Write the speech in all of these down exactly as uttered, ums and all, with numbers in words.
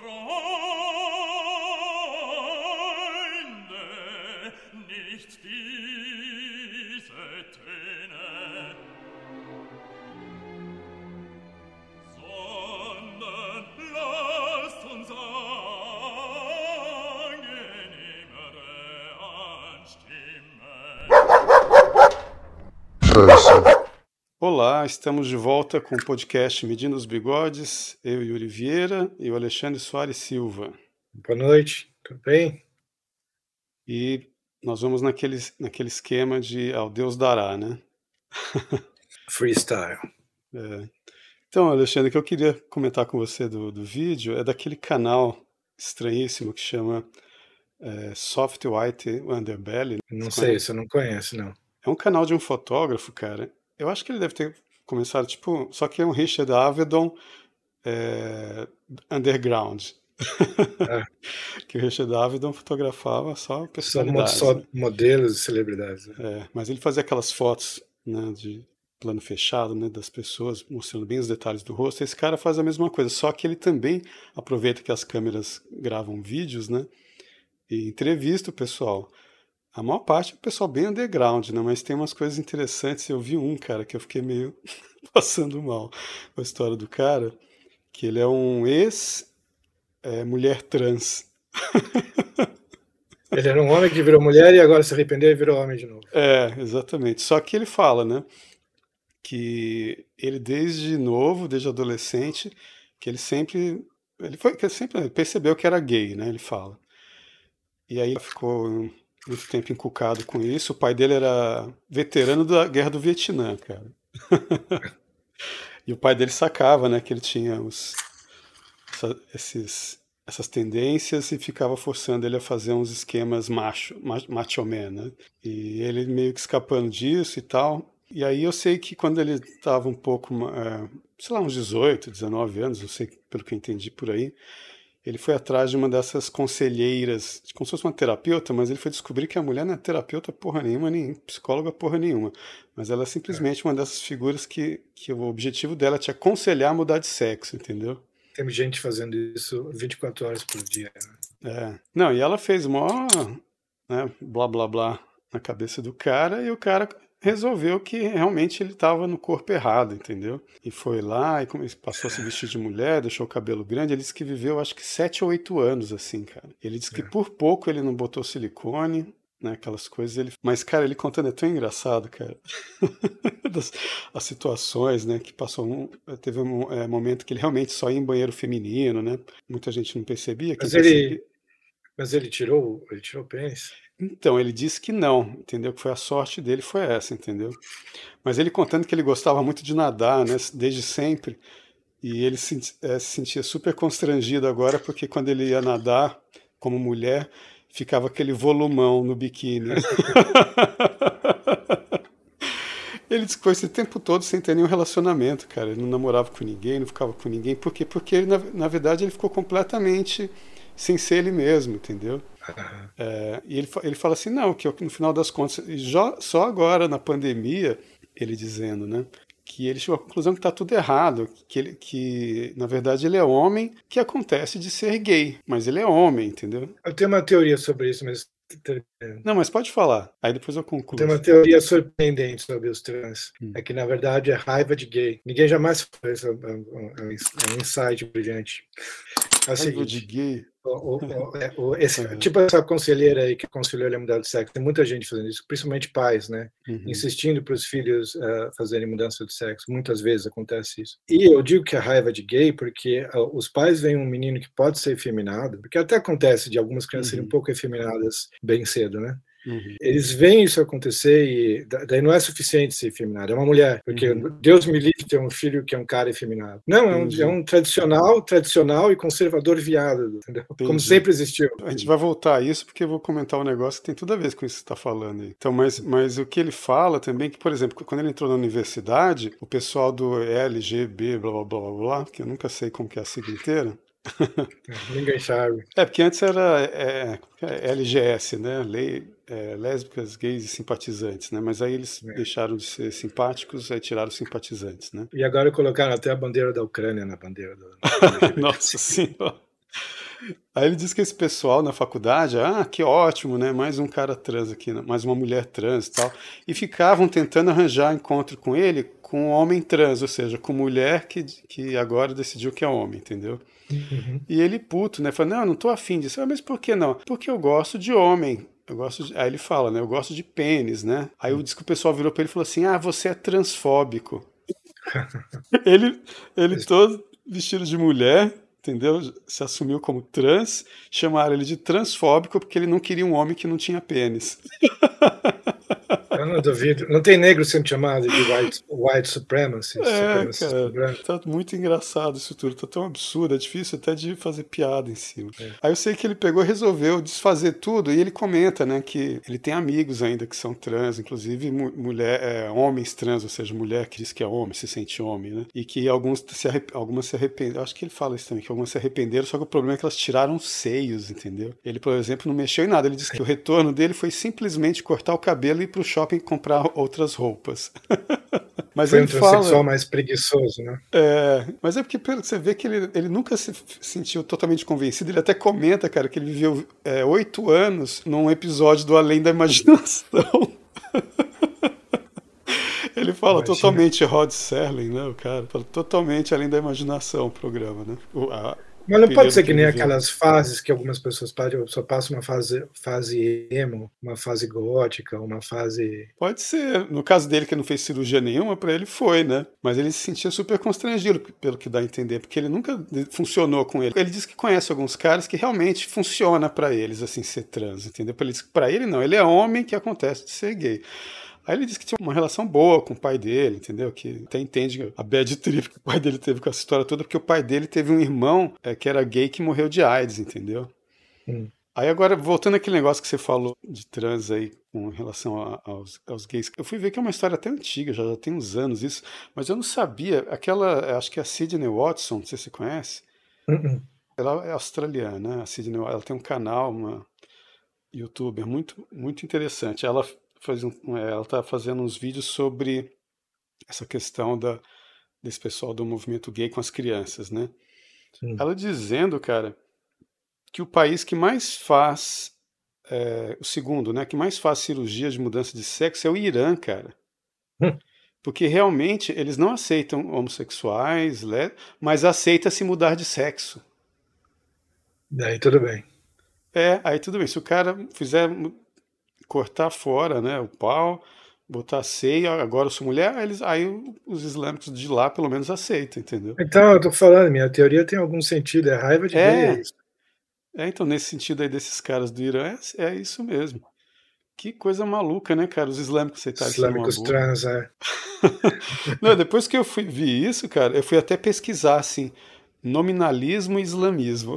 Olá, estamos de volta com o podcast Medindo os Bigodes, eu, Yuri Vieira, e o Alexandre Soares Silva. Boa noite, tudo bem? E nós vamos naquele, naquele esquema de ao Deus dará, né? Freestyle. É. Então, Alexandre, o que eu queria comentar com você do, do vídeo é daquele canal estranhíssimo que chama é, Soft White Underbelly. Não sei, você não conhece, não. É um canal de um fotógrafo, cara. Eu acho que ele deve ter começado, tipo, só que é um Richard Avedon é, underground. Ah. Que o Richard Avedon fotografava só personalidades. Só, só né? modelos e celebridades. Né? É, mas ele fazia aquelas fotos, né, de plano fechado, né, das pessoas, mostrando bem os detalhes do rosto. Esse cara faz a mesma coisa, só que ele também aproveita que as câmeras gravam vídeos, né, e entrevista o pessoal. A maior parte é o pessoal bem underground, né? Mas tem umas coisas interessantes. Eu vi um, cara, que eu fiquei meio passando mal com a história do cara, que ele é um ex-mulher é, trans. Ele era um homem que virou mulher e agora se arrependeu e virou homem de novo. É, exatamente. Só que ele fala, né, que ele desde novo, desde adolescente, que ele sempre, ele foi, que ele sempre percebeu que era gay, né? Ele fala. E aí ele ficou muito tempo encucado com isso. O pai dele era veterano da Guerra do Vietnã, cara. E o pai dele sacava, né, que ele tinha os, essa, esses, essas tendências e ficava forçando ele a fazer uns esquemas macho, macho man, né? E ele meio que escapando disso e tal. E aí eu sei que quando ele estava um pouco, é, sei lá, uns dezoito, dezenove anos, eu sei pelo que eu entendi por aí, ele foi atrás de uma dessas conselheiras, como se fosse uma terapeuta, mas ele foi descobrir que a mulher não é terapeuta porra nenhuma, nem psicóloga porra nenhuma. Mas ela é simplesmente uma dessas figuras que, que o objetivo dela é te aconselhar a mudar de sexo, entendeu? Tem gente fazendo isso vinte e quatro horas por dia. Né? É. Não, e ela fez mó, né, blá blá blá na cabeça do cara, e o cara resolveu que realmente ele estava no corpo errado, entendeu? E foi lá e passou a se vestir de mulher, deixou o cabelo grande. Ele disse que viveu acho que sete ou oito anos assim, cara. Ele disse que é. por pouco ele não botou silicone, né, aquelas coisas. Ele... Mas, cara, ele contando é tão engraçado, cara. Das, as situações, né, que passou um... Teve um é, momento que ele realmente só ia em banheiro feminino, né? Muita gente não percebia. Mas ele... Percebia... Mas ele tirou, ele tirou o pênis? Então, ele disse que não, entendeu? Que foi a sorte dele, foi essa, entendeu? Mas ele contando que ele gostava muito de nadar, né? Desde sempre. E ele se, é, se sentia super constrangido agora, porque quando ele ia nadar, como mulher, ficava aquele volumão no biquíni. Ele disse que foi esse tempo todo sem ter nenhum relacionamento, cara. Ele não namorava com ninguém, não ficava com ninguém. Por quê? Porque, ele, na, na verdade, ele ficou completamente sem ser ele mesmo, entendeu? Uhum. É, e ele, ele fala assim, não, que no final das contas, já, só agora na pandemia, ele dizendo, né, que ele chegou à conclusão que está tudo errado, que, ele, que na verdade ele é homem, que acontece de ser gay, mas ele é homem, entendeu? Eu tenho uma teoria sobre isso, mas... Não, mas pode falar, aí depois eu concluo. Tem uma teoria surpreendente sobre os trans, hum. é que na verdade é raiva de gay. Ninguém jamais falou isso, é um insight brilhante. É o raiva seguinte, de gay? O, o, é, o, esse, uhum. Tipo essa conselheira aí que aconselhou ele a mudar de sexo, tem muita gente fazendo isso, principalmente pais, né? Uhum. Insistindo para os filhos uh, fazerem mudança de sexo. Muitas vezes acontece isso. E eu digo que é raiva de gay porque uh, os pais veem um menino que pode ser efeminado, porque até acontece de algumas crianças uhum. serem um pouco efeminadas bem cedo, né? Uhum. Eles veem isso acontecer e daí não é suficiente ser efeminado, é uma mulher, porque uhum. Deus me livre de ter um filho que é um cara efeminado. Não, é um, é um tradicional, tradicional e conservador viado, entendeu? Entendi. Como sempre existiu. A gente vai voltar a isso porque eu vou comentar um negócio que tem tudo a ver com isso que você está falando aí. Então, mas, mas o que ele fala também é que, por exemplo, quando ele entrou na universidade, o pessoal do L G B, blá blá blá blá, que eu nunca sei como que é a sigla inteira. Ninguém sabe. É, porque antes era é, L G S, né? Lei, é, lésbicas, gays e simpatizantes, né? Mas aí eles é. deixaram de ser simpáticos, aí tiraram os simpatizantes, né? E agora colocaram até a bandeira da Ucrânia na bandeira do... Nossa Senhora! Aí ele diz que esse pessoal na faculdade, ah, que ótimo, né? Mais um cara trans aqui, né? Mais uma mulher trans e tal. E ficavam tentando arranjar encontro com ele com um homem trans, ou seja, com mulher que, que agora decidiu que é homem, entendeu? Uhum. E ele puto, né? Fala, não, eu não tô afim disso. Ah, mas por que não? Porque eu gosto de homem. Eu gosto de... Aí ele fala, né? Eu gosto de pênis, né? Aí eu disse que o pessoal virou pra ele e falou assim, ah, você é transfóbico. Ele, ele todo vestido de mulher, entendeu? Se assumiu como trans, chamaram ele de transfóbico porque ele não queria um homem que não tinha pênis. Eu não duvido. Não tem negro sendo chamado de white, white supremacist, É, supremacista cara, branco. tá muito engraçado isso tudo, tá tão absurdo, é difícil até de fazer piada em cima. É. Aí eu sei que ele pegou e resolveu desfazer tudo, e ele comenta, né, que ele tem amigos ainda que são trans, inclusive mu mulher, é, homens trans, ou seja, mulher que diz que é homem, se sente homem, né, e que alguns se algumas se arrependeram, acho que ele fala isso também, que algumas se arrependeram, só que o problema é que elas tiraram os seios, entendeu? Ele, por exemplo, não mexeu em nada, ele disse que o retorno dele foi simplesmente cortar o cabelo e ir pro shopping comprar outras roupas. Mas Foi ele um transexual fala, mais preguiçoso, né? é, mas é porque pelo que você vê que ele, ele nunca se sentiu totalmente convencido. Ele até comenta, cara, que ele viveu é, oito anos num episódio do Além da Imaginação. Ele fala Imagina. totalmente Rod Serling, né? O cara fala totalmente além da imaginação o programa, né? O, a, Mas não pode ser que, que nem viveu. aquelas fases que algumas pessoas passam, só passa uma fase, fase emo, uma fase gótica, uma fase... Pode ser. No caso dele, que não fez cirurgia nenhuma, para ele foi, né? Mas ele se sentia super constrangido, pelo que dá a entender, porque ele nunca funcionou com ele. Ele diz que conhece alguns caras que realmente funciona para eles, assim, ser trans, entendeu? Ele diz que para ele não, ele é homem que acontece de ser gay. Aí ele disse que tinha uma relação boa com o pai dele, entendeu? Que até entende a bad trip que o pai dele teve com essa história toda, porque o pai dele teve um irmão é, que era gay que morreu de AIDS, entendeu? Hum. Aí agora, voltando àquele negócio que você falou de trans aí com relação a, aos, aos gays, eu fui ver que é uma história até antiga, já, já tem uns anos isso, mas eu não sabia, aquela, acho que é a Sydney Watson, não sei se você conhece, Uh-uh. ela é australiana, né? A Sydney, ela tem um canal, uma youtuber muito, muito interessante, ela faz um, ela tá fazendo uns vídeos sobre essa questão da, desse pessoal do movimento gay com as crianças, né? Hum. Ela dizendo, cara, que o país que mais faz, é, o segundo, né, que mais faz cirurgia de mudança de sexo é o Irã, cara. Hum. Porque realmente eles não aceitam homossexuais, né, mas aceitam se mudar de sexo. Daí tudo bem. É, aí tudo bem. Se o cara fizer cortar fora, né, o pau, botar seio, agora eu sou mulher, aí, eles, aí os islâmicos de lá pelo menos aceitam, entendeu? Então, eu tô falando, minha teoria tem algum sentido, é raiva de gay, é É, isso. é, então nesse sentido aí desses caras do Irã, é, é isso mesmo. Que coisa maluca, né, cara? Os islâmicos aceitarem ser uma Islâmicos boa. trans, é. Não, depois que eu fui vi isso, cara, eu fui até pesquisar assim, nominalismo e islamismo.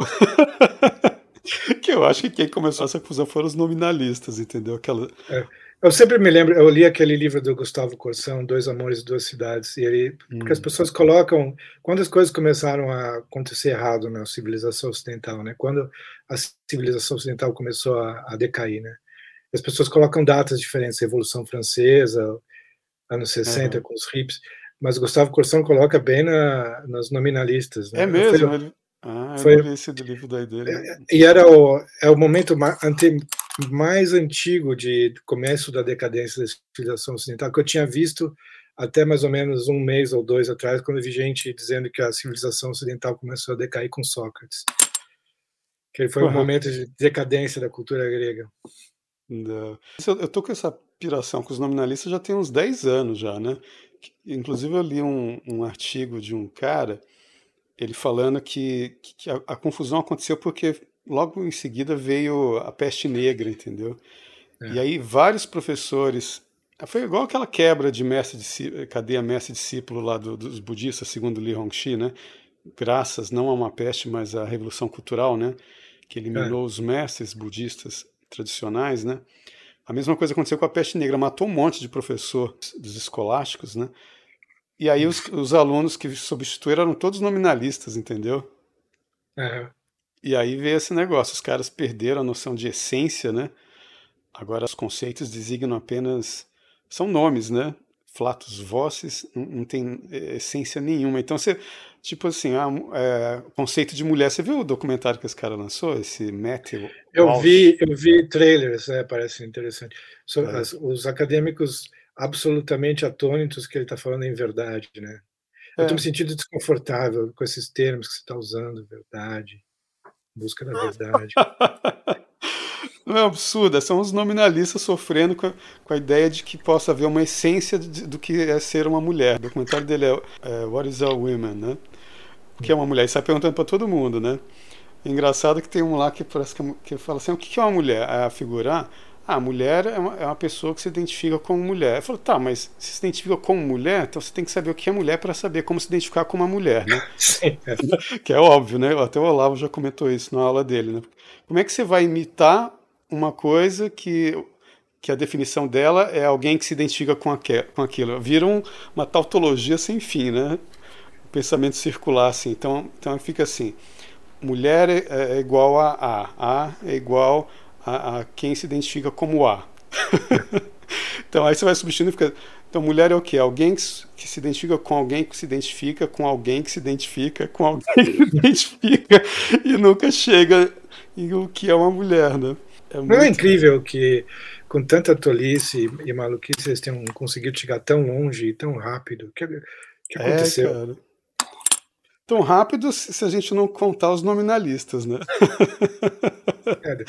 Que eu acho que quem começou essa fusão foram os nominalistas, entendeu? Aquela... É. Eu sempre me lembro, eu li aquele livro do Gustavo Corsão, Dois Amores e Duas Cidades, e ele, porque as Hum. pessoas colocam, quando as coisas começaram a acontecer errado na civilização ocidental, né, quando a civilização ocidental começou a, a decair, né, as pessoas colocam datas diferentes, Revolução Francesa, anos sessenta, Uhum. com os hippies, mas o Gustavo Corsão coloca bem na, nas nominalistas, É né, foi, mesmo? Ele... Ah, eu não foi, li esse livro daí dele. Não. e era o, é o momento ma, ante, mais antigo de começo da decadência da civilização ocidental, que eu tinha visto até mais ou menos um mês ou dois atrás, quando eu vi gente dizendo que a civilização ocidental começou a decair com Sócrates, que foi o Uhum. momento de decadência da cultura grega. Não. Eu tô com essa piração com os nominalistas já tem uns dez anos já, né? Inclusive eu li um, um artigo de um cara, ele falando que, que a, a confusão aconteceu porque logo em seguida veio a peste negra, entendeu? É. E aí vários professores, foi igual aquela quebra de mestre de cadeia mestre-discípulo lá do, dos budistas, segundo Li Hongxi, né? Graças não a uma peste, mas à revolução cultural, né? Que eliminou É. os mestres budistas tradicionais, né? A mesma coisa aconteceu com a peste negra, matou um monte de professor dos escolásticos, né? E aí os, os alunos que substituíram eram todos nominalistas, entendeu? É. E aí veio esse negócio, os caras perderam a noção de essência, né? Agora os conceitos designam apenas, são nomes, né? flatus vocis, não, não tem essência nenhuma. Então você, tipo assim, a, é, conceito de mulher, você viu o documentário que esse cara lançou, esse Matthew Eu Walsh? vi, eu vi trailers, é, parece interessante. So, É. as, os acadêmicos absolutamente atônitos que ele está falando em verdade, né? Eu estou É. me sentindo desconfortável com esses termos que você está usando, verdade, busca da verdade. Não é um absurdo, são os nominalistas sofrendo com a, com a ideia de que possa haver uma essência de, do que é ser uma mulher. O documentário dele é, é What is a Woman, né? O que é uma mulher? Ele sai perguntando para todo mundo, né? É engraçado que tem um lá que parece que, que fala assim, o que é uma mulher? A figura, ah, a mulher é uma, é uma pessoa que se identifica como mulher. Eu falo, tá, mas se se identifica como mulher, então você tem que saber o que é mulher para saber como se identificar com uma mulher, né? Sim, é. Que é óbvio, né? Até o Olavo já comentou isso na aula dele, né? Como é que você vai imitar uma coisa que, que a definição dela é alguém que se identifica com, aque, com aquilo? Vira um, uma tautologia sem fim, né? O pensamento circular, assim. Então, então fica assim, mulher é, é igual a A, A é igual a, a quem se identifica como A. Então aí você vai substituindo e fica... Então mulher é o quê? Alguém que, que se identifica com alguém que se identifica com alguém que se identifica com alguém que se identifica e nunca chega em o que é uma mulher, né? É Não é muito... incrível que, com tanta tolice e maluquice, eles tenham conseguido chegar tão longe e tão rápido? O que, que É, aconteceu? cara. Tão rápido se a gente não contar os nominalistas, né? É,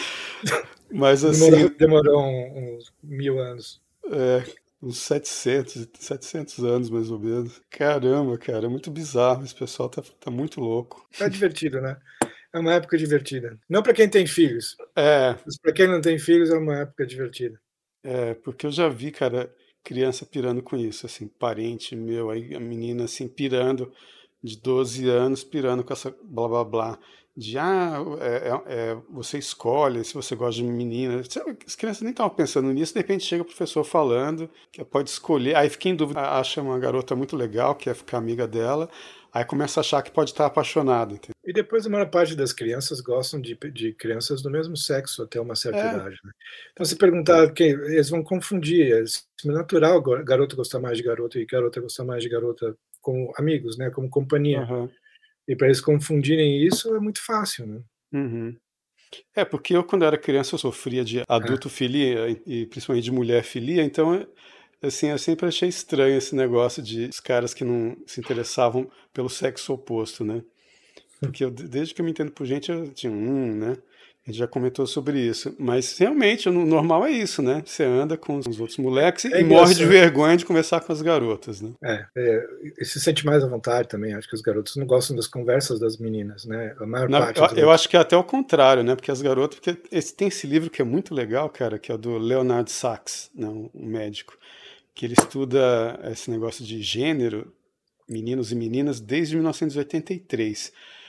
Mas assim... demorou demorou um, uns mil anos. É, uns setecentos, setecentos anos mais ou menos. Caramba, cara, é muito bizarro. Esse pessoal tá, tá muito louco. Tá divertido, né? É uma época divertida. Não para quem tem filhos, É, mas para quem não tem filhos é uma época divertida. é, porque eu já vi, cara, criança pirando com isso, assim, parente meu, aí a menina assim pirando, de doze anos, pirando com essa blá blá blá. De ah, é, é, é, você escolhe se você gosta de menina. Sabe, as crianças nem estavam pensando nisso, de repente chega o professor falando que pode escolher, aí fica em dúvida, acha uma garota muito legal, quer ficar amiga dela, aí começa a achar que pode estar apaixonado. Entendeu? E depois a maior parte das crianças gostam de, de crianças do mesmo sexo até uma certa É, idade. Né? Então, se perguntar, quem, eles vão confundir. É natural garoto gostar mais de garota e garota gostar mais de garota como amigos, né? Como companhia. uhum, E para eles confundirem isso é muito fácil. Né? uhum. É, porque eu, quando era criança, eu sofria de É. adultofilia e e principalmente de mulher-filia, então, assim, eu sempre achei estranho esse negócio de os caras que não se interessavam pelo sexo oposto, né? Porque eu, desde que eu me entendo por gente, eu tinha um, né? A gente já comentou sobre isso. Mas realmente, o normal é isso, né? Você anda com os outros moleques É e morre de engraçado. vergonha de conversar com as garotas, né? É, é, e se sente mais à vontade também. Acho que os garotos não gostam das conversas das meninas, né? A maior Na- parte eu, dos eu garotos. acho que é até o contrário, né? Porque as garotas. Porque esse, tem esse livro que é muito legal, cara, que é o do Leonard Sachs, né? Um, um médico, que ele estuda esse negócio de gênero, meninos e meninas, desde mil novecentos e oitenta e três.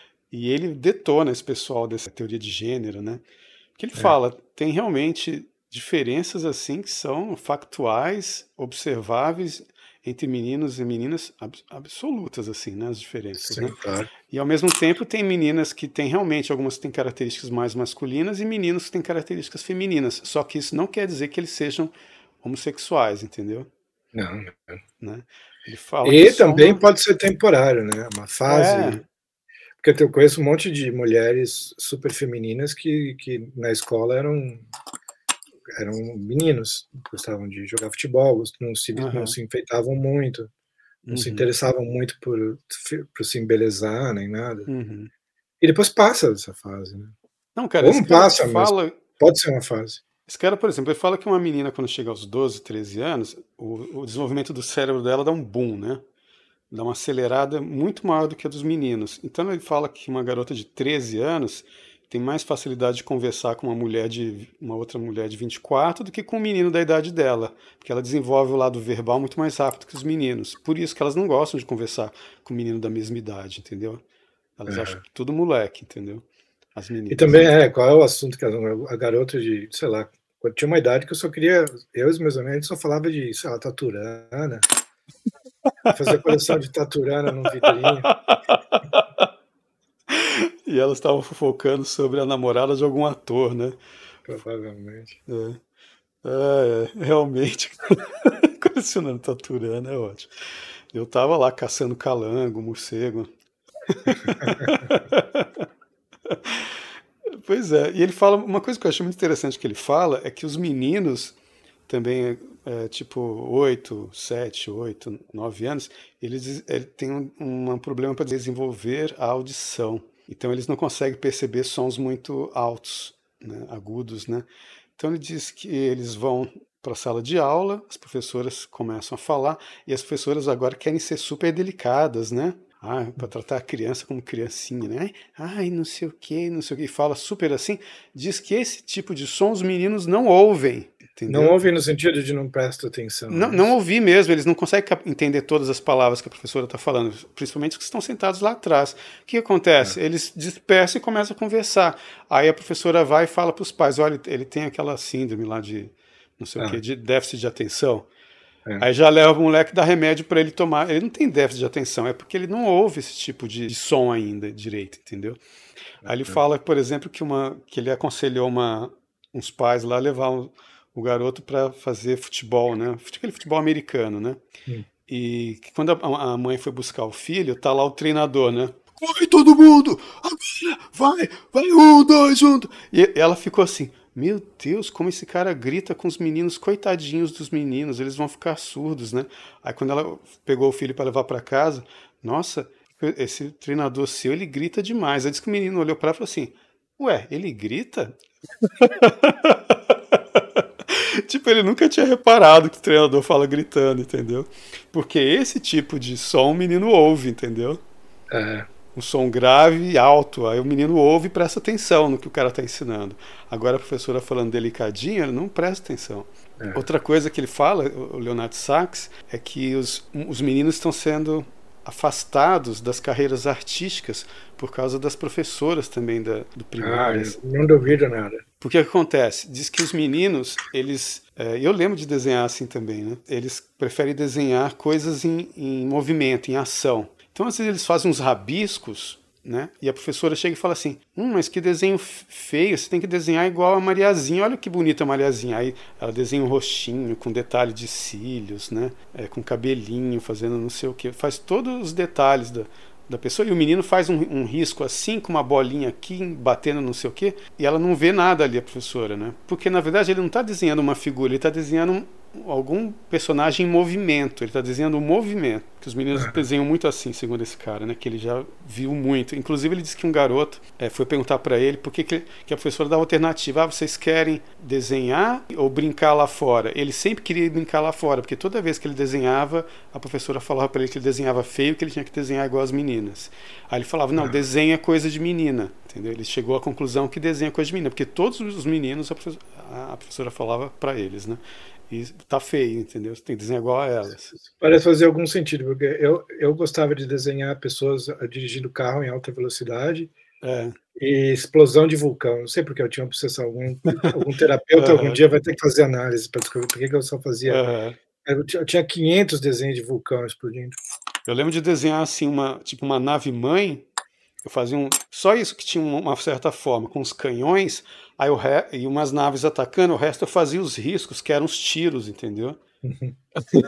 E ele detona esse pessoal dessa teoria de gênero, né? Que ele É, fala, tem realmente diferenças assim que são factuais, observáveis entre meninos e meninas ab- absolutas assim, né, as diferenças, né? sim, claro. E ao mesmo tempo tem meninas que têm realmente algumas que têm características mais masculinas e meninos que têm características femininas. Só que isso não quer dizer que eles sejam homossexuais, entendeu? Não. Né? Ele fala que é E só também uma pode ser temporário, né? Uma é, fase. Porque eu conheço um monte de mulheres super femininas que, que na escola eram, eram meninos, gostavam de jogar futebol, não se, não aham, se enfeitavam muito, não se uhum, interessavam muito por, por se embelezar nem nada. uhum. E depois passa essa fase, né? Não, cara, Ou esse não cara passa, mas fala. pode ser uma fase. Esse cara, por exemplo, ele fala que uma menina, quando chega aos doze, treze anos, o, o desenvolvimento do cérebro dela dá um boom, né? Dá uma acelerada muito maior do que a dos meninos. Então ele fala que uma garota de treze anos tem mais facilidade de conversar com uma mulher de uma outra mulher de vinte e quatro do que com um menino da idade dela, porque ela desenvolve o lado verbal muito mais rápido que os meninos. Por isso que elas não gostam de conversar com um menino da mesma idade, entendeu? Elas acham É. tudo moleque, entendeu? As E meninas, também né? é, qual é o assunto que a, a garota de, sei lá, quando tinha uma idade que eu só queria, eu e os meus amigos só falava de, sei lá, taturana, fazer coleção de taturana num vidrinho. E elas estavam fofocando sobre a namorada de algum ator, né? Provavelmente. É, é, é, realmente. Colecionando taturana é ótimo. Eu tava lá caçando calango, morcego. Pois é, e ele fala, uma coisa que eu acho muito interessante que ele fala é que os meninos também, é, tipo oito, sete, oito, nove anos, eles, eles têm um, um problema para desenvolver a audição. Então eles não conseguem perceber sons muito altos, né, agudos, né? Então ele diz que eles vão para a sala de aula, as professoras começam a falar, e as professoras agora querem ser super delicadas, né? Ah, para tratar a criança como criancinha, né? Ai, não sei o que, não sei o que, fala super assim. Diz que esse tipo de som os meninos não ouvem, entendeu? Não ouvem no sentido de não prestar atenção. Não, não ouvir mesmo, eles não conseguem entender todas as palavras que a professora está falando, principalmente os que estão sentados lá atrás. O que acontece? É. Eles dispersam e começam a conversar. Aí a professora vai e fala para os pais, olha, ele tem aquela síndrome lá de, não sei ah. o que, de déficit de atenção. É. Aí já leva o moleque e dá remédio para ele tomar. Ele não tem déficit de atenção, é porque ele não ouve esse tipo de, de som ainda direito, entendeu? É. Aí ele fala, por exemplo, que, uma, que ele aconselhou uma, uns pais lá a levar um, o garoto para fazer futebol, né? Aquele futebol americano, né? Hum. E que quando a, a mãe foi buscar o filho, tá lá o treinador, né? Corre todo mundo! Agora! Vai! Vai! Um, dois, um! E ela ficou assim, meu Deus, como esse cara grita com os meninos, coitadinhos dos meninos, eles vão ficar surdos, né? Aí quando ela pegou o filho para levar para casa, nossa, esse treinador seu, ele grita demais. Aí disse que o menino olhou para ela e falou assim, ué, ele grita? Tipo, ele nunca tinha reparado que o treinador fala gritando, entendeu? Porque esse tipo de som o menino ouve, entendeu? É. Um som grave e alto, aí o menino ouve e presta atenção no que o cara está ensinando. Agora a professora falando delicadinho, ele não presta atenção. É. Outra coisa que ele fala, o Leonard Sachs, é que os, os meninos estão sendo afastados das carreiras artísticas por causa das professoras também da, do primário. Ah, não duvido nada. Porque o que acontece? Diz que os meninos, eles... É, eu lembro de desenhar assim também, né? Eles preferem desenhar coisas em, em movimento, em ação. Então, às vezes, eles fazem uns rabiscos, né? E a professora chega e fala assim, hum, mas que desenho feio, você tem que desenhar igual a Mariazinha, olha que bonita a Mariazinha. Aí ela desenha um rostinho com detalhe de cílios, né? É, com cabelinho, fazendo não sei o quê. Faz todos os detalhes da, da pessoa. E o menino faz um, um risco assim, com uma bolinha aqui, batendo não sei o quê. E ela não vê nada ali, a professora, né? Porque, na verdade, ele não está desenhando uma figura, ele está desenhando um, algum personagem em movimento, ele está desenhando um movimento, que os meninos desenham muito assim, segundo esse cara, né, que ele já viu muito. Inclusive ele disse que um garoto é, foi perguntar para ele por que, que, que a professora dava alternativa, ah, vocês querem desenhar ou brincar lá fora? Ele sempre queria brincar lá fora, porque toda vez que ele desenhava, a professora falava para ele que ele desenhava feio, que ele tinha que desenhar igual as meninas. Aí ele falava, não, desenha coisa de menina, entendeu? Ele chegou à conclusão que desenha coisa de menina, porque todos os meninos a professora, a professora falava para eles, né? E tá feio, entendeu? Você tem que desenhar igual a elas. Parece fazer algum sentido, porque eu, eu gostava de desenhar pessoas dirigindo carro em alta velocidade é. e explosão de vulcão. Não sei porque eu tinha uma obsessão. Algum, algum terapeuta uhum. algum dia vai ter que fazer análise para descobrir por que eu só fazia... Uhum. Eu tinha quinhentos desenhos de vulcão explodindo. Eu lembro de desenhar assim, uma, tipo uma nave-mãe. Eu fazia um, só isso que tinha uma certa forma, com os canhões, aí o re, e umas naves atacando, o resto eu fazia os riscos, que eram os tiros, entendeu? Uhum.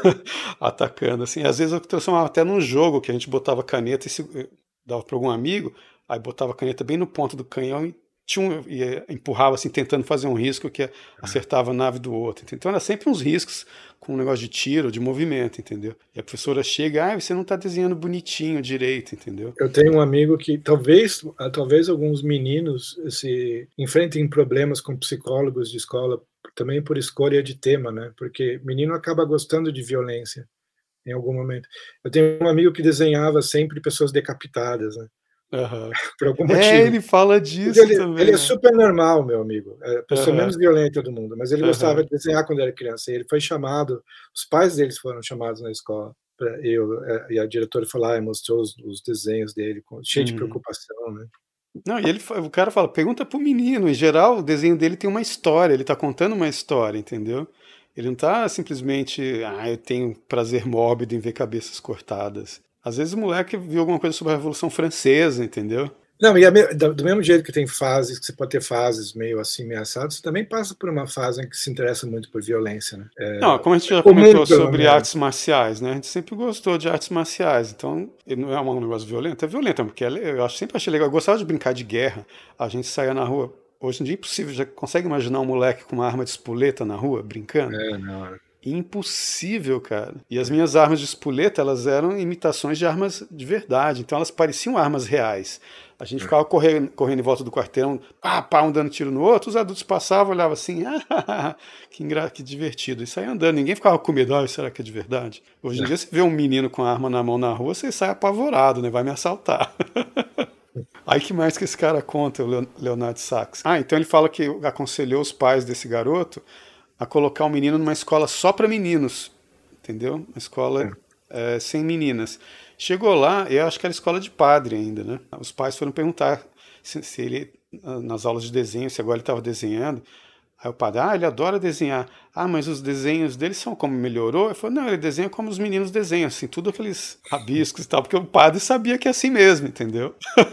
Atacando, assim. Às vezes eu transformava até num jogo, que a gente botava caneta e se, dava para algum amigo, aí botava a caneta bem no ponto do canhão e, tchum, e empurrava assim, tentando fazer um risco que acertava a nave do outro. Entendeu? Então era sempre uns riscos com um negócio de tiro, de movimento, entendeu? E a professora chega, ah, você não está desenhando bonitinho direito, entendeu? Eu tenho um amigo que talvez, talvez alguns meninos se enfrentem problemas com psicólogos de escola também por escolha de tema, né? Porque menino acaba gostando de violência em algum momento. Eu tenho um amigo que desenhava sempre pessoas decapitadas, né? Uhum. Por algum motivo. É, ele fala disso ele, também. Ele é super normal, meu amigo. É a pessoa uhum. menos violenta do mundo. Mas ele uhum. gostava de desenhar quando era criança. E ele foi chamado, os pais deles foram chamados na escola. Pra eu, e a diretora foi lá e mostrou os, os desenhos dele, cheio uhum. de preocupação, né? Não, e ele, o cara fala, pergunta pro menino. Em geral, o desenho dele tem uma história. Ele tá contando uma história, entendeu? Ele não tá simplesmente, ah, eu tenho prazer mórbido em ver cabeças cortadas. Às vezes o moleque viu alguma coisa sobre a Revolução Francesa, entendeu? Não, e é do mesmo jeito que tem fases, que você pode ter fases meio assim, ameaçadas, você também passa por uma fase em que se interessa muito por violência, né? É, não, como a gente já é comum, comentou pelo sobre menos. artes marciais, né? A gente sempre gostou de artes marciais, então não é um negócio violento, é violento, porque eu acho, sempre achei legal, eu gostava de brincar de guerra, a gente saía na rua, hoje em dia é impossível, já consegue imaginar um moleque com uma arma de espoleta na rua, brincando? É, não, é. Impossível, cara. E as minhas armas de espoleta, elas eram imitações de armas de verdade, então elas pareciam armas reais. A gente ficava correndo, correndo em volta do quarteirão, pá, pá, um dando tiro no outro, os adultos passavam, olhavam assim, ah, que, engra... que divertido. E saia andando, ninguém ficava com medo, ah, será que é de verdade? Hoje em dia você vê um menino com a arma na mão na rua, você sai apavorado, né? Vai me assaltar. Aí que mais que esse cara conta, o Leonard Sachs? Ah, então ele fala que aconselhou os pais desse garoto a colocar o menino numa escola só para meninos, entendeu? Uma escola é, sem meninas. Chegou lá, eu acho que era escola de padre ainda, né? Os pais foram perguntar se, se ele, nas aulas de desenho, se agora ele estava desenhando. Aí o padre, ah, ele adora desenhar. Ah, mas os desenhos dele são como melhorou? Eu falei, não, ele desenha como os meninos desenham, assim, tudo aqueles rabiscos e tal, porque o padre sabia que é assim mesmo, entendeu?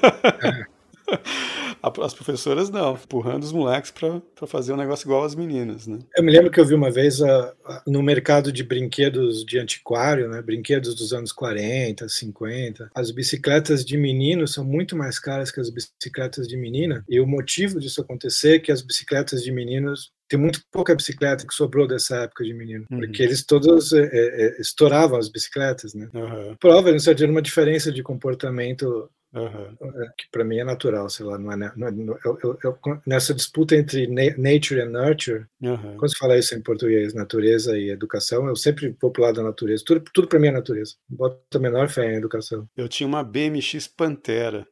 As professoras não, empurrando os moleques para fazer um negócio igual às meninas, né? Eu me lembro que eu vi uma vez a, a, no mercado de brinquedos de antiquário, né, brinquedos dos anos quarenta, cinquenta, as bicicletas de menino são muito mais caras que as bicicletas de menina, e o motivo disso acontecer é que as bicicletas de meninos tem muito pouca bicicleta que sobrou dessa época de menino, uhum. porque eles todos é, é, estouravam as bicicletas, né? Uhum. Prova, não sei, uma diferença de comportamento uhum. que para mim é natural, sei lá, não é, não é, não, eu, eu, eu, nessa disputa entre nature and nurture, uhum. quando se fala isso em português, natureza e educação, eu sempre vou pro lado da natureza, tudo, tudo para mim é natureza, boto a menor fé em educação. Eu tinha uma B M X Pantera.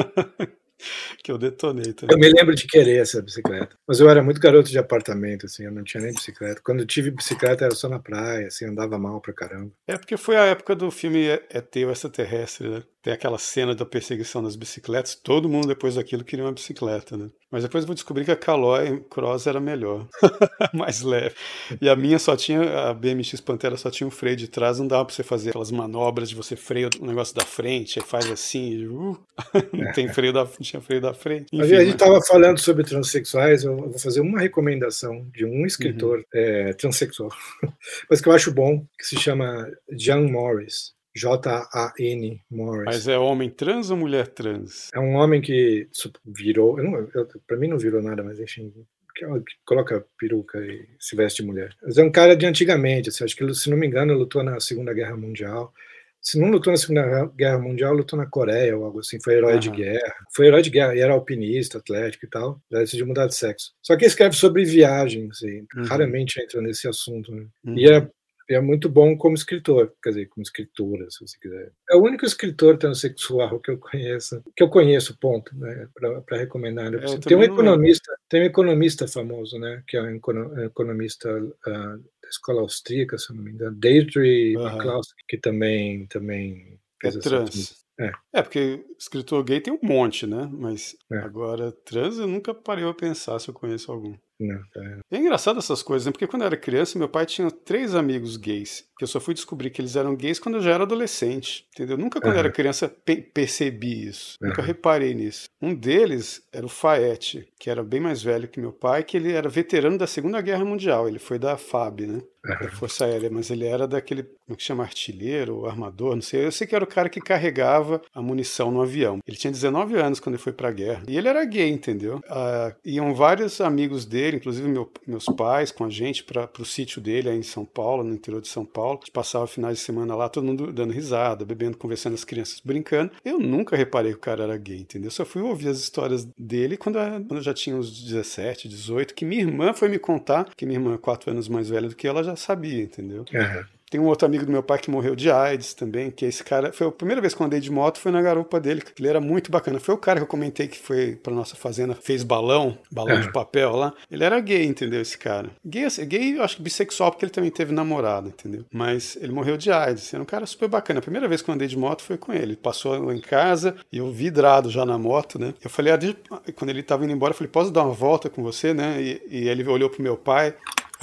Que eu detonei também. Eu me lembro de querer essa bicicleta, mas eu era muito garoto de apartamento, assim, eu não tinha nem bicicleta. Quando eu tive bicicleta era só na praia, assim, andava mal pra caramba. É porque foi a época do filme É Teu Extraterrestre, né? Tem aquela cena da perseguição das bicicletas, todo mundo depois daquilo queria uma bicicleta, né? Mas depois eu vou descobrir que a Caloi Cross era melhor, mais leve. E a minha só tinha, a B M X Pantera só tinha um freio de trás, não dava pra você fazer aquelas manobras de você freia o negócio da frente, aí faz assim, uh, não tem freio da, não tinha freio da frente. Enfim, a gente estava mas... falando sobre transexuais, eu vou fazer uma recomendação de um escritor uhum. é, transexual, mas que eu acho bom, que se chama Jan Morris. J A N Morris. Mas é homem trans ou mulher trans? É um homem que virou, para mim não virou nada, mas enfim, que, que coloca peruca e se veste de mulher. Mas é um cara de antigamente, assim, acho que, se não me engano, lutou na Segunda Guerra Mundial. Se não lutou na Segunda Guerra Mundial, lutou na Coreia ou algo assim, foi herói uhum. de guerra. Foi herói de guerra e era alpinista, atlético e tal, já decidiu mudar de sexo. Só que escreve sobre viagens, assim, uhum. raramente entra nesse assunto, né? Uhum. E é é muito bom como escritor, quer dizer, como escritora, se você quiser. É o único escritor transexual que eu conheço, que eu conheço, ponto, né, para recomendar. É, tem um economista, lembro. tem um economista famoso, né, que é um economista uh, da escola austríaca, se não me engano, Deirdre uhum. Miklowski, que também também fez é trans. É. é, porque escritor gay tem um monte, né? Mas é. agora trans eu nunca parei a pensar se eu conheço algum. Não, é. É engraçado essas coisas, né? Porque quando eu era criança, meu pai tinha três amigos gays, que eu só fui descobrir que eles eram gays quando eu já era adolescente, entendeu? Nunca quando uhum. eu era criança pe percebi isso, uhum. nunca reparei nisso. Um deles era o Faete, que era bem mais velho que meu pai, que ele era veterano da Segunda Guerra Mundial, ele foi da F A B, né? Da Força Aérea, mas ele era daquele, como que chama, artilheiro, armador, não sei. Eu sei que era o cara que carregava a munição no avião. Ele tinha dezenove anos quando ele foi pra guerra. E ele era gay, entendeu? Ah, iam vários amigos dele, inclusive meu, meus pais, com a gente, para pro sítio dele aí em São Paulo, no interior de São Paulo. A gente passava finais de semana lá, todo mundo dando risada, bebendo, conversando, as crianças brincando. Eu nunca reparei que o cara era gay, entendeu? Só fui ouvir as histórias dele quando eu, quando eu já tinha uns dezessete, dezoito, que minha irmã foi me contar, que minha irmã é quatro anos mais velha do que ela, já sabia, entendeu? Uhum. Tem um outro amigo do meu pai que morreu de AIDS também, que esse cara, foi a primeira vez que eu andei de moto, foi na garupa dele, que ele era muito bacana. Foi o cara que eu comentei que foi pra nossa fazenda, fez balão, balão uhum. de papel lá. Ele era gay, entendeu, esse cara. Gay, gay, eu acho que bissexual, porque ele também teve namorada, entendeu? Mas ele morreu de AIDS, era um cara super bacana. A primeira vez que eu andei de moto foi com ele. Ele passou lá em casa e eu vidrado já na moto, né? Eu falei, ah, quando ele tava indo embora, eu falei, posso dar uma volta com você, né? E, e ele olhou pro meu pai.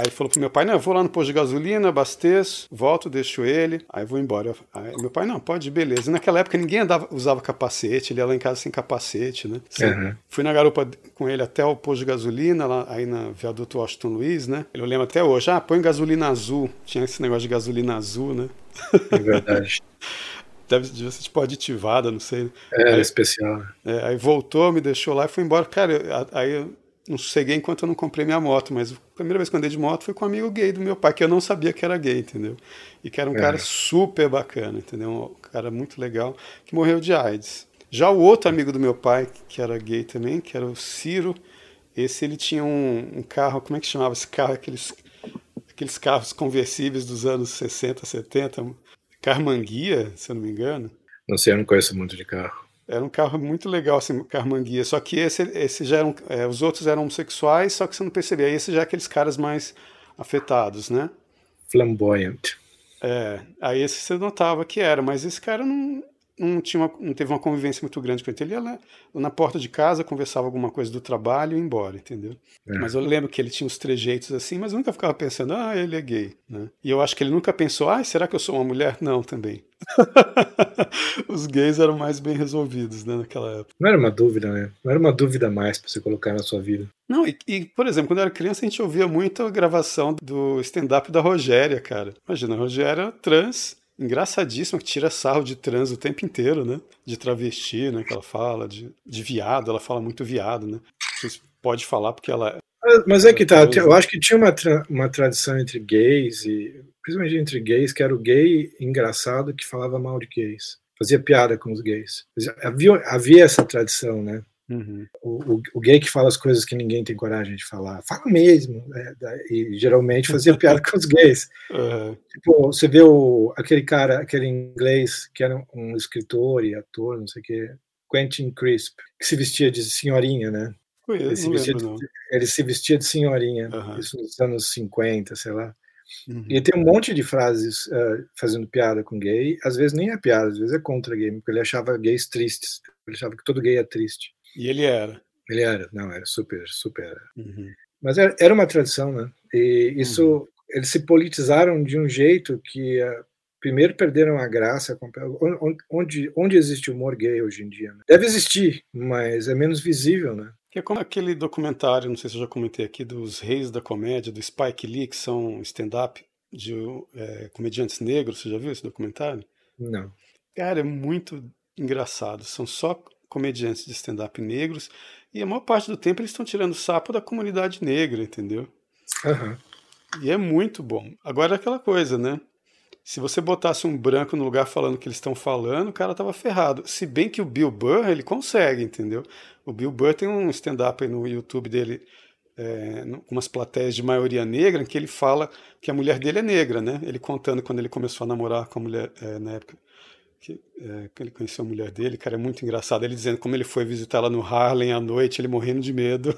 Aí ele falou pro meu pai, não, eu vou lá no posto de gasolina, abasteço, volto, deixo ele, aí vou embora. Aí meu pai, não, pode ir, beleza. E naquela época ninguém andava, usava capacete, ele ia lá em casa sem capacete, né? Assim, Uhum. Fui na garupa com ele até o posto de gasolina, lá, aí na viaduto Washington Luiz, né? Eu lembro até hoje, ah, põe gasolina azul. Tinha esse negócio de gasolina azul, né? É verdade. Deve, devia ser tipo aditivada, não sei. Era Aí, especial. é, aí voltou, me deixou lá e foi embora. Cara, eu- a- aí eu não sosseguei enquanto eu não comprei minha moto, mas a primeira vez que eu andei de moto foi com um amigo gay do meu pai, que eu não sabia que era gay, entendeu? E que era um cara Uhum. super bacana, entendeu? Um cara muito legal, que morreu de AIDS. Já o outro amigo do meu pai, que era gay também, que era o Ciro, esse ele tinha um, um carro, como é que chamava esse carro? Aqueles, aqueles carros conversíveis dos anos sessenta, setenta, Carmanguia, se eu não me engano. Não sei, eu não conheço muito de carro. Era um carro muito legal, assim, Carmanguia. Só que esse, esse já eram, é, os outros eram homossexuais, só que você não percebia. Esse já é aqueles caras mais afetados, né? Flamboyant. É, aí esse você notava que era, mas esse cara não, não, tinha uma- não teve uma convivência muito grande com ele. Ele ia lá na porta de casa, conversava alguma coisa do trabalho e ia embora, entendeu? Mas eu lembro que ele tinha uns trejeitos assim, mas eu nunca ficava pensando, ah, ele é gay, né? E eu acho que ele nunca pensou, ah, será que eu sou uma mulher? Não, também. Os gays eram mais bem resolvidos, né, naquela época. Não era uma dúvida, né? Não era uma dúvida a mais pra você colocar na sua vida. Não, e, e, por exemplo, quando eu era criança, a gente ouvia muito a gravação do stand-up da Rogéria, cara. Imagina, a Rogéria era trans, engraçadíssima, que tira sarro de trans o tempo inteiro, né? De travesti, né, que ela fala, de, de viado, ela fala muito viado, né? Vocês podem falar porque ela Ah, Mas é é que tá, trans, eu né? acho que tinha uma, tra- uma tradição entre gays, e principalmente entre gays, que era o gay engraçado que falava mal de gays. Fazia piada com os gays. Havia, havia essa tradição, né? Uhum. O, o, o gay que fala as coisas que ninguém tem coragem de falar. Fala mesmo. Né? E geralmente fazia piada com os gays. Uhum. Tipo, você vê o, aquele cara, aquele inglês que era um escritor e ator, não sei o quê, Quentin Crisp, que se vestia de senhorinha, né? Ele Conheço, se não vestia lembro, de, não. ele se vestia de senhorinha, Uhum. isso nos anos cinquenta, sei lá. E Uhum. tem um monte de frases uh, fazendo piada com gay, às vezes nem é piada, às vezes é contra gay, porque ele achava gays tristes, ele achava que todo gay é triste. E ele era. Ele era, não, era super, super. Uhum. Mas era, era uma tradição, né? E isso, Uhum. eles se politizaram de um jeito que uh, primeiro perderam a graça. Onde, onde existe humor gay hoje em dia? Né? Deve existir, mas é menos visível, né? Que é como aquele documentário, não sei se eu já comentei aqui, dos Reis da Comédia, do Spike Lee, que são stand-up de é, comediantes negros. Você já viu esse documentário? Não. Cara, é muito engraçado. São só comediantes de stand-up negros e a maior parte do tempo eles estão tirando sapo da comunidade negra, entendeu? Uhum. E é muito bom. Agora é aquela coisa, né? Se você botasse um branco no lugar falando o que eles estão falando, o cara tava ferrado. Se bem que o Bill Burr, ele consegue, entendeu? O Bill Burr tem um stand-up aí no YouTube dele, é, com umas plateias de maioria negra, em que ele fala que a mulher dele é negra, né? Ele contando quando ele começou a namorar com a mulher, é, na época que, é, que ele conheceu a mulher dele, cara, é muito engraçado. Ele dizendo como ele foi visitar ela no Harlem à noite, ele morrendo de medo.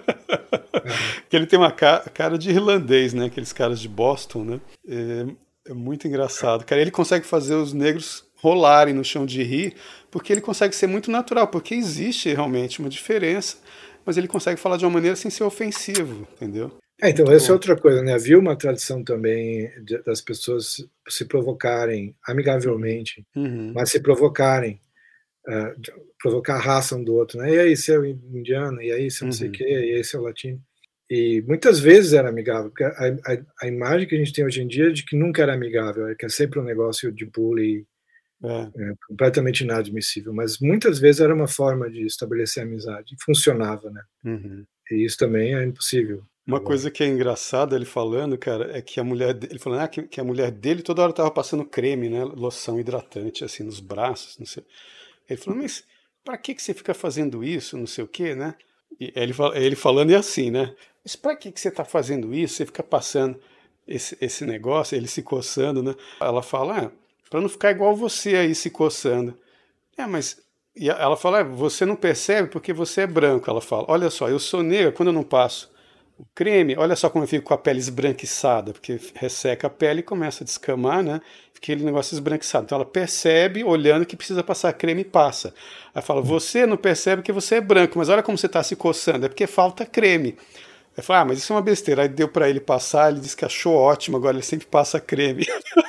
Uhum. Que ele tem uma ca- cara de irlandês, né? Aqueles caras de Boston, né? É, é muito engraçado. Cara, ele consegue fazer os negros rolarem no chão de rir, porque ele consegue ser muito natural, porque existe realmente uma diferença, mas ele consegue falar de uma maneira sem ser ofensivo, entendeu? É, então, Muito essa é bom. outra coisa, né? Havia uma tradição também de, das pessoas se provocarem Uhum. amigavelmente, Uhum. mas se provocarem, uh, de, provocar a raça um do outro, né? E aí, você é o indiano, e aí, você não sei o Uhum. quê, e aí, você é o latino. E muitas vezes era amigável, porque a, a, a imagem que a gente tem hoje em dia é de que nunca era amigável, é que é sempre um negócio de bullying, É. é, completamente inadmissível, mas muitas vezes era uma forma de estabelecer amizade, e funcionava, né? Uhum. E isso também é impossível Uma agora. coisa que é engraçada ele falando, cara, é que a mulher dele, ele falando ah, que, que a mulher dele toda hora tava passando creme, né, loção hidratante assim nos braços, não sei. Ele falou, mas pra que que você fica fazendo isso, não sei o quê, né? E ele, fala- ele falando é assim, né? Mas pra que que você tá fazendo isso? Você fica passando esse, esse negócio, ele se coçando, né? Ela fala, ah, pra não ficar igual você aí se coçando. É, mas e ela fala, ah, você não percebe porque você é branco. Ela fala, olha só, eu sou negra quando eu não passo o creme, olha só como eu fico com a pele esbranquiçada, porque resseca a pele e começa a descamar, né? Fica aquele negócio esbranquiçado. Então ela percebe, olhando, que precisa passar creme e passa. Aí fala, você não percebe que você é branco, mas olha como você está se coçando, é porque falta creme. Aí falou, ah, mas isso é uma besteira. Aí deu pra ele passar, ele disse que achou ótimo, agora ele sempre passa creme.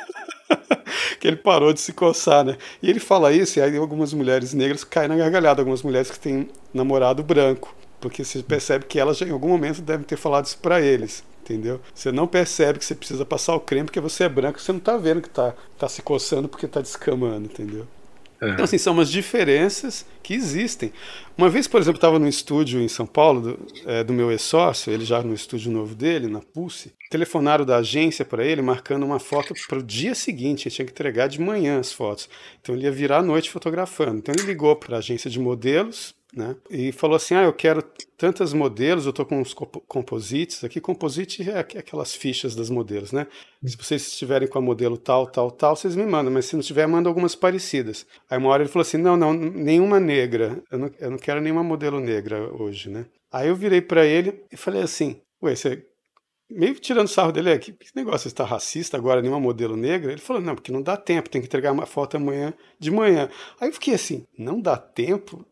Que ele parou de se coçar, né? E ele fala isso, e aí algumas mulheres negras caem na gargalhada, algumas mulheres que têm namorado branco, porque você percebe que elas já em algum momento devem ter falado isso pra eles, entendeu? Você não percebe que você precisa passar o creme porque você é branco, você não tá vendo que tá, tá se coçando porque tá descamando, entendeu? Então, assim, são umas diferenças que existem. Uma vez, por exemplo, eu estava no estúdio em São Paulo, do, é, do meu ex-sócio, ele já no estúdio novo dele, na Pulse, telefonaram da agência para ele, marcando uma foto para o dia seguinte, ele tinha que entregar de manhã as fotos. Então ele ia virar à noite fotografando. Então ele ligou para a agência de modelos, né, e falou assim, ah, eu quero tantos modelos, eu estou com uns composites aqui. Composite é aquelas fichas das modelos, né? Se vocês estiverem com a modelo tal, tal, tal, vocês me mandam, mas se não tiver, manda algumas parecidas. Aí uma hora ele falou assim, não, não, nenhuma negra, eu não, eu não quero nenhuma modelo negra hoje, né? Aí eu virei para ele e falei assim, ué, você... meio que tirando sarro dele, é, que, que negócio, você está racista agora, nenhuma modelo negra? Ele falou, não, porque não dá tempo, tem que entregar uma foto amanhã de manhã. Aí eu fiquei assim, não dá tempo?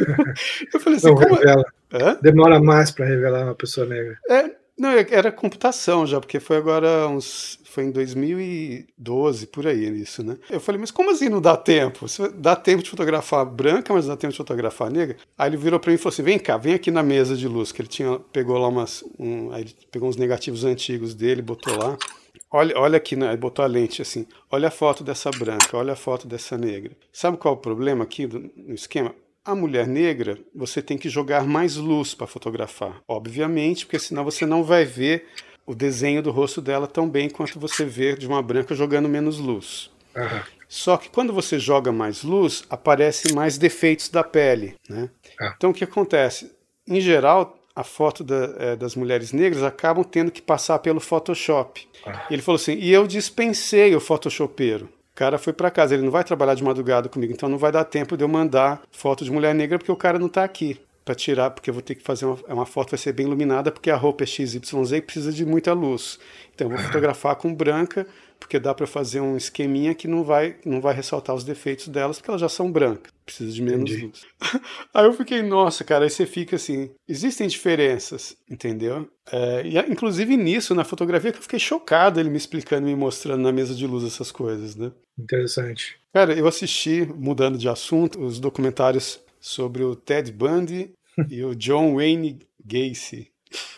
Eu falei assim, não como... revela. Hã? Demora mais para revelar uma pessoa negra. É, não, era computação já, porque foi agora uns... Foi em dois mil e doze, por aí, isso, né? Eu falei, mas como assim não dá tempo? Dá tempo de fotografar branca, mas dá tempo de fotografar negra? Aí ele virou pra mim e falou assim, vem cá, vem aqui na mesa de luz, que ele tinha, pegou lá umas... Um, aí ele pegou uns negativos antigos dele, botou lá. Olha, olha aqui, né? Ele botou a lente assim, olha a foto dessa branca, olha a foto dessa negra. Sabe qual é o problema aqui do, no esquema? A mulher negra, você tem que jogar mais luz para fotografar, obviamente, porque senão você não vai ver o desenho do rosto dela tão bem quanto você vê de uma branca jogando menos luz. Uhum. Só que quando você joga mais luz, aparecem mais defeitos da pele, né? Uhum. Então o que acontece? Em geral, a foto da, é, das mulheres negras acabam tendo que passar pelo Photoshop. Uhum. E ele falou assim, e eu dispensei o photoshopeiro. O cara foi para casa, ele não vai trabalhar de madrugada comigo, então não vai dar tempo de eu mandar foto de mulher negra porque o cara não está aqui para tirar, porque eu vou ter que fazer uma, uma foto, vai ser bem iluminada, porque a roupa é X Y Z e precisa de muita luz. Então eu vou fotografar com branca, porque dá para fazer um esqueminha que não vai, não vai ressaltar os defeitos delas, porque elas já são brancas, precisa de menos Entendi. Luz. Aí eu fiquei, nossa, cara, aí você fica assim, existem diferenças, entendeu? É, e inclusive nisso, na fotografia, que eu fiquei chocado ele me explicando, me mostrando na mesa de luz essas coisas, né? Interessante. Cara, eu assisti, mudando de assunto, os documentários sobre o Ted Bundy e o John Wayne Gacy.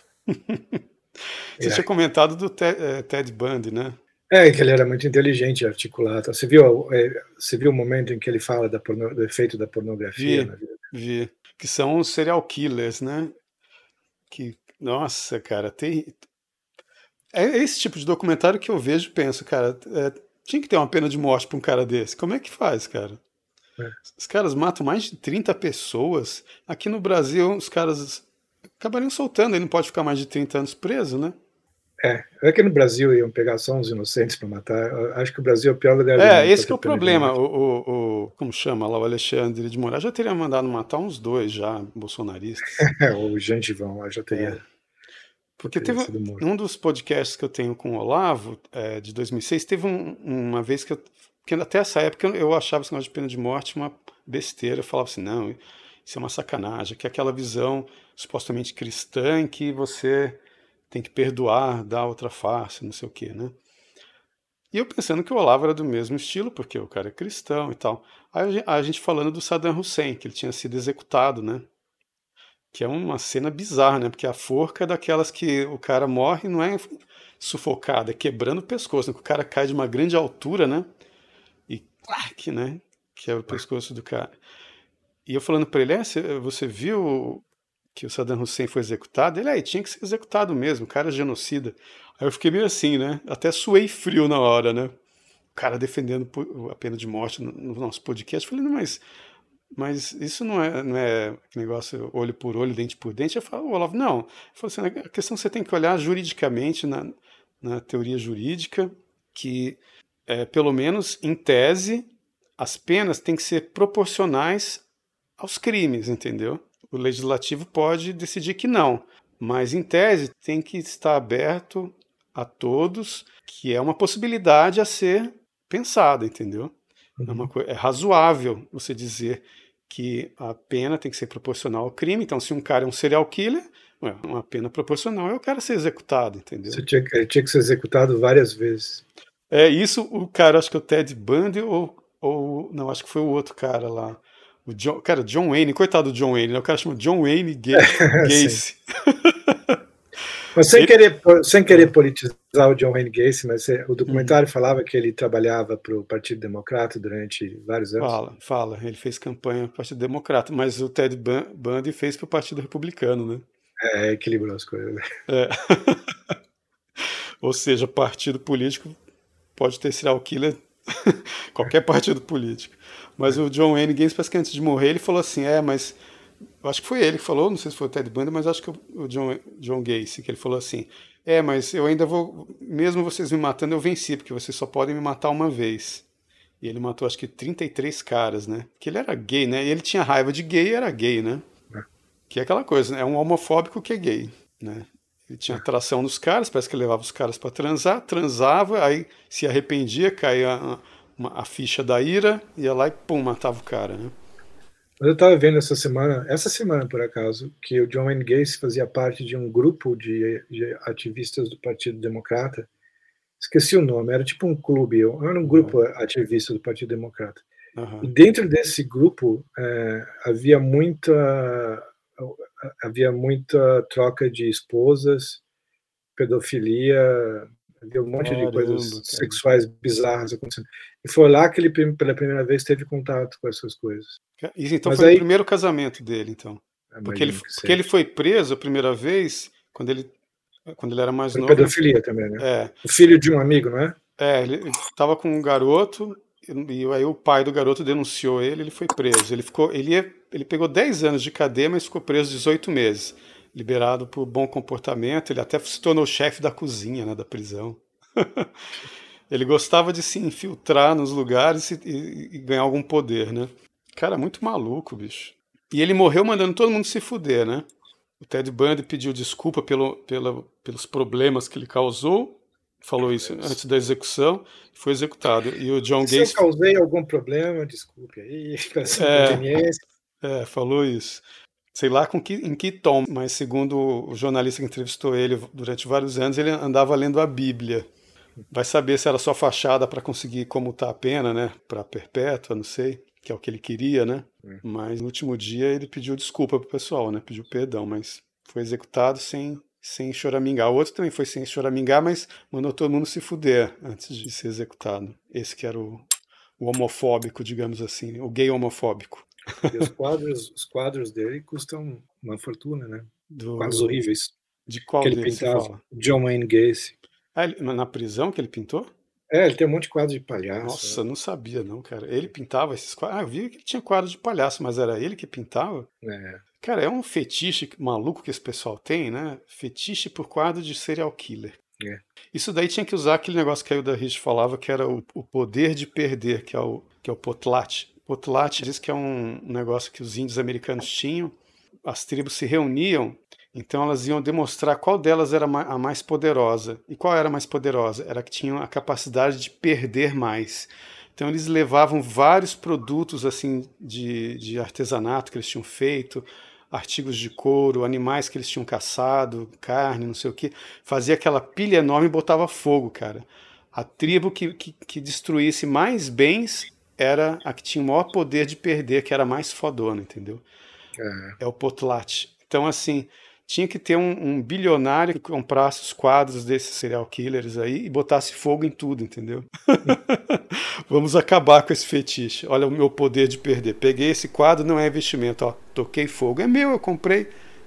Você é. tinha comentado do Ted, é, Ted Bundy, né? É, que ele era muito inteligente e articulado. Você viu, você viu o momento em que ele fala da porno, do efeito da pornografia vi, na vida? Vi, que são os serial killers, né? Que, nossa, cara, tem... É esse tipo de documentário que eu vejo e penso, cara, é, tinha que ter uma pena de morte para um cara desse. Como é que faz, cara? É. Os caras matam mais de trinta pessoas. Aqui no Brasil, os caras acabariam soltando. Ele não pode ficar mais de trinta anos preso, né? É, é que no Brasil iam pegar só uns inocentes para matar. Eu acho que o Brasil é o pior lugar do mundo. É, esse que é o problema. O, o, o, como chama lá, o Alexandre de Moraes já teria mandado matar uns dois já, bolsonaristas. O Gengivão lá já teria... É. Porque teve um dos podcasts que eu tenho com o Olavo, é, de dois mil e seis, teve um, uma vez que eu... Porque até essa época eu achava esse negócio de pena de morte uma besteira. Eu falava assim, não, isso é uma sacanagem, que é aquela visão supostamente cristã em que você tem que perdoar, dar outra face, não sei o quê, né? E eu pensando que o Olavo era do mesmo estilo, porque o cara é cristão e tal. Aí a gente falando do Saddam Hussein, que ele tinha sido executado, né? Que é uma cena bizarra, né? Porque a forca é daquelas que o cara morre, não é sufocado, é quebrando o pescoço, né? O cara cai de uma grande altura, né? E clac, né? Que é o pescoço do cara. E eu falando para ele, é, você viu que o Saddam Hussein foi executado? Ele, aí, é, tinha que ser executado mesmo, o cara é genocida. Aí eu fiquei meio assim, né? Até suei frio na hora, né? O cara defendendo a pena de morte no nosso podcast. Eu falei, não, mas, mas isso não é, não é negócio olho por olho, dente por dente. Eu falo, Olavo, não. Eu falei assim, a questão você tem que olhar juridicamente, na, na teoria jurídica, que É, pelo menos em tese, as penas têm que ser proporcionais aos crimes, entendeu? O legislativo pode decidir que não, mas em tese tem que estar aberto a todos, que é uma possibilidade a ser pensada, entendeu? Uhum. É, uma coisa, é razoável você dizer que a pena tem que ser proporcional ao crime. Então, se um cara é um serial killer, Ué, uma pena proporcional é o cara ser executado, entendeu? Você tinha, ele tinha que ser executado várias vezes. É isso, o cara, acho que é o Ted Bundy ou, ou não, acho que foi o outro cara lá. O John, cara, John Wayne, coitado do John Wayne, né? O cara chama John Wayne Gacy. Mas sem, Ele, querer, sem querer politizar o John Wayne Gacy, mas o documentário hum, falava que ele trabalhava para o Partido Democrata durante vários anos. fala, fala. Ele fez campanha para o Partido Democrata, mas o Ted Bundy fez para o Partido Republicano, né? É, equilibrou as coisas. É. Ou seja, partido político pode ter serial killer, qualquer partido político. Mas o John Wayne Gacy, parece que antes de morrer, ele falou assim: é, mas. Eu acho que foi ele que falou, não sei se foi o Ted Bundy, mas acho que o John, John Gacy, que ele falou assim: é, mas eu ainda vou. Mesmo vocês me matando, eu venci, porque vocês só podem me matar uma vez. E ele matou, acho que trinta e três caras, né? Que ele era gay, né? E ele tinha raiva de gay e era gay, né? Que é aquela coisa, né? É um homofóbico que é gay, né? Ele tinha atração nos caras, parece que ele levava os caras para transar, transava, aí se arrependia, caía a, uma, a ficha da ira, ia lá e pum, matava o cara, né? Mas eu estava vendo essa semana, essa semana por acaso, que o John Wayne Gacy fazia parte de um grupo de, de ativistas do Partido Democrata. Esqueci o nome, era tipo um clube, era um grupo uhum. ativista do Partido Democrata. Uhum. E dentro desse grupo é, havia muita havia muita troca de esposas, pedofilia, havia um monte Caramba, de coisas cara. sexuais bizarras acontecendo. E foi lá que ele, pela primeira vez, teve contato com essas coisas. Isso então Mas foi aí, o primeiro casamento dele, então. Porque ele, porque ele foi preso a primeira vez quando ele, quando ele era mais foi novo. Pedofilia ele, também, né? É. O filho de um amigo, não é? É, ele estava com um garoto, e aí o pai do garoto denunciou ele, ele foi preso. Ele ficou, ele, ia, ele pegou dez anos de cadeia, mas ficou preso dezoito meses. Liberado por bom comportamento, ele até se tornou chefe da cozinha, né, da prisão. Ele gostava de se infiltrar nos lugares e, e, e ganhar algum poder, né? Cara, muito maluco, bicho. E ele morreu mandando todo mundo se fuder, né? O Ted Bundy pediu desculpa pelo, pelo, pelos problemas que ele causou, falou isso antes da execução, foi executado. E o John Se Gacy... eu causei algum problema, desculpe aí, pela sua inconveniência. É, falou isso. Sei lá com que, em que tom, mas segundo o jornalista que entrevistou ele durante vários anos, ele andava lendo a Bíblia. Vai saber se era só fachada para conseguir comutar a pena, né? Para perpétua, não sei, que é o que ele queria, né? Hum. Mas no último dia ele pediu desculpa pro pessoal, né? Pediu perdão, mas foi executado sem, sem choramingar. O outro também foi sem choramingar, mas mandou todo mundo se fuder antes de ser executado. Esse que era o, o homofóbico, digamos assim, o gay homofóbico. E os quadros, os quadros dele custam uma fortuna, né? Do... Quadros horríveis. De qual que ele dele pintava? você fala? John Wayne Gacy. Ah, ele, na prisão que ele pintou? É, ele tem um monte de quadro de palhaço. Nossa, né? Não sabia não, cara. Ele pintava esses quadros. Ah, eu vi que ele tinha quadro de palhaço, mas era ele que pintava? É. Cara, é um fetiche maluco que esse pessoal tem, né? Fetiche por quadro de serial killer. É. Isso daí tinha que usar aquele negócio que a Hilda Rich falava, que era o, o poder de perder, que é o, que é o potlatch. Potlatch diz que é um negócio que os índios americanos tinham. As tribos se reuniam, então elas iam demonstrar qual delas era a mais poderosa. E qual era a mais poderosa? Era a que tinha a capacidade de perder mais. Então eles levavam vários produtos assim de, de artesanato que eles tinham feito, artigos de couro, animais que eles tinham caçado, carne, não sei o que. Fazia aquela pilha enorme e botava fogo, cara. A tribo que, que, que destruísse mais bens era a que tinha o maior poder de perder, que era mais fodona, entendeu? É, é o potlatch. Então, assim, tinha que ter um, um bilionário que comprasse os quadros desses serial killers aí e botasse fogo em tudo, entendeu? Vamos acabar com esse fetiche. Olha o meu poder de perder. Peguei esse quadro, não é investimento, ó, toquei fogo. É meu, eu comprei.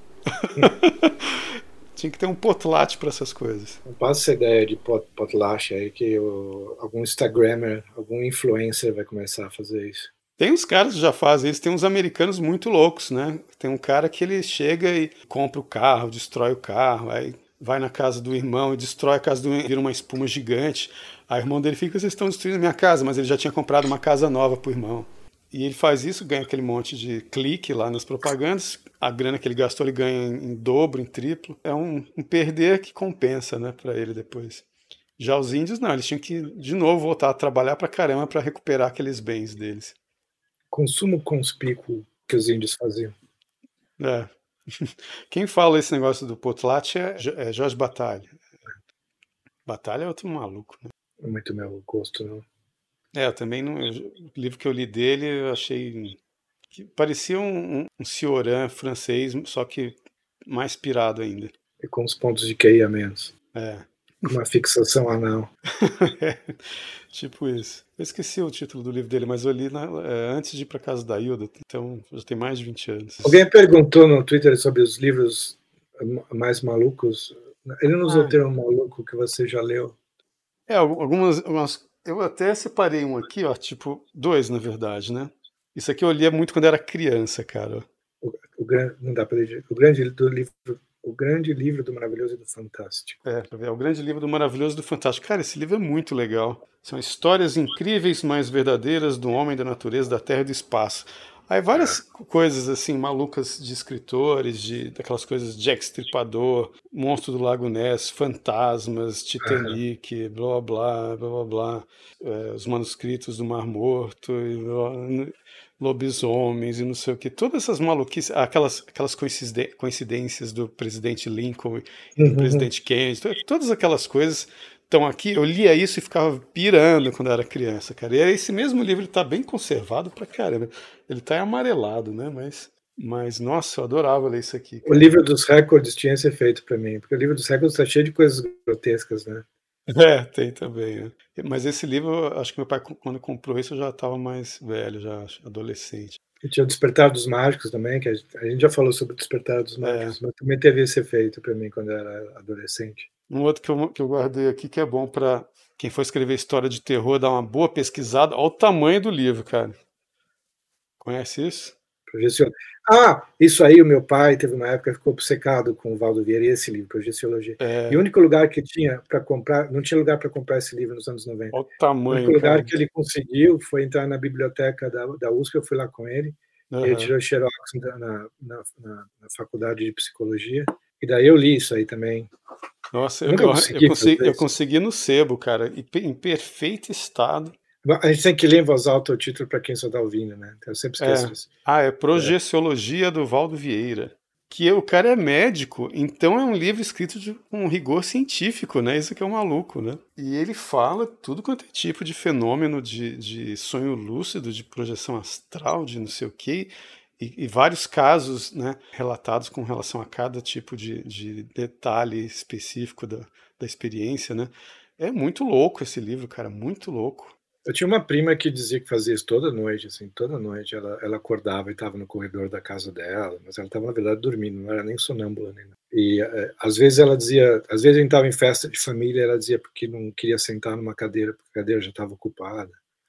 Tinha que ter um potlatch para essas coisas. Não passa essa ideia de pot, potlatch aí que o, algum Instagrammer, algum influencer vai começar a fazer isso. Tem uns caras que já fazem isso, tem uns americanos muito loucos, né? Tem um cara que ele chega e compra o carro, destrói o carro, aí vai na casa do irmão e destrói a casa do irmão, vira uma espuma gigante. Aí o irmão dele fica, vocês estão destruindo a minha casa, mas ele já tinha comprado uma casa nova pro irmão. E ele faz isso, ganha aquele monte de clique lá nas propagandas, a grana que ele gastou ele ganha em, em dobro, em triplo. É um, um perder que compensa, né, para ele depois. Já os índios não, eles tinham que de novo voltar a trabalhar pra caramba para recuperar aqueles bens deles. Consumo conspícuo que os índios faziam. É. Quem fala esse negócio do Potlatch é, é Jorge Batalha. Batalha é outro maluco, né? Não é muito meu gosto, não. É, eu também não. O livro que eu li dele, eu achei que parecia um, um, um Cioran francês, só que mais pirado ainda. E com os pontos de Q I a menos. É. Uma fixação anal. É, tipo isso. Eu esqueci o título do livro dele, mas eu li na, é, antes de ir para casa da Hilda, então já tem mais de vinte anos. Alguém perguntou no Twitter sobre os livros mais malucos. Ele não usou Ah, o termo maluco que você já leu. É, algumas, algumas. Eu até separei um aqui, ó, tipo, dois, na verdade, né? Isso aqui eu lia muito quando era criança, cara. O, o, não dá para ler. O grande do livro. O Grande Livro do Maravilhoso e do Fantástico. É, é o Grande Livro do Maravilhoso e do Fantástico. Cara, esse livro é muito legal. São histórias incríveis, mas verdadeiras do homem, da natureza, da terra e do espaço. Aí várias ah. coisas assim malucas de escritores, de daquelas coisas Jack Stripador, Monstro do Lago Ness, Fantasmas, Titanic, ah. blá blá blá blá blá, é, os manuscritos do Mar Morto, e blá, lobisomens e não sei o que, todas essas maluquices, aquelas, aquelas coincidências do presidente Lincoln e do uhum. presidente Kennedy, todas aquelas coisas estão aqui. Eu lia isso e ficava pirando quando eu era criança, cara. E esse mesmo livro está bem conservado pra caramba. Ele tá amarelado, né? Mas, mas nossa, eu adorava ler isso aqui, cara. O livro dos recordes tinha esse efeito para mim, porque o livro dos recordes está cheio de coisas grotescas, né? É, tem também. É. Mas esse livro, acho que meu pai, quando comprou isso, eu já estava mais velho, já adolescente. E tinha o Despertar dos Mágicos também, que a gente já falou sobre o Despertar dos Mágicos, é. mas também teve esse efeito para mim quando eu era adolescente. Um outro que eu, que eu guardei aqui que é bom para quem for escrever história de terror, dar uma boa pesquisada. Olha o tamanho do livro, cara. Conhece isso? Projeciologia. Ah, isso aí, o meu pai teve uma época que ficou obcecado com o Valdo Vieira e esse livro, Projeciologia. É. E o único lugar que tinha para comprar, não tinha lugar para comprar esse livro nos anos noventa. Olha o tamanho, o único lugar cara. que ele conseguiu foi entrar na biblioteca da, da U S P, eu fui lá com ele, uhum. Ele tirou xerox na, na, na, na faculdade de psicologia, e daí eu li isso aí também. Nossa, eu, eu, consegui, eu, consegui, eu consegui no sebo, cara, em perfeito estado. A gente tem que ler em voz alta o título para quem só está ouvindo, né? Então eu sempre esqueço é. disso. Ah, é Projeciologia é. do Valdo Vieira. Que o cara é médico, então é um livro escrito de um rigor científico, né? Isso que é um maluco, né? E ele fala tudo quanto é tipo de fenômeno de, de sonho lúcido, de projeção astral, de não sei o quê, e, e vários casos, né, relatados com relação a cada tipo de, de detalhe específico da, da experiência, né? É muito louco esse livro, cara, muito louco. Eu tinha uma prima que dizia que fazia isso toda noite, assim, toda noite ela, ela acordava e estava no corredor da casa dela, mas ela estava, na verdade, dormindo, não era nem sonâmbula. Nem nada. E é, às vezes ela dizia, às vezes a gente estava em festa de família, ela dizia porque não queria sentar numa cadeira, porque a cadeira já estava ocupada.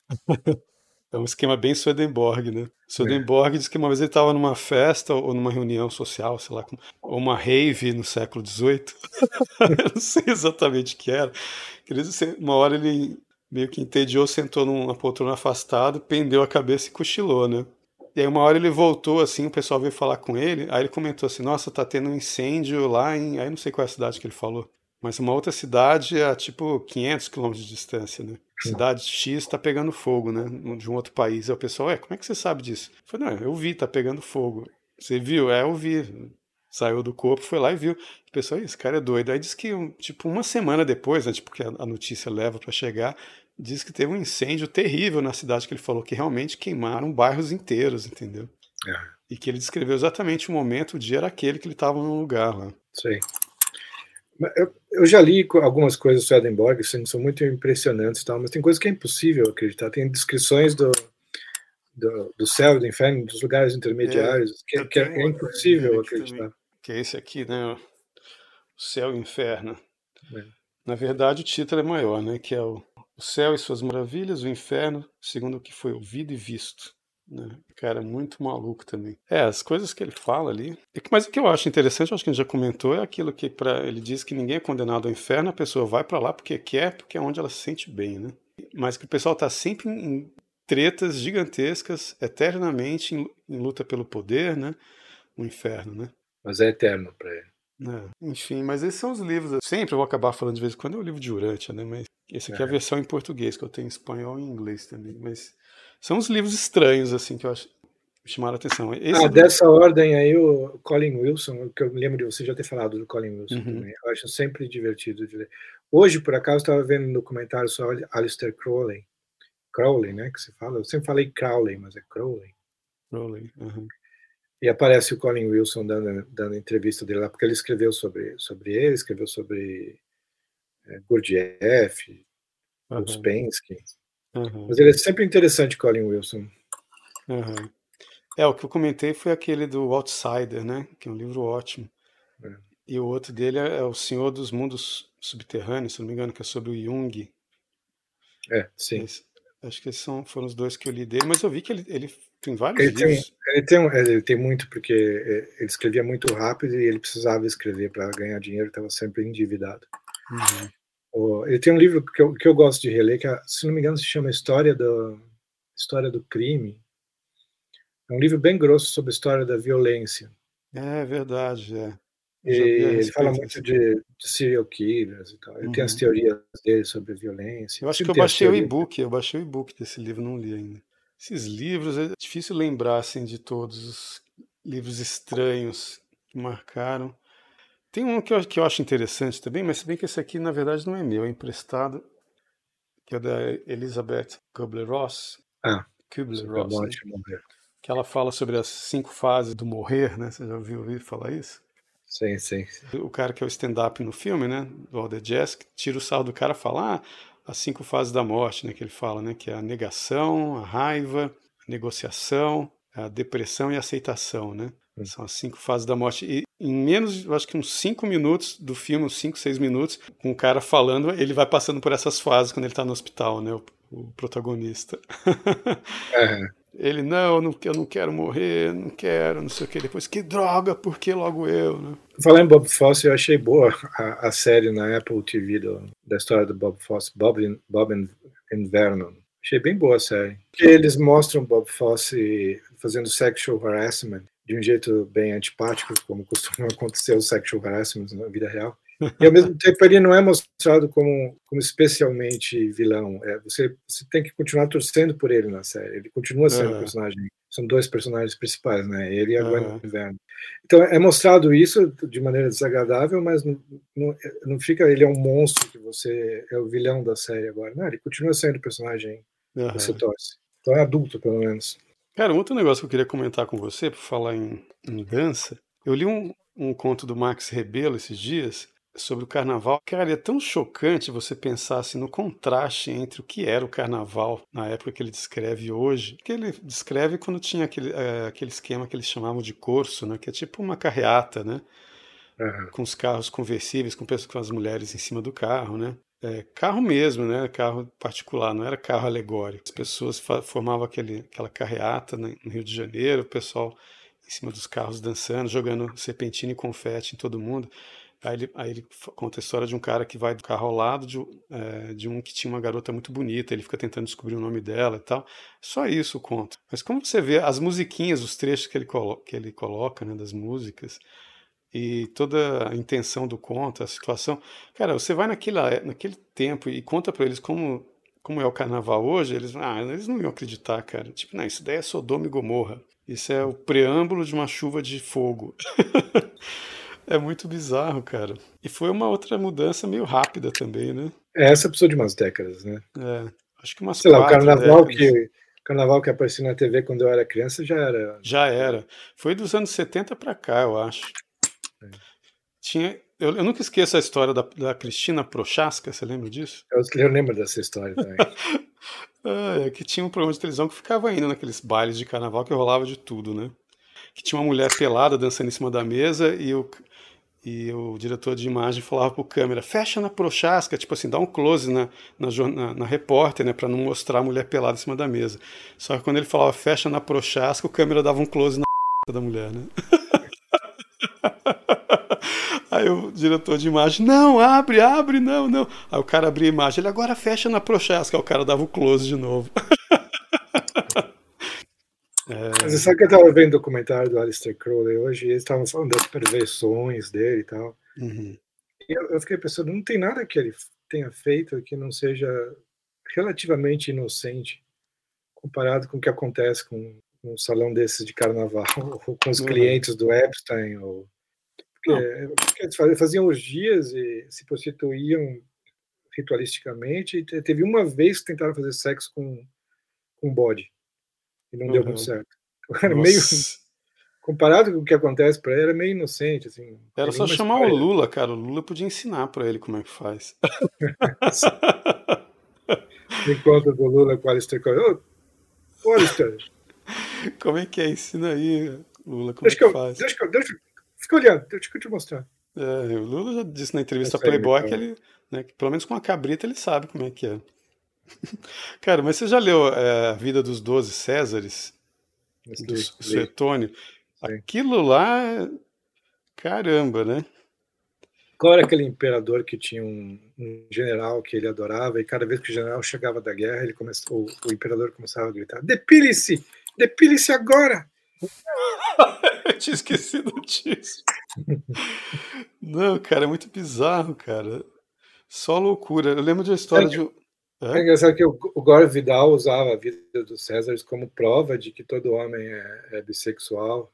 É um esquema bem Swedenborg, né? Swedenborg é. diz que uma vez ele estava numa festa ou numa reunião social, sei lá, ou uma rave no século dezoito. Eu não sei exatamente o que era. Uma hora ele meio que entediou, sentou numa poltrona afastado, pendeu a cabeça e cochilou, né? E aí uma hora ele voltou, assim, o pessoal veio falar com ele, aí ele comentou assim, nossa, tá tendo um incêndio lá em... Aí não sei qual é a cidade que ele falou, mas uma outra cidade a tipo quinhentos quilômetros de distância, né? Cidade X tá pegando fogo, né? De um outro país. Aí o pessoal, é, como é que você sabe disso? Eu falei, não, eu vi, tá pegando fogo. Você viu? É, eu vi. Saiu do corpo, foi lá e viu. O pessoal, esse cara é doido. Aí diz que, tipo, uma semana depois, né, tipo, que a notícia leva para chegar, diz que teve um incêndio terrível na cidade que ele falou, que realmente queimaram bairros inteiros, entendeu? É. E que ele descreveu exatamente o momento, o dia era aquele que ele estava num lugar lá. Sei. Eu, eu já li algumas coisas do Swedenborg, assim, são muito impressionantes, tal, mas tem coisas que é impossível acreditar. Tem descrições do, do, do céu, do inferno, dos lugares intermediários, é, que, que é, é impossível acreditar. Também, que é esse aqui, né? O céu e o inferno. É. Na verdade, o título é maior, né? Que é o, o céu e suas maravilhas, o inferno, segundo o que foi ouvido e visto. Né? Cara, muito maluco também. É, as coisas que ele fala ali. Mas o que eu acho interessante, acho que a gente já comentou, é aquilo que pra, ele diz que ninguém é condenado ao inferno, a pessoa vai para lá porque quer, porque é onde ela se sente bem, né? Mas que o pessoal tá sempre em tretas gigantescas, eternamente em, em luta pelo poder, né? O inferno, né? Mas é eterno para ele. É, enfim, mas esses são os livros. Eu sempre vou acabar falando de vez em quando, é o livro de Urântia, né? Mas esse aqui é, é a versão em português, que eu tenho em espanhol e em inglês também. Mas são uns livros estranhos, assim, que eu acho chamaram a atenção. Esse Ah, do... dessa ordem aí, o Colin Wilson, que eu me lembro de você já ter falado do Colin Wilson uhum. também. Eu acho sempre divertido de ler. Hoje, por acaso, estava vendo um documentário sobre Aleister Crowley. Crowley, né, que se fala. Eu sempre falei Crowley, mas é Crowley. Crowley, uhum. E aparece o Colin Wilson dando, dando entrevista dele lá, porque ele escreveu sobre, sobre ele, escreveu sobre é, Gurdjieff, uhum. Uspensky. Uhum. Mas ele é sempre interessante, Colin Wilson. Uhum. É, o que eu comentei foi aquele do Outsider, né? Que é um livro ótimo. É. E o outro dele é O Senhor dos Mundos Subterrâneos, se não me engano, que é sobre o Jung. É, sim. Esse, acho que esses são, foram os dois que eu li dele, mas eu vi que ele, ele tem vários ele livros. Tem, ele, tem, ele tem muito, porque ele escrevia muito rápido e ele precisava escrever para ganhar dinheiro, estava sempre endividado. Uhum. Ele tem um livro que eu, que eu gosto de reler, que, se não me engano, se chama História do, História do Crime. É um livro bem grosso sobre a história da violência. É verdade, é. Eu já vi a ele fala muito de, de serial killers e tal. Ele uhum. tem as teorias dele sobre a violência. Eu acho que eu baixei o e-book, eu baixei o e-book desse livro, não li ainda. Esses livros, é difícil lembrar assim, de todos os livros estranhos que marcaram. Tem um que eu, que eu acho interessante também, mas se bem que esse aqui, na verdade, não é meu, é emprestado, que é da Elizabeth Kubler-Ross. Ah, Kubler-Ross, né? Que ela fala sobre as cinco fases do morrer, né? Você já ouviu ouvir falar isso? Sim, sim. O cara que é o stand-up no filme, né? Do All the Jazz, que tira o sarro do cara e fala, ah, as cinco fases da morte, né? Que ele fala, né? Que é a negação, a raiva, a negociação, a depressão e a aceitação, né? Hum. São as cinco fases da morte. E em menos, eu acho que uns cinco minutos do filme, uns cinco, seis minutos, com o cara falando, ele vai passando por essas fases quando ele tá no hospital, né? O, o protagonista. É. Ele, não, não, eu não quero morrer, não quero, não sei o que. Depois, que droga, por que logo eu, né? Falando em Bob Fosse, eu achei boa a, a série na Apple T V do, da história do Bob Fosse, Bob, Bob and, and Vernon. Achei bem boa a série. Porque eles mostram Bob Fosse fazendo sexual harassment de um jeito bem antipático, como costuma acontecer o sexual harassment na vida real. E ao mesmo tempo ele não é mostrado como, como especialmente vilão. É, você, você tem que continuar torcendo por ele na série. Ele continua sendo uhum. personagem. São dois personagens principais, né? Ele e a Gwen uhum. Vernon. Então é mostrado isso de maneira desagradável, mas não, não, não fica. Ele é um monstro que você é o vilão da série agora. Não, ele continua sendo o personagem uhum. que você torce. Então é adulto, pelo menos. Cara, um outro negócio que eu queria comentar com você, por falar em, em dança, eu li um, um conto do Max Rebelo esses dias sobre o carnaval. Cara, é tão chocante você pensar assim, no contraste entre o que era o carnaval na época que ele descreve hoje, que ele descreve quando tinha aquele, é, aquele esquema que eles chamavam de corso, né, que é tipo uma carreata, né, uhum. com os carros conversíveis, com, pessoas, com as mulheres em cima do carro, né. É, carro mesmo, né, carro particular, não era carro alegórico. As pessoas formavam aquele, aquela carreata, né, no Rio de Janeiro, o pessoal em cima dos carros dançando, jogando serpentina e confete em todo mundo. Aí ele, aí ele conta a história de um cara que vai do carro ao lado de, é, de um que tinha uma garota muito bonita, ele fica tentando descobrir o nome dela e tal. Só isso o conto. Mas como você vê as musiquinhas, os trechos que ele, colo que ele coloca, né, das músicas, e toda a intenção do conto, a situação. Cara, você vai naquele, naquele tempo e conta pra eles como, como é o carnaval hoje, eles, ah, eles não iam acreditar, cara. Tipo, não, isso daí é Sodoma e Gomorra. Isso é o preâmbulo de uma chuva de fogo. É muito bizarro, cara. E foi uma outra mudança meio rápida também, né? É, essa precisou de umas décadas, né? É, acho que umas Sei lá, o quatro carnaval décadas. que carnaval que aparecia na T V quando eu era criança já era. Já era. Foi dos anos setenta pra cá, eu acho. É. Tinha, eu, eu nunca esqueço a história da, da Cristina Prochaska, você lembra disso? Eu, eu lembro dessa história também. É, que tinha um programa de televisão que ficava indo naqueles bailes de carnaval que rolava de tudo, né? Que tinha uma mulher pelada dançando em cima da mesa e o, e o diretor de imagem falava pro câmera, fecha na Prochaska, tipo assim, dá um close na, na, na, na repórter, né, pra não mostrar a mulher pelada em cima da mesa. Só que quando ele falava fecha na Prochaska, o câmera dava um close na da mulher, né? Aí o diretor de imagem, não, abre, abre, não, não. Aí o cara abria a imagem, ele agora fecha na Prochaska, aí o cara dava o close de novo. É... Mas você sabe que eu estava vendo o documentário do Aleister Crowley hoje, e eles estavam falando das perversões dele e tal. Uhum. E eu, eu fiquei pensando, não tem nada que ele tenha feito que não seja relativamente inocente comparado com o que acontece com num salão desses de carnaval, ou com os Uhum. clientes do Epstein, ou... Porque, porque eles faziam, faziam orgias e se prostituíam ritualisticamente, e teve uma vez que tentaram fazer sexo com, com bode, e não Uhum. deu muito certo. Era Nossa. meio... Comparado com o que acontece para ele, era meio inocente, assim. Era só chamar história. o Lula, cara. O Lula podia ensinar para ele como é que faz. O encontro do Lula com o Alistair Cox. Ô, Alistair. Como é que é? Ensina aí, Lula, como Deixa é que eu, faz. deixa eu, deixa, fica olhando, deixa eu te mostrar. É, o Lula já disse na entrevista Não sei, Playboy então. que ele, né, que pelo menos com a cabrita, ele sabe como é que é. Cara, mas você já leu é, A Vida dos Doze Césares? Do Li, Suetônio? li. Aquilo lá, caramba, né? Qual era aquele imperador que tinha um, um general que ele adorava, e cada vez que o general chegava da guerra, ele começou, o, o imperador começava a gritar: depile-se! Depile-se agora! Eu tinha esquecido disso. Não, cara, é muito bizarro, cara. Só loucura. Eu lembro de uma história é, de... É, é engraçado que o, o Gore Vidal usava a vida dos Césares como prova de que todo homem é, é bissexual.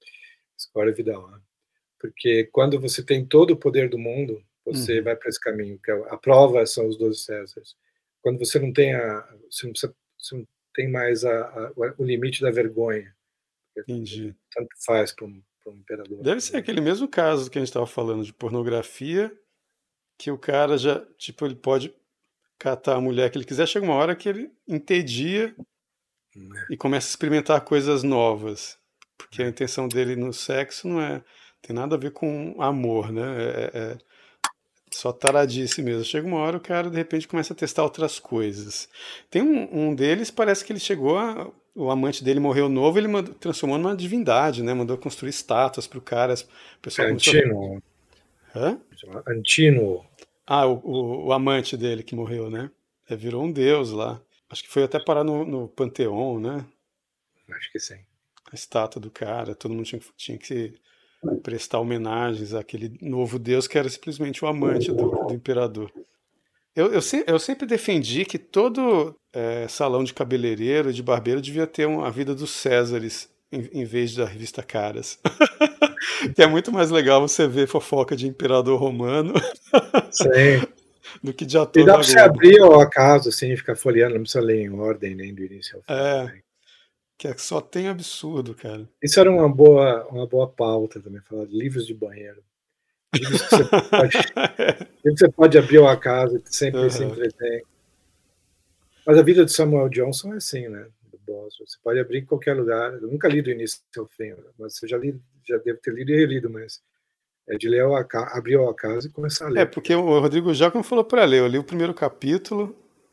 Esse Gore Vidal, né? Porque quando você tem todo o poder do mundo, você uhum. vai para esse caminho, que a prova são os doze Césares. Quando você não tem a, você não, precisa, você não tem mais a, a, o limite da vergonha. Entendi. Tanto faz para um, um imperador. Deve ser aquele mesmo caso que a gente estava falando de pornografia, que o cara já, tipo, ele pode catar a mulher que ele quiser, chega uma hora que ele entedia hum. e começa a experimentar coisas novas. Porque hum. a intenção dele no sexo não é... tem nada a ver com amor, né? É, é só taradice mesmo. Chega uma hora o cara, de repente, começa a testar outras coisas. Tem um, um deles, parece que ele chegou a... o amante dele morreu novo, ele mandou, transformou numa divindade, né? Mandou construir estátuas pro cara. O pessoal é Antino. A... Hã? Antino. Ah, o, o, o amante dele que morreu, né? É, virou um deus lá. Acho que foi até parar no, no Panteão, né? Acho que sim. A estátua do cara, todo mundo tinha, tinha que prestar homenagens àquele novo deus que era simplesmente o amante do, do imperador. Eu, eu, se, eu sempre defendi que todo é, salão de cabeleireiro, de barbeiro, devia ter uma, a vida dos Césares em, em vez da revista Caras. Que é muito mais legal você ver fofoca de imperador romano Sim. do que de ator. E dá pra você abrir o acaso, assim, ficar folheando, não precisa ler em ordem, nem do início ao fim. É, né? Que é, só tem absurdo, cara. Isso era uma boa, uma boa pauta também, falar de livros de banheiro. Livros que você pode, que você pode abrir o acaso e sempre uhum. se entretém. Mas a vida de Samuel Johnson é assim, né? Do Boswell. Você pode abrir em qualquer lugar. Eu nunca li do início ao fim, mas eu já li, já devo ter lido e relido, mas é de ler o acaso, abrir o acaso e começar a ler. É, porque o Rodrigo Jacome falou para ler. Eu li o primeiro capítulo.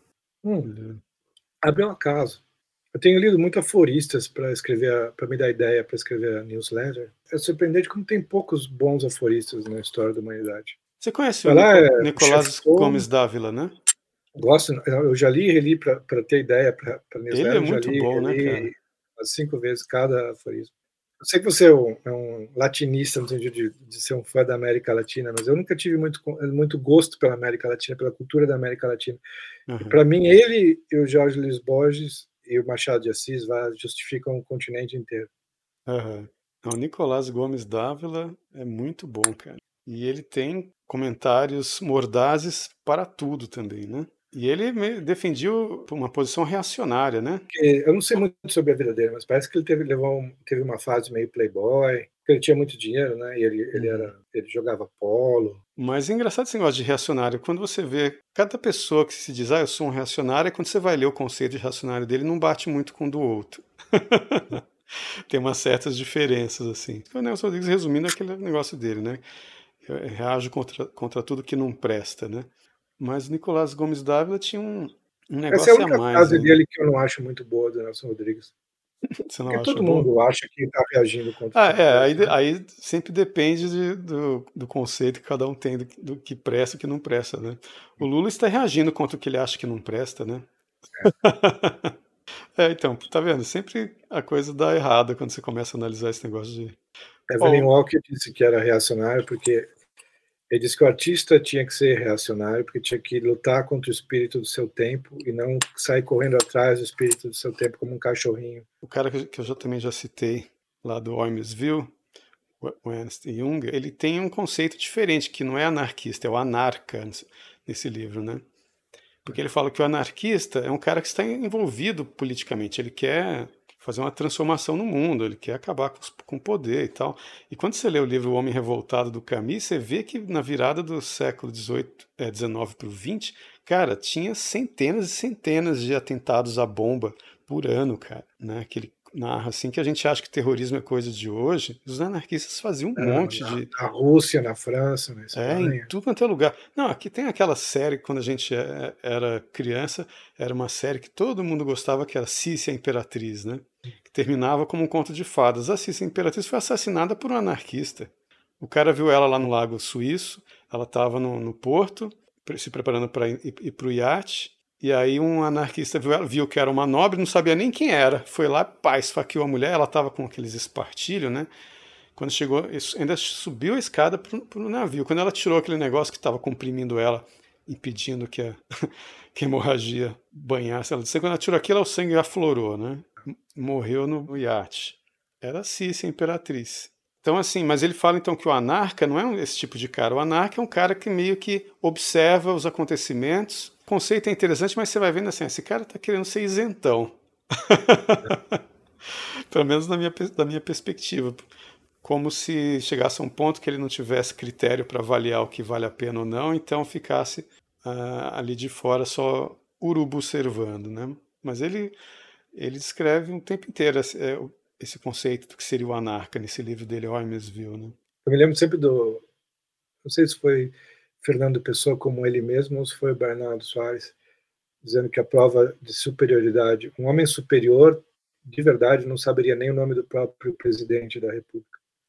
Hum. Abrir o acaso. Eu tenho lido muito aforistas para escrever, para me dar ideia para escrever a newsletter. É surpreendente como tem poucos bons aforistas na história da humanidade. Você conhece o lá, Nico, é, Nicolás Gomes Dávila, né? Gosto, eu já li e reli para ter ideia para newsletter. Ele é muito li, bom, né, cara? Umas cinco vezes cada aforismo. Eu sei que você é um, é um latinista no sentido de, de ser um fã da América Latina, mas eu nunca tive muito, muito gosto pela América Latina, pela cultura da América Latina. Uhum. Para mim, ele e o Jorge Luiz Borges e o Machado de Assis justificam o continente inteiro. Uhum. O Nicolás Gomes Dávila é muito bom, cara. E ele tem comentários mordazes para tudo também, né? E ele defendiu uma posição reacionária, né? Eu não sei muito sobre a vida dele, mas parece que ele teve, levou um, teve uma fase meio playboy, porque ele tinha muito dinheiro, né? E ele, ele, era, ele jogava polo. Mas é engraçado esse negócio de reacionário. Quando você vê cada pessoa que se diz, ah, eu sou um reacionário, quando você vai ler o conceito de reacionário dele, não bate muito com o do outro. Tem umas certas diferenças, assim. O Nelson Rodrigues, resumindo, é aquele negócio dele, né? Eu reajo contra, contra tudo que não presta, né? Mas Nicolás Gomes Dávila tinha um, um negócio a mais. Essa é a única frase dele que eu não acho muito boa do Nelson Rodrigues. Você não Porque acha todo bom? mundo acha que está reagindo contra ah, é, aí, né? aí sempre depende de, do, do conceito que cada um tem do, do que presta e que não presta, né? O Lula está reagindo contra o que ele acha que não presta, né? É, é então, tá vendo? Sempre a coisa dá errada quando você começa a analisar esse negócio de... Evelyn oh. Walker disse que era reacionário porque Ele disse que o artista tinha que ser reacionário, porque tinha que lutar contra o espírito do seu tempo e não sair correndo atrás do espírito do seu tempo como um cachorrinho. O cara que eu já, também já citei, lá do Wilmsville, o Ernst Jung, ele tem um conceito diferente, que não é anarquista, é o anarca, nesse livro, né? Porque ele fala que o anarquista é um cara que está envolvido politicamente, ele quer fazer uma transformação no mundo, ele quer acabar com o poder e tal. E quando você lê o livro O Homem Revoltado do Camus, você vê que na virada do século dezoito, é, dezenove para o vinte, cara, tinha centenas e centenas de atentados à bomba por ano, cara, né? Que ele narra assim, que a gente acha que terrorismo é coisa de hoje, os anarquistas faziam um monte na, de... Na Rússia, na França, na Espanha. É, em tudo quanto é lugar. Não, aqui tem aquela série, quando a gente era criança, era uma série que todo mundo gostava, que era Cícia a Imperatriz, né? Que terminava como um conto de fadas. A Cícia a Imperatriz foi assassinada por um anarquista. O cara viu ela lá no Lago Suíço, ela estava no, no porto, se preparando para ir, ir para o iate, e aí um anarquista viu, ela, viu que era uma nobre, não sabia nem quem era, foi lá, pá, esfaqueou a mulher, ela estava com aqueles espartilhos, né? Quando chegou, ainda subiu a escada para o navio. Quando ela tirou aquele negócio que estava comprimindo ela, impedindo que a, que a hemorragia banhasse, ela disse que quando ela tirou aquilo, o sangue aflorou, né? Morreu no iate. Era Cícia a Imperatriz. Então, assim, mas ele fala então que o anarca não é esse tipo de cara. O anarca é um cara que meio que observa os acontecimentos. O conceito é interessante, mas você vai vendo assim, esse cara está querendo ser isentão. Pelo menos na minha, da minha perspectiva. Como se chegasse a um ponto que ele não tivesse critério para avaliar o que vale a pena ou não, então ficasse uh, ali de fora só urubu servando, né? Mas ele, ele descreve um tempo inteiro esse, esse conceito do que seria o anarca nesse livro dele, Wilmsville, né? Eu me lembro sempre do... Não sei se foi Fernando Pessoa como ele mesmo ou se foi Bernardo Soares, dizendo que a prova de superioridade, um homem superior, de verdade, não saberia nem o nome do próprio presidente da República.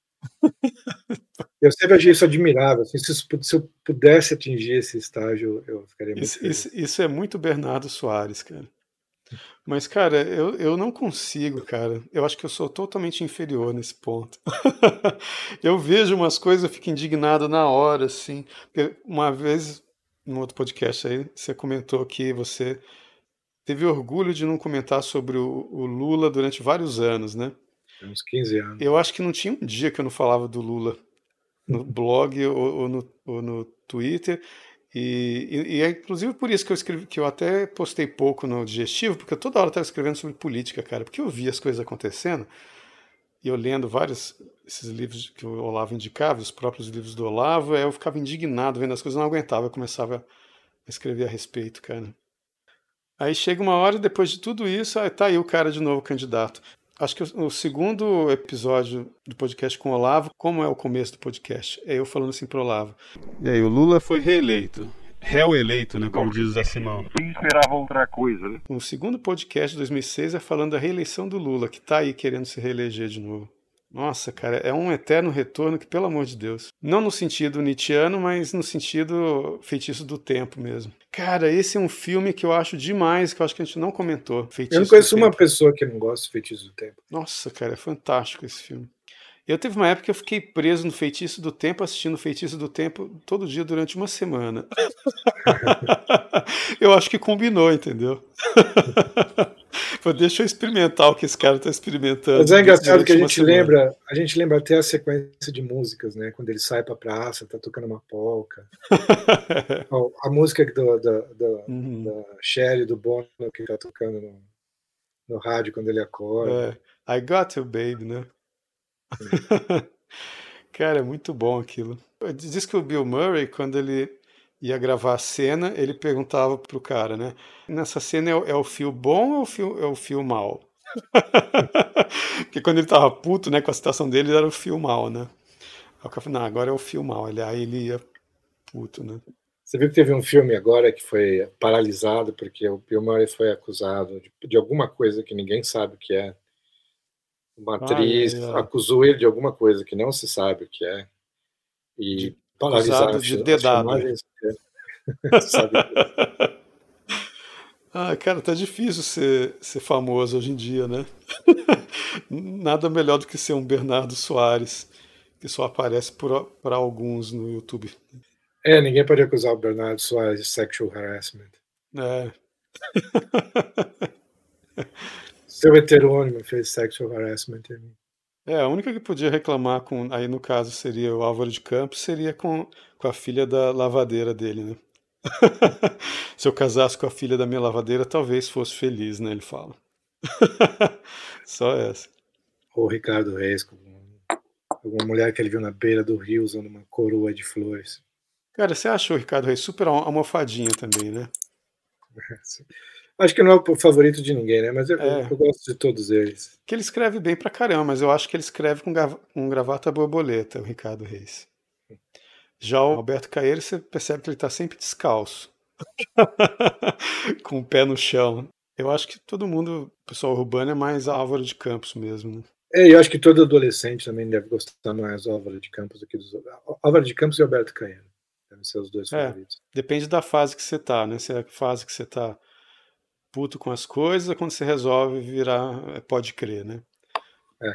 Eu sempre achei isso admirável. Assim, se, se eu pudesse atingir esse estágio, eu ficaria muito isso, feliz. Isso, isso é muito Bernardo Soares, cara. Mas, cara, eu, eu não consigo, cara. Eu acho que eu sou totalmente inferior nesse ponto. Eu vejo umas coisas, eu fico indignado na hora, assim. Uma vez, num outro podcast aí, você comentou que você teve orgulho de não comentar sobre o, o Lula durante vários anos, né? Uns quinze anos. Eu acho que não tinha um dia que eu não falava do Lula no blog ou, ou, no, ou no Twitter. E, e, e é inclusive por isso que eu escrevi, que eu até postei pouco no Digestivo, porque eu toda hora estava escrevendo sobre política, cara, porque eu via as coisas acontecendo, e eu lendo vários esses livros que o Olavo indicava, os próprios livros do Olavo, aí eu ficava indignado vendo as coisas, não aguentava, eu começava a escrever a respeito, cara. Aí chega uma hora, depois de tudo isso, aí tá aí o cara de novo candidato. Acho que o, o segundo episódio do podcast com o Olavo, como é o começo do podcast? É eu falando assim pro Olavo. E aí, o Lula foi reeleito. Réu eleito, né? Como diz o Zé Simão. Quem esperava outra coisa, né? O segundo podcast de dois mil e seis é falando da reeleição do Lula, que tá aí querendo se reeleger de novo. Nossa, cara, é um eterno retorno que, pelo amor de Deus. Não no sentido nietzschiano, mas no sentido feitiço do tempo mesmo. Cara, esse é um filme que eu acho demais, que eu acho que a gente não comentou. Feitiço eu não conheço uma pessoa que não gosta de Feitiço do Tempo. Nossa, cara, é fantástico esse filme. Eu teve uma época que eu fiquei preso no Feitiço do Tempo, assistindo Feitiço do Tempo todo dia durante uma semana. Eu acho que combinou, entendeu? Deixa eu experimentar o que esse cara está experimentando. Mas é engraçado que a gente lembra, a gente lembra até a sequência de músicas, né? Quando ele sai para a praça, tá tocando uma polca. A música do, do, do, uhum. da Cher e do Bono que tá tocando no, no rádio quando ele acorda. É, I Got You, Baby, né? Cara, é muito bom aquilo. Diz que o Bill Murray, quando ele ia gravar a cena, ele perguntava pro cara, né? Nessa cena é o, é o fio bom ou o fio, é o fio mal? Porque quando ele tava puto, né, com a citação dele, era o fio mal, né? Aí o cara falou, não, agora é o fio mal. Ele, aí ele ia puto, né? Você viu que teve um filme agora que foi paralisado porque o Bill Murray foi acusado de, de alguma coisa que ninguém sabe o que é. Uma atriz ah, é, é. acusou ele de alguma coisa que não se sabe o que é. E de, paralisaram de dedada. Sabe? Ah, cara, tá difícil ser, ser famoso hoje em dia, né? Nada melhor do que ser um Bernardo Soares, que só aparece para alguns no YouTube. É, ninguém pode acusar o Bernardo Soares de sexual harassment. É. Seu heterônimo fez sexual harassment em mim. É, a única que podia reclamar, com, aí no caso seria o Álvaro de Campos, seria com, com a filha da lavadeira dele, né? Se eu casasse com a filha da minha lavadeira, talvez fosse feliz, né? Ele fala. Só essa. Ou Ricardo Reis, com alguma mulher que ele viu na beira do rio usando uma coroa de flores. Cara, você achou o Ricardo Reis super almofadinha também, né? Acho que não é o favorito de ninguém, né? Mas eu, É. eu gosto de todos eles. Que ele escreve bem pra caramba, mas eu acho que ele escreve com, com gravata borboleta, o Ricardo Reis. Já o Alberto Caeiro, você percebe que ele tá sempre descalço. Com o pé no chão. Eu acho que todo mundo, o pessoal urbano, é mais Álvaro de Campos mesmo, né? É, eu acho que todo adolescente também deve gostar mais do Álvaro de Campos do que dos outros. Álvaro de Campos e Alberto Caeiro devem ser os dois É, favoritos. depende da fase que você tá, né? Se é a fase que você tá puto com as coisas, é quando você resolve virar, pode crer, né? É.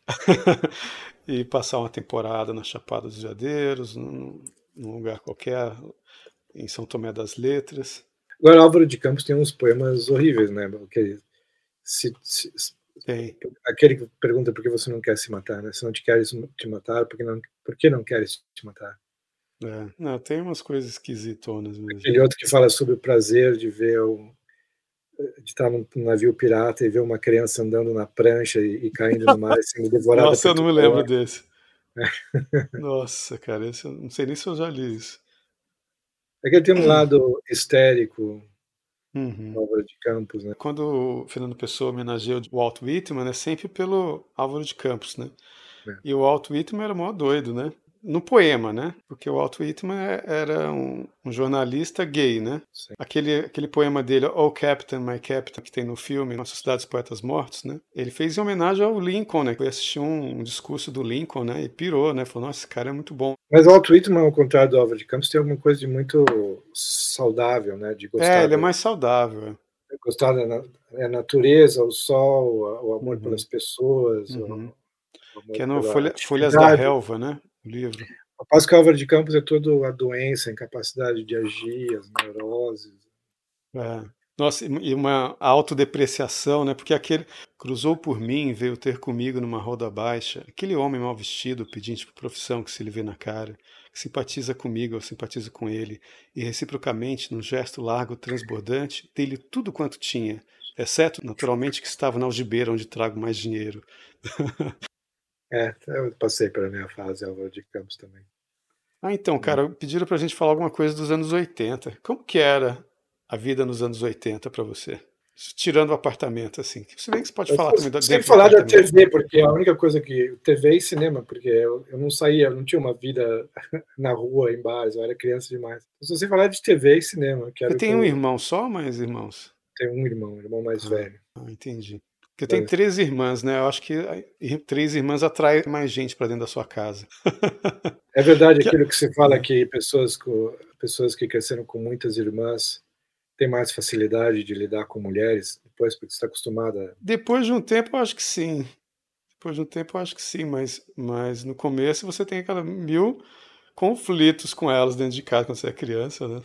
E passar uma temporada na Chapada dos Veadeiros, num, num lugar qualquer, em São Tomé das Letras. Agora, Álvaro de Campos tem uns poemas horríveis, né? Porque se, se, tem. Aquele que pergunta por que você não quer se matar, né? Se não te queres te matar, por que não, por que não queres te matar? É. Não, tem umas coisas esquisitonas mesmo. Aquele outro que fala sobre o prazer de ver o, de estar num navio pirata e ver uma criança andando na prancha e, e caindo no mar e sendo devorada. Nossa, eu não me lembro desse. É. Nossa, cara, esse, eu não sei nem se eu já li isso. É que ele tem um lado histérico, uhum. Álvaro de Campos, né? Quando o Fernando Pessoa homenageia o Walt Whitman, é sempre pelo Álvaro de Campos, né? É. E o Walt Whitman era mó doido, né? No poema, né? Porque o Walt Whitman era um, um jornalista gay, né? Sim. Aquele, aquele poema dele, Oh Captain, My Captain, que tem no filme Nossa Sociedade dos Poetas Mortos, né? Ele fez em homenagem ao Lincoln, né? Foi assistir um, um discurso do Lincoln, né? E pirou, né? Falou, nossa, esse cara é muito bom. Mas o Walt Whitman, ao contrário do Álvaro de Campos, tem alguma coisa de muito saudável, né? De gostar. É, ele é da, mais saudável. Gostar da é, natureza, o sol, o amor uhum. pelas pessoas. Uhum. O amor que é no Folha, atividade. Folhas da Relva, né? O livro. O passo que o Álvaro de Campos é toda a doença, a incapacidade de agir, as neuroses. É. Nossa, e uma autodepreciação, né? Porque aquele cruzou por mim, veio ter comigo numa roda baixa, aquele homem mal vestido, pedinte por profissão que se lhe vê na cara, que simpatiza comigo, eu simpatizo com ele, e reciprocamente, num gesto largo, transbordante, dei-lhe tudo quanto tinha, exceto, naturalmente, que estava na algibeira onde trago mais dinheiro. É, eu passei pela minha fase Álvaro de Campos também. Ah, então, cara, pediram pra gente falar alguma coisa dos anos oitenta. Como que era a vida nos anos oitenta para você? Tirando o apartamento, assim. Se bem que você pode eu falar também dentro sempre do falar da apartamento. T V, porque a única coisa que... T V e cinema, porque eu, eu não saía, eu não tinha uma vida na rua, em bares, eu era criança demais. Eu só sei falar de T V e cinema. Que era Você tem eu, um irmão só ou mais irmãos? Tenho um irmão, um irmão mais ah, velho. Ah, entendi. Porque tem três irmãs, né? Eu acho que três irmãs atrai mais gente para dentro da sua casa. É verdade aquilo que se fala, que pessoas, com, pessoas que cresceram com muitas irmãs têm mais facilidade de lidar com mulheres depois, porque você está acostumada. Depois de um tempo, eu acho que sim. Depois de um tempo, eu acho que sim, mas, mas no começo você tem aquela mil conflitos com elas dentro de casa quando você é criança, né?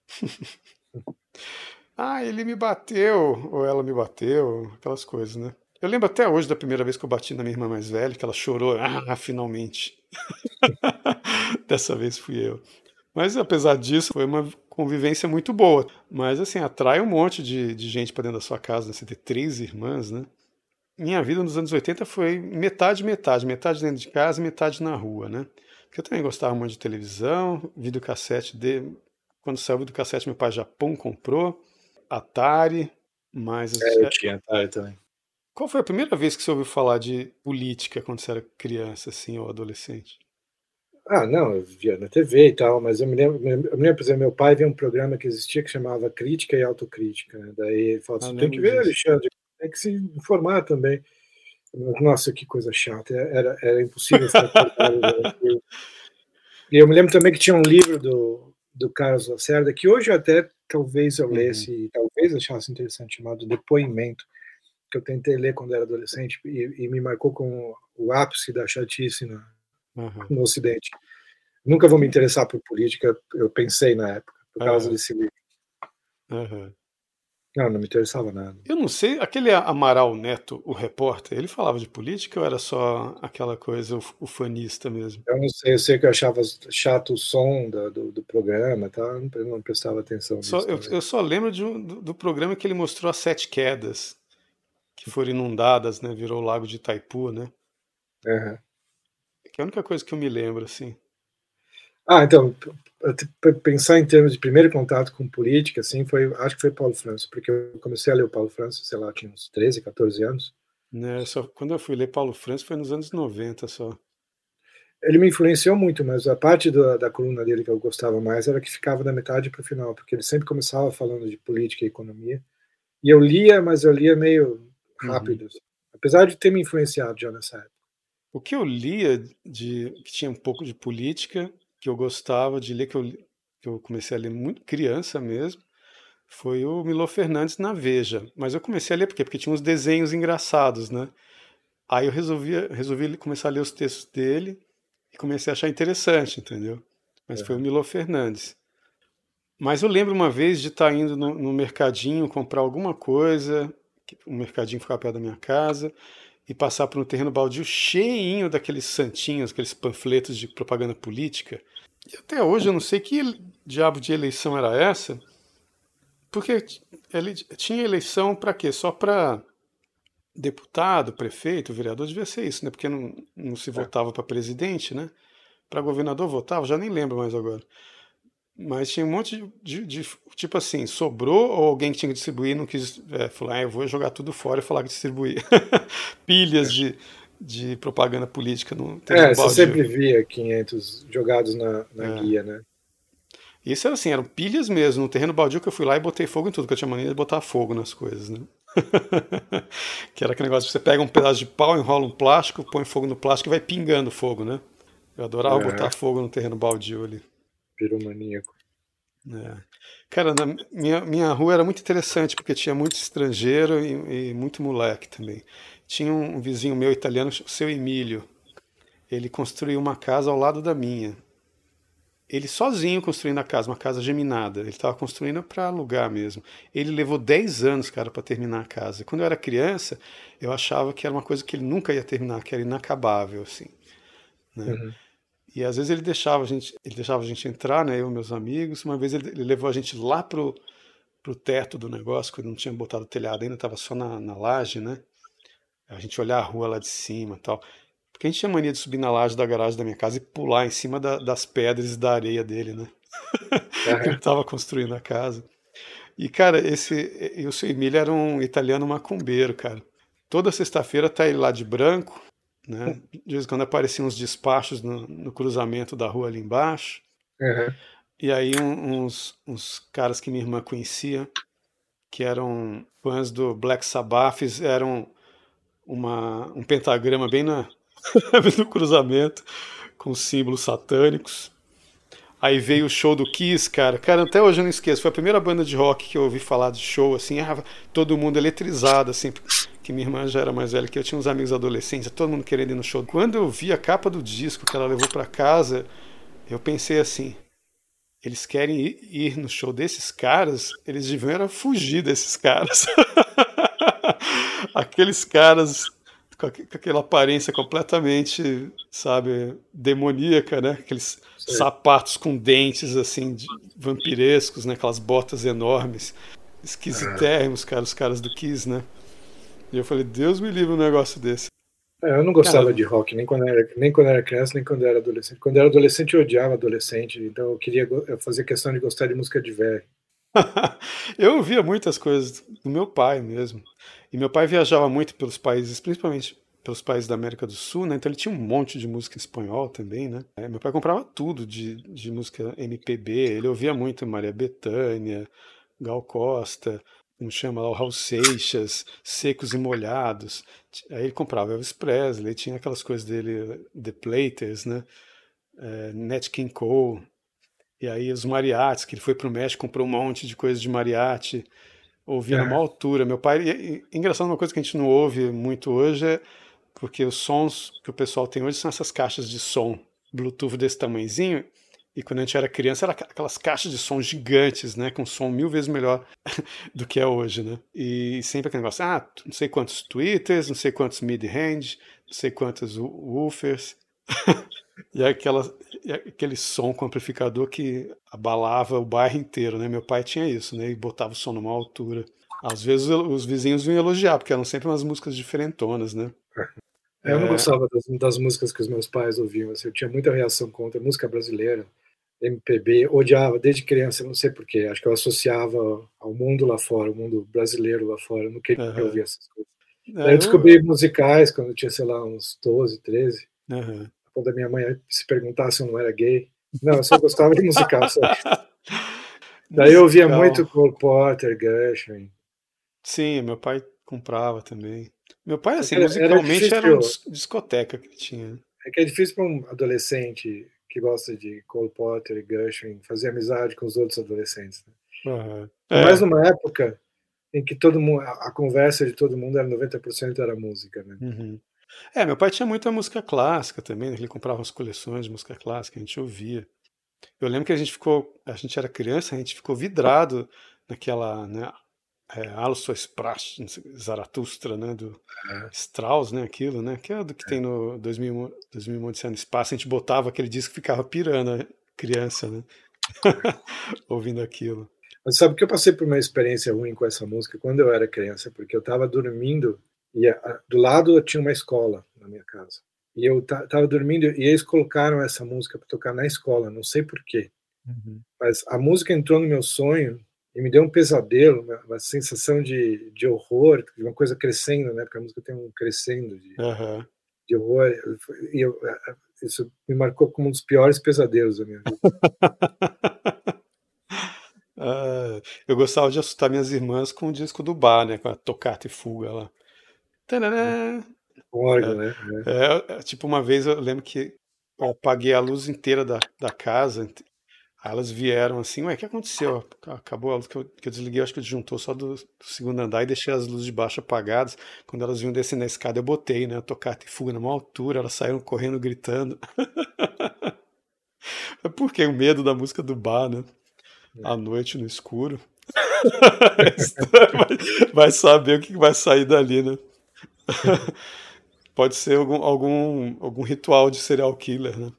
Ah, ele me bateu, ou ela me bateu, aquelas coisas, né? Eu lembro até hoje da primeira vez que eu bati na minha irmã mais velha, que ela chorou, ah, finalmente. Dessa vez fui eu. Mas apesar disso, foi uma convivência muito boa. Mas assim, atrai um monte de, de gente para dentro da sua casa, né? Você ter três irmãs, né? Minha vida nos anos oitenta foi metade, metade. Metade dentro de casa e metade na rua, né? Porque eu também gostava muito de televisão, videocassete de... Quando saiu o videocassete, meu pai Japão comprou. Atari, mas... É, eu tinha Atari também. Qual foi a primeira vez que você ouviu falar de política quando você era criança, assim, ou adolescente? Ah, não, eu via na T V e tal, mas eu me lembro, eu me lembro, por exemplo, meu pai via um programa que existia que chamava Crítica e Autocrítica, né? Daí ele falava assim, ah, tem que ver, disso. Alexandre, tem que se informar também. Nossa, que coisa chata, era, era impossível ficar acordado. E eu me lembro também que tinha um livro do, do Carlos Lacerda, que hoje até talvez eu lesse, uhum. e talvez achasse interessante, chamado Depoimento, que eu tentei ler quando era adolescente, e, e me marcou com o ápice da chatice na, Uhum. no Ocidente. Nunca vou me interessar por política, eu pensei na época, por causa Uhum. desse livro. Uhum. Não, não me interessava nada. Eu não sei, aquele Amaral Neto, o repórter, ele falava de política ou era só aquela coisa ufanista mesmo? Eu não sei, eu sei que eu achava chato o som do, do, do programa, tá? Eu não, não prestava atenção Só, nisso eu, também. eu só lembro de um, do, do programa que ele mostrou as sete quedas que foram inundadas, né? Virou o Lago de Itaipu, né? Uhum. Que é a única coisa que eu me lembro, assim. Ah, então, pensar em termos de primeiro contato com política, assim, foi, acho que foi Paulo França, porque eu comecei a ler o Paulo França, sei lá, tinha uns treze, quatorze anos. Né? Só, quando eu fui ler Paulo França foi nos anos noventa só. Ele me influenciou muito, mas a parte da, da coluna dele que eu gostava mais era que ficava da metade para o final, porque ele sempre começava falando de política e economia. E eu lia, mas eu lia meio Uhum. rápido, assim, apesar de ter me influenciado já nessa época. O que eu lia de que tinha um pouco de política, que eu gostava de ler, que eu, que eu comecei a ler muito criança mesmo, foi o Milor Fernandes na Veja. Mas eu comecei a ler por quê? Porque tinha uns desenhos engraçados, né? Aí eu resolvi, resolvi começar a ler os textos dele e comecei a achar interessante, entendeu? Mas foi o Uhum. Milor Fernandes. Mas eu lembro uma vez de estar indo no, no mercadinho comprar alguma coisa, que o mercadinho ficava perto da minha casa, e passar por um terreno baldio cheinho daqueles santinhos, aqueles panfletos de propaganda política. E até hoje eu não sei que diabo de eleição era essa, porque ele tinha eleição para quê? Só para deputado, prefeito, vereador, devia ser isso, né? Porque não, não se É. votava para presidente, né? Para governador votava, já nem lembro mais agora. Mas tinha um monte de, de, de tipo assim, sobrou ou alguém que tinha que distribuir não quis, é, falar, ah, eu vou jogar tudo fora e falar que distribuir. Pilhas de, de propaganda política no terreno É, você baldio. sempre via quinhentos jogados na, na É. guia, né? Isso era assim, eram pilhas mesmo. No terreno baldio que eu fui lá e botei fogo em tudo, porque eu tinha mania de botar fogo nas coisas, né? Que era aquele negócio de você pega um pedaço de pau, enrola um plástico, põe fogo no plástico e vai pingando fogo, né? Eu adorava botar Uhum. fogo no terreno baldio ali. Piromaníaco. É. Cara, na minha, minha rua era muito interessante, porque tinha muito estrangeiro e, e muito moleque também. Tinha um vizinho meu italiano, o seu Emílio. Ele construiu uma casa ao lado da minha. Ele sozinho construindo a casa, uma casa geminada. Ele estava construindo para alugar mesmo. Ele levou dez anos, cara, para terminar a casa. Quando eu era criança, eu achava que era uma coisa que ele nunca ia terminar, que era inacabável, assim, né? Uhum. E às vezes ele deixava a gente, ele deixava a gente entrar, né, eu e meus amigos. Uma vez ele, ele levou a gente lá pro, pro teto do negócio, quando não tinha botado o telhado ainda, estava só na, na laje, né? A gente olhar a rua lá de cima e tal. Porque a gente tinha mania de subir na laje da garagem da minha casa e pular em cima da, das pedras e da areia dele, né? Que ele Uhum. estava construindo a casa. E, cara, esse, e o seu Emílio era um italiano macumbeiro, cara. Toda sexta-feira tá ele lá de branco, né? De vez em quando apareciam uns despachos no, no cruzamento da rua ali embaixo. Uhum. E aí um- uns, uns caras que minha irmã conhecia, que eram fãs do Black Sabbath, fizeram uma, um pentagrama bem na, no cruzamento, com símbolos satânicos. Aí veio o show do Kiss, cara. Cara, até hoje eu não esqueço. Foi a primeira banda de rock que eu ouvi falar de show, assim. Ah, todo mundo eletrizado, assim. Que minha irmã já era mais velha que eu. Tinha uns amigos adolescentes, todo mundo querendo ir no show. Quando eu vi a capa do disco que ela levou pra casa, eu pensei assim: eles querem ir, ir no show desses caras, eles deviam era fugir desses caras. Aqueles caras com, aqu- com aquela aparência completamente, sabe, demoníaca, né? Aqueles Sei. sapatos com dentes, assim, de- vampirescos, né? Aquelas botas enormes, Ah. esquisitérrimos, cara, os caras do Kiss, né? E eu falei, Deus me livre um negócio desse. É, eu não Cara, gostava de rock, nem quando, era, nem quando era criança, nem quando era adolescente. Quando era adolescente, eu odiava adolescente, então eu queria go- eu fazia questão de gostar de música de velho. eu ouvia muitas coisas do meu pai mesmo. E meu pai viajava muito pelos países, principalmente pelos países da América do Sul, né? Então ele tinha um monte de música em espanhol também, né? É, meu pai comprava tudo de, de música M P B. Ele ouvia muito Maria Bethânia, Gal Costa, como chama lá, o Raul Seixas, Secos e Molhados. Aí ele comprava Elvis Presley, tinha aquelas coisas dele, The Platers, né? É, Nat King Cole. E aí os mariachis, que ele foi pro México, comprou um monte de coisa de mariachi, ouvia numa Ah. altura. Meu pai, e, e, engraçado, uma coisa que a gente não ouve muito hoje é porque os sons que o pessoal tem hoje são essas caixas de som Bluetooth desse tamanhozinho, e quando a gente era criança era aquelas caixas de som gigantes, né, com som mil vezes melhor do que é hoje, né? E sempre aquele negócio, ah, não sei quantos tweeters, não sei quantos mid-range, não sei quantos woofers, e, aquela, e aquele som com amplificador que abalava o bairro inteiro, né? Meu pai tinha isso, né? E botava o som numa altura. Às vezes os vizinhos vinham elogiar, porque eram sempre umas músicas diferentonas, né? É, eu não gostava das, das músicas que os meus pais ouviam, assim, eu tinha muita reação contra música brasileira, M P B, odiava desde criança, não sei porquê, acho que eu associava ao mundo lá fora, o mundo brasileiro lá fora, eu não queria uhum. ouvir essas coisas. É, Daí eu descobri eu... musicais quando eu tinha, sei lá, uns doze, treze, uhum. quando a minha mãe se perguntasse se eu não era gay. Não, eu só gostava de musical, só. Daí eu ouvia muito Cole Porter, Gershwin. Sim, meu pai comprava também. Meu pai, assim, era, musicalmente era, era uma discoteca que tinha. É que é difícil para um adolescente que gosta de Cole Porter e Gershwin fazer amizade com os outros adolescentes. Né? Uhum. Mas é. numa época em que todo mundo, a conversa de todo mundo era noventa por cento era música. Né? Uhum. É, meu pai tinha muita música clássica também, ele comprava umas coleções de música clássica, a gente ouvia. Eu lembro que a gente ficou, a gente era criança, a gente ficou vidrado naquela, né, é, Also Sprach, Zaratustra, né, do é. Strauss, né, aquilo, né, que é do que é. tem no dois mil, dois mil Odisseia no Espaço, a gente botava aquele disco e ficava pirando, criança, né, ouvindo aquilo. Mas sabe que eu passei por uma experiência ruim com essa música quando eu era criança, porque eu estava dormindo e a, do lado eu tinha uma escola na minha casa. E eu estava dormindo e eles colocaram essa música para tocar na escola, não sei porquê. Uhum. Mas a música entrou no meu sonho e me deu um pesadelo, uma, uma sensação de, de horror, de uma coisa crescendo, né? Porque a música tem um crescendo de, uhum. de horror. E eu, isso me marcou como um dos piores pesadelos da minha vida. ah, eu gostava de assustar minhas irmãs com o disco do bar, né? Com a Toccata e Fuga lá. Tadadá! Com órgão, é, né? É. É, tipo, uma vez eu lembro que eu apaguei a luz inteira da, da casa. Aí elas vieram assim, ué, o que aconteceu? Acabou a luz que eu, que eu desliguei, eu acho que eu disjuntou só do, do segundo andar e deixei as luzes de baixo apagadas. Quando elas vinham descer na escada, eu botei, né? Toccata e Fuga na maior altura, elas saíram correndo, gritando. Por quê? O medo da música do bar, né? À noite, no escuro. vai, vai saber o que vai sair dali, né? Pode ser algum, algum, algum ritual de serial killer, né?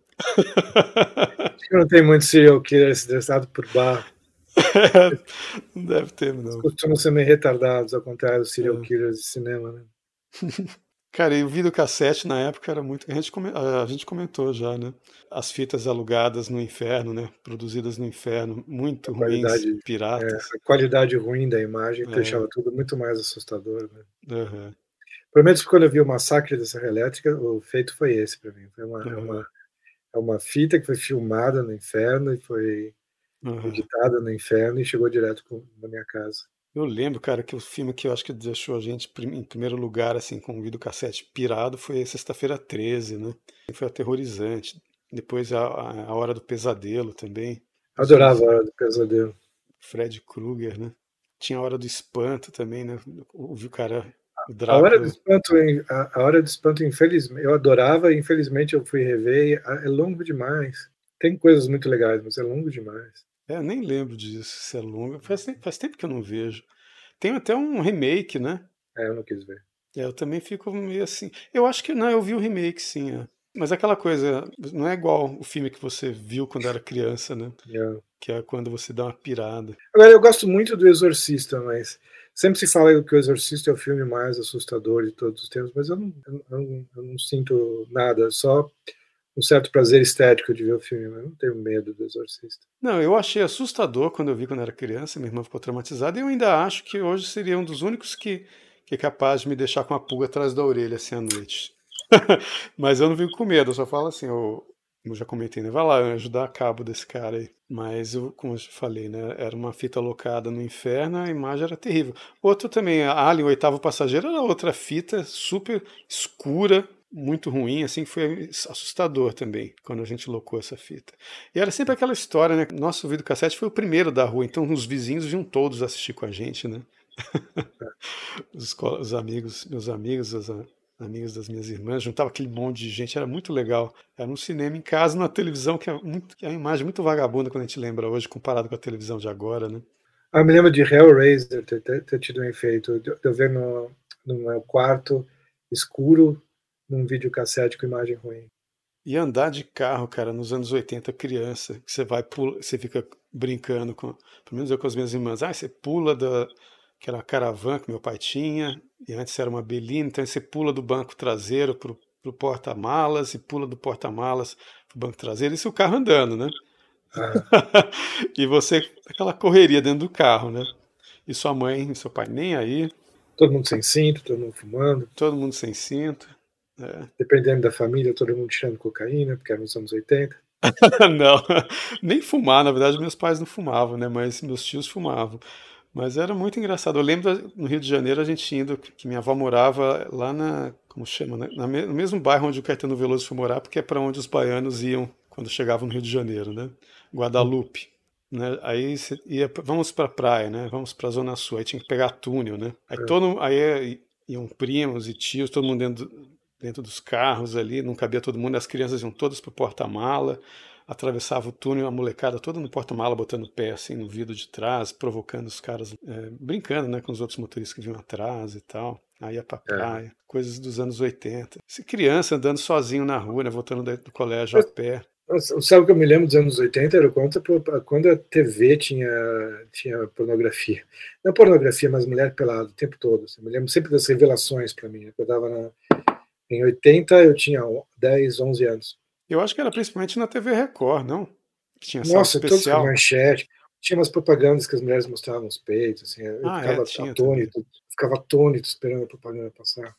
Acho que não tem muito serial killer estressado por bar. É, não deve ter, não. Eles costumam ser meio retardados, ao contrário dos serial é. killers de cinema, né? Cara, e o videocassete na época era muito. A gente, a gente comentou já, né? As fitas alugadas no inferno, né? Produzidas no inferno, muito a ruins, piratas. É, a qualidade ruim da imagem é. deixava tudo muito mais assustador, né? Uhum. Pelo menos quando eu vi o Massacre da Serra Elétrica, o feito foi esse para mim. Foi uma, uhum. é, uma, é uma fita que foi filmada no inferno e foi uhum. editada no inferno e chegou direto na minha casa. Eu lembro, cara, que o filme que eu acho que deixou a gente em primeiro lugar, assim, com o videocassete pirado, foi Sexta-feira treze, né? Foi aterrorizante. Depois a, a Hora do Pesadelo também. Adorava a Hora do Pesadelo. Fred Krueger, né? Tinha a Hora do Espanto também, né? Ouvi o cara... O a Hora do Espanto, a, a Hora do Espanto, infelizmente, eu adorava e infelizmente eu fui rever e é longo demais. Tem coisas muito legais, mas é longo demais. É, eu nem lembro disso, se é longo. Faz, faz tempo que eu não vejo. Tem até um remake, né? É, eu não quis ver. É, eu também fico meio assim. Eu acho que não, eu vi o remake, sim. É. Mas aquela coisa, não é igual o filme que você viu quando era criança, né? É. Que é quando você dá uma pirada. Agora, eu gosto muito do Exorcista, mas sempre se fala que o Exorcista é o filme mais assustador de todos os tempos, mas eu não, eu não, eu não sinto nada, só um certo prazer estético de ver o filme, mas eu não tenho medo do Exorcista. Não, eu achei assustador quando eu vi quando era criança, minha irmã ficou traumatizada, e eu ainda acho que hoje seria um dos únicos que, que é capaz de me deixar com a pulga atrás da orelha assim à noite. Mas eu não fico com medo, eu só falo assim, eu, eu já comentei, né? Vai lá, anjo, dá cabo desse cara aí. Mas, eu, como eu falei, né? Era uma fita alocada no inferno, a imagem era terrível. Outro também, a Alien, o Oitavo Passageiro, era outra fita super escura, muito ruim, assim, que foi assustador também, quando a gente locou essa fita. E era sempre aquela história, né? Nosso videocassete foi o primeiro da rua, então os vizinhos vinham todos assistir com a gente, né? os, os amigos, meus amigos, as, amigas das minhas irmãs, juntava aquele monte de gente, era muito legal. Era um cinema em casa, numa televisão, que é, muito, é uma imagem muito vagabunda quando a gente lembra hoje, comparado com a televisão de agora, né? Ah, eu me lembro de Hellraiser ter, ter, ter tido um efeito, de eu ver no, no meu quarto escuro, num videocassete com imagem ruim. E andar de carro, cara, nos anos oitenta, criança, que você vai, pula, você fica brincando com, pelo menos eu com as minhas irmãs, ah, você pula da aquela caravana que meu pai tinha, e antes era uma Belina, então você pula do banco traseiro pro, pro porta-malas, e pula do porta-malas pro banco traseiro, isso o carro andando, né? Ah. E você, aquela correria dentro do carro, né? E sua mãe e seu pai nem aí. Todo mundo sem cinto, todo mundo fumando. Todo mundo sem cinto. É. Dependendo da família, todo mundo tirando cocaína, porque era nos anos oitenta. Não, nem fumar, na verdade meus pais não fumavam, né? Mas meus tios fumavam. Mas era muito engraçado. Eu lembro no Rio de Janeiro a gente indo, que minha avó morava lá na, como chama, né? Na, no mesmo bairro onde o Caetano Veloso foi morar, porque é para onde os baianos iam quando chegavam no Rio de Janeiro, né? Guadalupe. Né? Aí você ia, vamos para a praia, né? Vamos para a Zona Sul. Aí tinha que pegar túnel, né? Aí, É. todo, aí iam primos e tios, todo mundo dentro, dentro dos carros ali, não cabia todo mundo, as crianças iam todas para o porta-mala, atravessava o túnel, a molecada toda no porta-mala, botando o pé assim no vidro de trás, provocando os caras, é, brincando, né, com os outros motoristas que vinham atrás e tal. Aí ia pra praia, é. Coisas dos anos oitenta. Se criança andando sozinho na rua, né, voltando do colégio a pé. Sabe o que eu me lembro dos anos oitenta? Era quando, quando a T V tinha, tinha pornografia. Não pornografia, mas mulher pelada o tempo todo. Eu me lembro sempre das revelações para mim. Eu dava na, em oitenta, eu tinha dez, onze anos. Eu acho que era principalmente na T V Record, não? Que tinha Nossa, sala especial. todos com manchete. Tinha umas propagandas que as mulheres mostravam os peitos. Assim, eu ah, ficava é, tinha atônito, também. ficava atônito esperando a propaganda passar.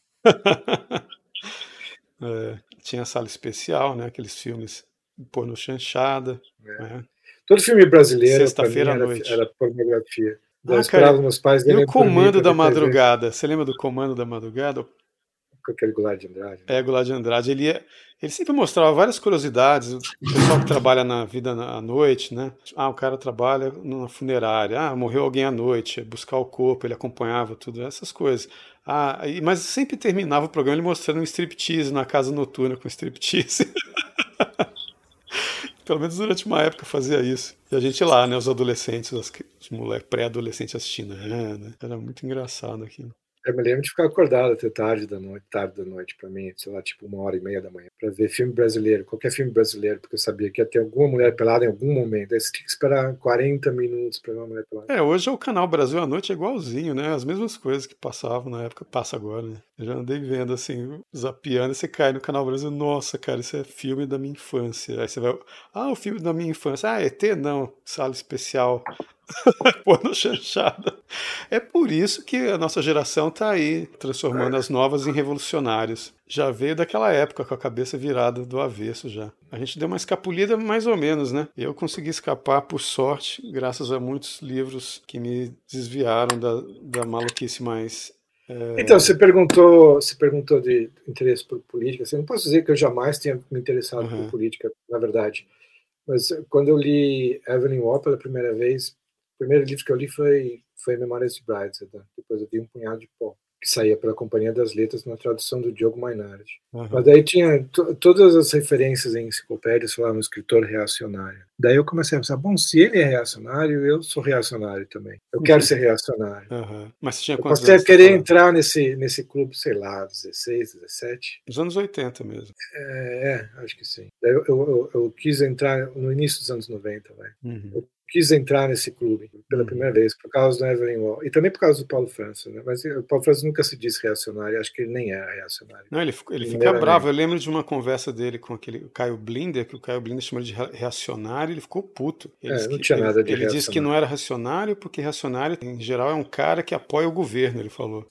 É, tinha sala especial, né? Aqueles filmes porno chanchada. É. Né? Todo filme brasileiro Sexta-feira era, à noite. era pornografia. Ah, esperava meus pais. E o Comando da Madrugada? Você lembra do Comando da Madrugada? Com aquele Goulart de Andrade. Né? É, Goulart de Andrade. Ele, é, ele sempre mostrava várias curiosidades. O pessoal que trabalha na vida à noite, né? Ah, o cara trabalha numa funerária. Ah, morreu alguém à noite. Buscar o corpo, ele acompanhava tudo, essas coisas. Ah, mas sempre terminava o programa ele mostrando um striptease na casa noturna com striptease. Pelo menos durante uma época fazia isso. E a gente lá, né, os adolescentes, os, os moleques pré-adolescentes assistindo. É, né? Era muito engraçado aquilo. Eu me lembro de ficar acordado até tarde da noite, tarde da noite para mim, sei lá, tipo uma hora e meia da manhã, para ver filme brasileiro, qualquer filme brasileiro, porque eu sabia que ia ter alguma mulher pelada em algum momento. Aí você tinha que esperar quarenta minutos para ver uma mulher pelada. É, hoje o canal Brasil à Noite é igualzinho, né? As mesmas coisas que passavam na época, passa agora, né? Eu já andei vendo, assim, zapeando, você cai no canal Brasil, nossa, cara, isso é filme da minha infância. Aí você vai, ah, o filme da minha infância. Ah, E T não, sala especial. Porno chanchada. É por isso que a nossa geração está aí, transformando as novas em revolucionários. Já veio daquela época com a cabeça virada do avesso já. A gente deu uma escapulida mais ou menos, né? Eu consegui escapar, por sorte, graças a muitos livros que me desviaram da, da maluquice mais... É... Então, você perguntou, você perguntou de interesse por política. Assim, não posso dizer que eu jamais tenha me interessado uhum. por política, na verdade. Mas quando eu li Evelyn Waugh pela primeira vez, o primeiro livro que eu li foi, foi Memórias de Brideshead. Depois eu vi Um Punhado de Pó, que saía pela Companhia das Letras na tradução do Diogo Mainardi. Uhum. Mas daí tinha t- todas as referências em enciclopédias falavam um escritor reacionário. Daí eu comecei a pensar, bom, se ele é reacionário, eu sou reacionário também. Eu quero uhum. ser reacionário. Uhum. Mas você tinha eu quantos posso anos? querer entrar nesse, nesse clube, sei lá, dezesseis, dezessete. Nos anos oitenta mesmo. É, é acho que sim. Daí eu, eu, eu, eu quis entrar no início dos anos noventa, vai. Uhum. Eu quis entrar nesse clube pela uhum. primeira vez, por causa do Evelyn Waugh, e também por causa do Paulo França, né? Mas o Paulo França nunca se disse reacionário, acho que ele nem era reacionário. Não, ele, ele fica bravo, eu lembro de uma conversa dele com aquele Caio Blinder, que o Caio Blinder chamou ele de reacionário, ele ficou puto. Ele, é, disse, não que, tinha nada de ele, ele disse que não era reacionário, porque reacionário, em geral, é um cara que apoia o governo, ele falou.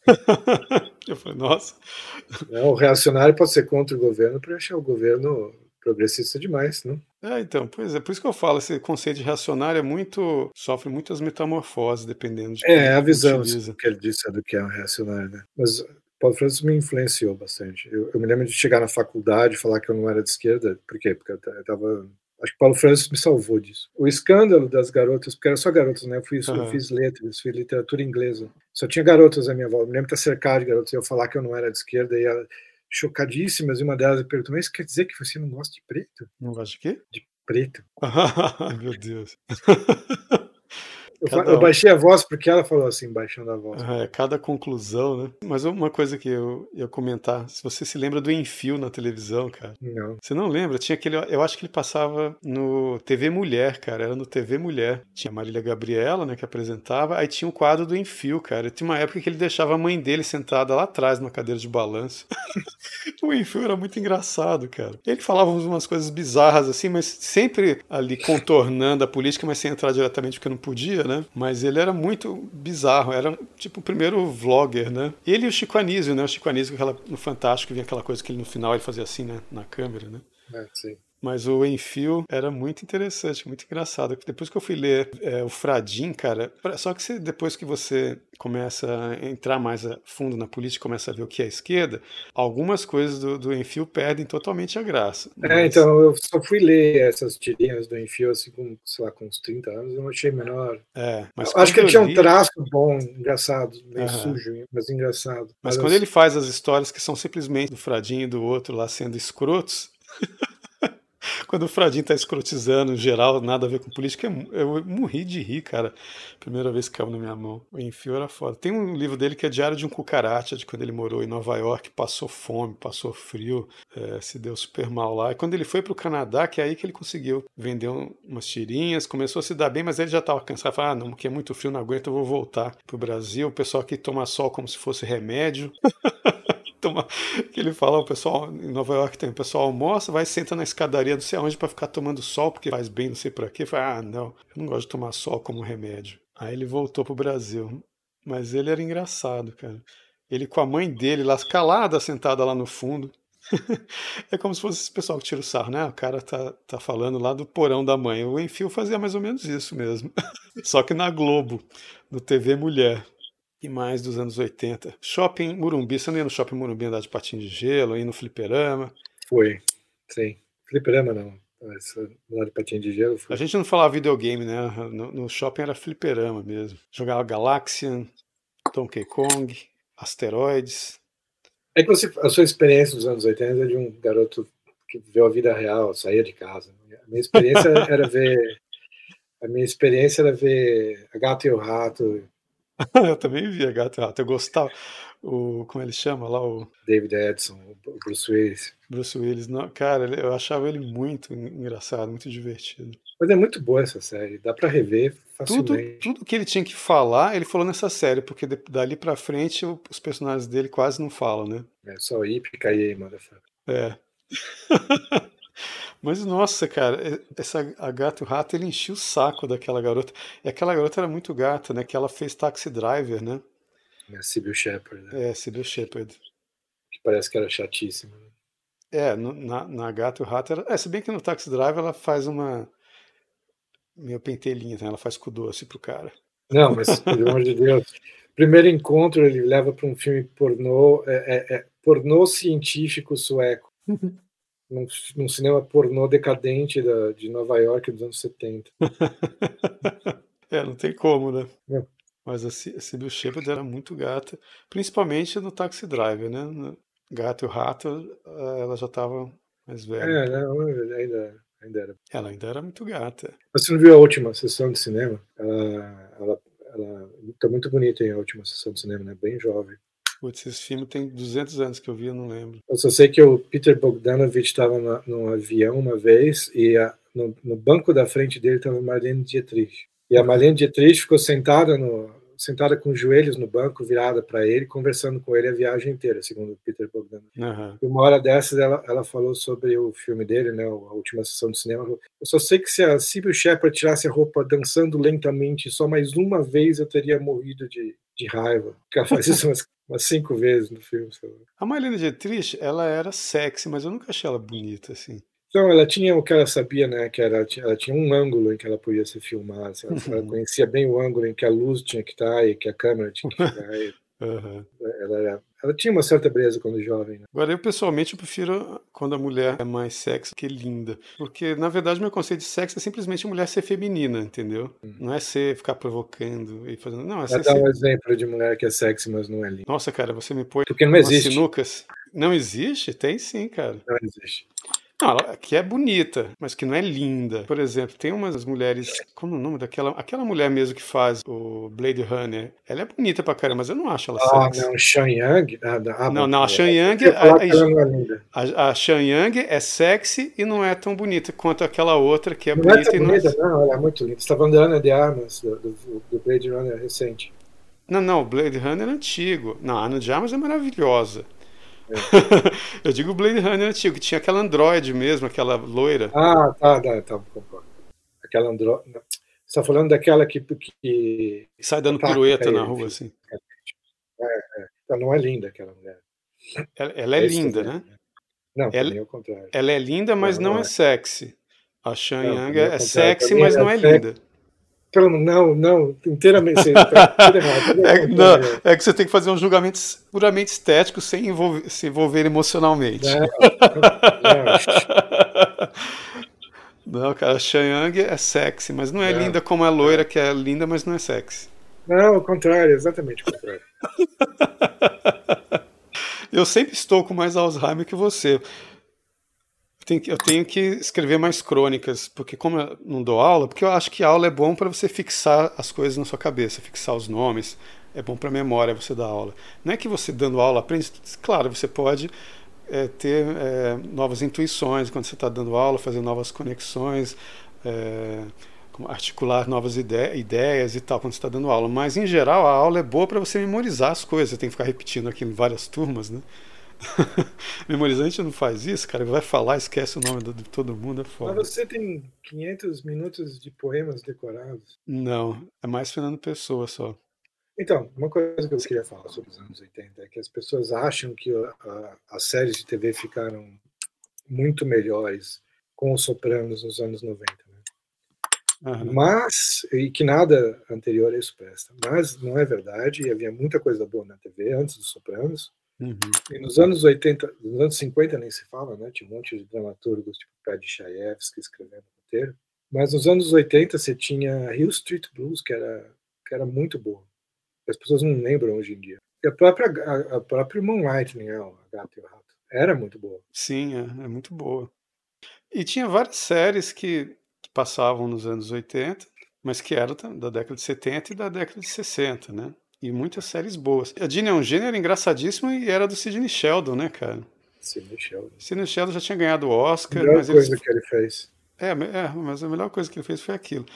Eu falei, nossa. Não, o reacionário pode ser contra o governo para achar o governo progressista demais, não? É, então, pois é, por isso que eu falo, esse conceito de reacionário é muito, sofre muitas metamorfoses, dependendo de É, a visão utiliza. que ele disse do que é um reacionário, né? Mas Paulo Francis me influenciou bastante. Eu, eu me lembro de chegar na faculdade e falar que eu não era de esquerda, por quê? Porque eu estava... Acho que Paulo Francis me salvou disso. O escândalo das garotas, porque eram só garotas, né? Eu, fui, uhum. eu fiz letras, fiz literatura inglesa. Só tinha garotas à minha volta. Eu me lembro de estar cercado de garotas e eu falar que eu não era de esquerda e ela... chocadíssimas, e uma delas perguntou, mas isso quer dizer que você não gosta de preto? Não gosta de quê? De preto. Meu Deus. Eu, Cada eu um. baixei a voz porque ela falou assim, baixando a voz. É, cada conclusão, né? Mas uma coisa que eu ia comentar, se você se lembra do Enfio na televisão, cara. Não. Você não lembra? Tinha aquele, eu acho que ele passava no T V Mulher, cara, era no T V Mulher. Tinha a Marília Gabriela, né, que apresentava, aí tinha um quadro do Enfio, cara. Tinha uma época que ele deixava a mãe dele sentada lá atrás, numa cadeira de balanço. O Enfio era muito engraçado, cara. Ele falava umas coisas bizarras assim, mas sempre ali contornando a política, mas sem entrar diretamente porque não podia, né? Mas ele era muito bizarro, era tipo o primeiro vlogger, né? Ele e o Chico Anísio, né? O Chico Anísio no Fantástico vinha aquela coisa que ele no final ele fazia assim, né? Na câmera, né? É, sim. Mas o Enfio era muito interessante, muito engraçado. Depois que eu fui ler é, o Fradim, cara, só que você, depois que você começa a entrar mais a fundo na política, começa a ver o que é a esquerda, algumas coisas do, do Enfio perdem totalmente a graça. Mas... É, então, eu só fui ler essas tirinhas do Enfio, assim, com, sei lá, com uns trinta anos, eu não achei menor. É, mas acho que ele tinha li... um traço bom, engraçado, meio uhum. sujo, mas engraçado. Mas, mas quando eu... ele faz as histórias que são simplesmente do Fradim e do outro lá sendo escrotos... Quando o Fradinho tá escrotizando em geral, nada a ver com política, eu morri de rir, cara. Primeira vez que caiu na minha mão. O Enfio era foda. Tem um livro dele que é Diário de um Cucaracha, de quando ele morou em Nova York, passou fome, passou frio, é, se deu super mal lá. E quando ele foi pro Canadá, que é aí que ele conseguiu vender um, umas tirinhas, começou a se dar bem, mas ele já tava cansado. Falou, ah, não, porque é muito frio, não aguento, eu vou voltar pro Brasil. O pessoal aqui toma sol como se fosse remédio. Que ele fala, o pessoal em Nova York tem, o pessoal almoça, vai senta na escadaria não sei aonde para ficar tomando sol, porque faz bem não sei pra quê. Fala, ah, não, eu não gosto de tomar sol como remédio. Aí ele voltou pro Brasil. Mas ele era engraçado, cara. Ele com a mãe dele lá, calada, sentada lá no fundo. É como se fosse esse pessoal que tira o sarro, né? O cara tá, tá falando lá do porão da mãe. O Enfio fazia mais ou menos isso mesmo. Só que na Globo, no T V Mulher. E mais dos anos oitenta. Shopping Morumbi. Você não ia no Shopping Morumbi andar de patinho de gelo, ir no fliperama? Foi, sim. Fliperama não. Lá de patinho de gelo foi. A gente não falava videogame, né? No, no shopping era fliperama mesmo. Jogava Galaxian, Donkey Kong, Asteroids. É que você, a sua experiência dos anos oitenta é de um garoto que viveu a vida real, saía de casa. A minha experiência era ver... A minha experiência era ver A Gata e o Rato... Eu também via Gato e Rato, eu gostava. O, como ele chama lá? O David Edson, o Bruce Willis. Bruce Willis, não, cara, eu achava ele muito engraçado, muito divertido. Mas é muito boa essa série, dá pra rever facilmente. Tudo, tudo que ele tinha que falar, ele falou nessa série, porque dali pra frente os personagens dele quase não falam, né? É só ir, pica aí, motherfucker. É. Mas, nossa, cara, essa, a Gata e o Rato, ele enchia o saco daquela garota. E aquela garota era muito gata, né? Que ela fez Taxi Driver, né? É Sybil Shepherd. Né? É, Sybil Shepherd. Que parece que era chatíssima. Né? É, no, na, na Gata e o Rato, era, é, se bem que no Taxi Driver ela faz uma meio pentelinha, né? Ela faz com doce pro cara. Não, mas, pelo amor de Deus, primeiro encontro ele leva para um filme pornô, é, é, é, pornô científico sueco. Num, num cinema pornô decadente da, de Nova York dos anos setenta. É, não tem como, né? É. Mas a Sybil Shepherd era muito gata, principalmente no Taxi Driver, né? No Gato e o Rato, ela já estava mais velha. É, não, ainda, ainda era. Ela ainda era muito gata. Você não viu a última sessão de cinema? Ela, ela, ela tá muito bonita em a última sessão de cinema, né? Bem jovem. Putz, esse filme tem duzentos anos que eu vi, eu não lembro. Eu só sei que o Peter Bogdanovich estava num avião uma vez e a, no, no banco da frente dele estava Marlene Dietrich. E a Marlene Dietrich ficou sentada, no, sentada com os joelhos no banco, virada para ele, conversando com ele a viagem inteira, segundo o Peter Bogdanovich. Uhum. E uma hora dessas ela, ela falou sobre o filme dele, né, a última sessão de cinema. Eu só sei que se a Sybil Shepherd tirasse a roupa dançando lentamente só mais uma vez, eu teria morrido de, de raiva. Porque ela faz isso umas, umas cinco vezes no filme. Sabe? A Marlene Dietrich, ela era sexy, mas eu nunca achei ela bonita, assim. Então, ela tinha o que ela sabia, né, que era, ela tinha um ângulo em que ela podia se filmar. Ela, ela conhecia bem o ângulo em que a luz tinha que estar e que a câmera tinha que ficar. Uhum. Ela, era, ela tinha uma certa beleza quando jovem. Né? Agora, eu pessoalmente eu prefiro quando a mulher é mais sexy que linda. Porque, na verdade, meu conceito de sexo é simplesmente a mulher ser feminina, entendeu? Hum. Não é ser ficar provocando e fazendo... Não, é ser... Dá um ser... exemplo de mulher que é sexy, mas não é linda. Nossa, cara, você me põe porque não existe. sinucas. Não existe? Tem sim, cara. Não existe. Não, ela, que é bonita, mas que não é linda. Por exemplo, tem umas mulheres. Como é o nome daquela. Aquela mulher mesmo que faz o Blade Runner. Ela é bonita pra caramba, mas eu não acho ela Ah, sexy. não, Shan Yang? Ah, ah, Não, não, a Shan Yang. Eu ia falar que A, ela não é linda. a, a Shan Yang é sexy e não é tão bonita quanto aquela outra que é Não bonita é tão e não bonita, é. não, ela é muito linda. Você está falando da Ana de Armas, do, do, do Blade Runner recente. Não, não, o Blade Runner é antigo. Não, a Ana de Armas é maravilhosa. É. Eu digo o Blade Runner antigo, que tinha aquela androide mesmo, aquela loira. Ah, tá, tá, tá, concordo. Aquela andro... Você está falando daquela que, que Sai dando ataca pirueta ele, na rua, enfim. assim. É, é. Então não é linda aquela mulher. Ela, ela é É isso linda, também, né? né? Não, para Ela, mim é o contrário. ela é linda, mas Não, não, não é é. sexy. A Shan Não, Yang para mim é o é contrário. Para sexy, mim mas não é é sexy. linda. Pelo, não, não, inteiramente. Você tá tudo errado. Tudo É, errado. não, é que você tem que fazer um julgamento puramente estético sem envolver, se envolver emocionalmente. Não, não, Não, cara, a Shan Yang é sexy, mas não é não, linda como a loira, que é linda, mas não é sexy. não, o contrário, exatamente o contrário. Eu sempre estou com mais Alzheimer que você. Eu tenho, que, eu tenho que escrever mais crônicas, porque como eu não dou aula, porque eu acho que aula é bom para você fixar as coisas na sua cabeça, fixar os nomes, é bom para a memória você dar aula. Não é que você dando aula aprende, claro, você pode é, ter é, novas intuições quando você está dando aula, fazer novas conexões, é, articular novas ide ideias e tal quando você está dando aula, mas em geral a aula é boa para você memorizar as coisas, você tem que ficar repetindo aqui em várias turmas, né? Memorizante não faz isso, cara. Vai falar, esquece o nome de todo mundo, é foda. Mas você tem quinhentos minutos de poemas decorados? Não, é mais Fernando Pessoa só. Então, uma coisa que eu queria falar sobre os anos oitenta é que as pessoas acham que a, a, as séries de T V ficaram muito melhores com os Sopranos nos anos noventa. Né? Uhum. Mas, e que nada anterior a isso presta. Mas não é verdade, e havia muita coisa boa na T V antes dos Sopranos. Uhum. E nos anos oitenta, nos anos cinquenta nem se fala, né? Tinha um monte de dramaturgos tipo Paddy Chayefsky escrevendo roteiro. Mas nos anos oitenta você tinha Hill Street Blues, que era, que era muito boa. As pessoas não lembram hoje em dia. E a própria, a, a própria Moonlight, né? O Gato e o Rato, era muito boa. Sim, é, é muito boa. E tinha várias séries que, que passavam nos anos oitenta, mas que eram da década de setenta e da década de sessenta, né? E muitas séries boas. A Ginny é um gênero engraçadíssimo e era do Sidney Sheldon, né, cara? Sidney Sheldon. Sidney Sheldon já tinha ganhado o Oscar. A melhor mas coisa eles... que ele fez. É, é, mas a melhor coisa que ele fez foi aquilo.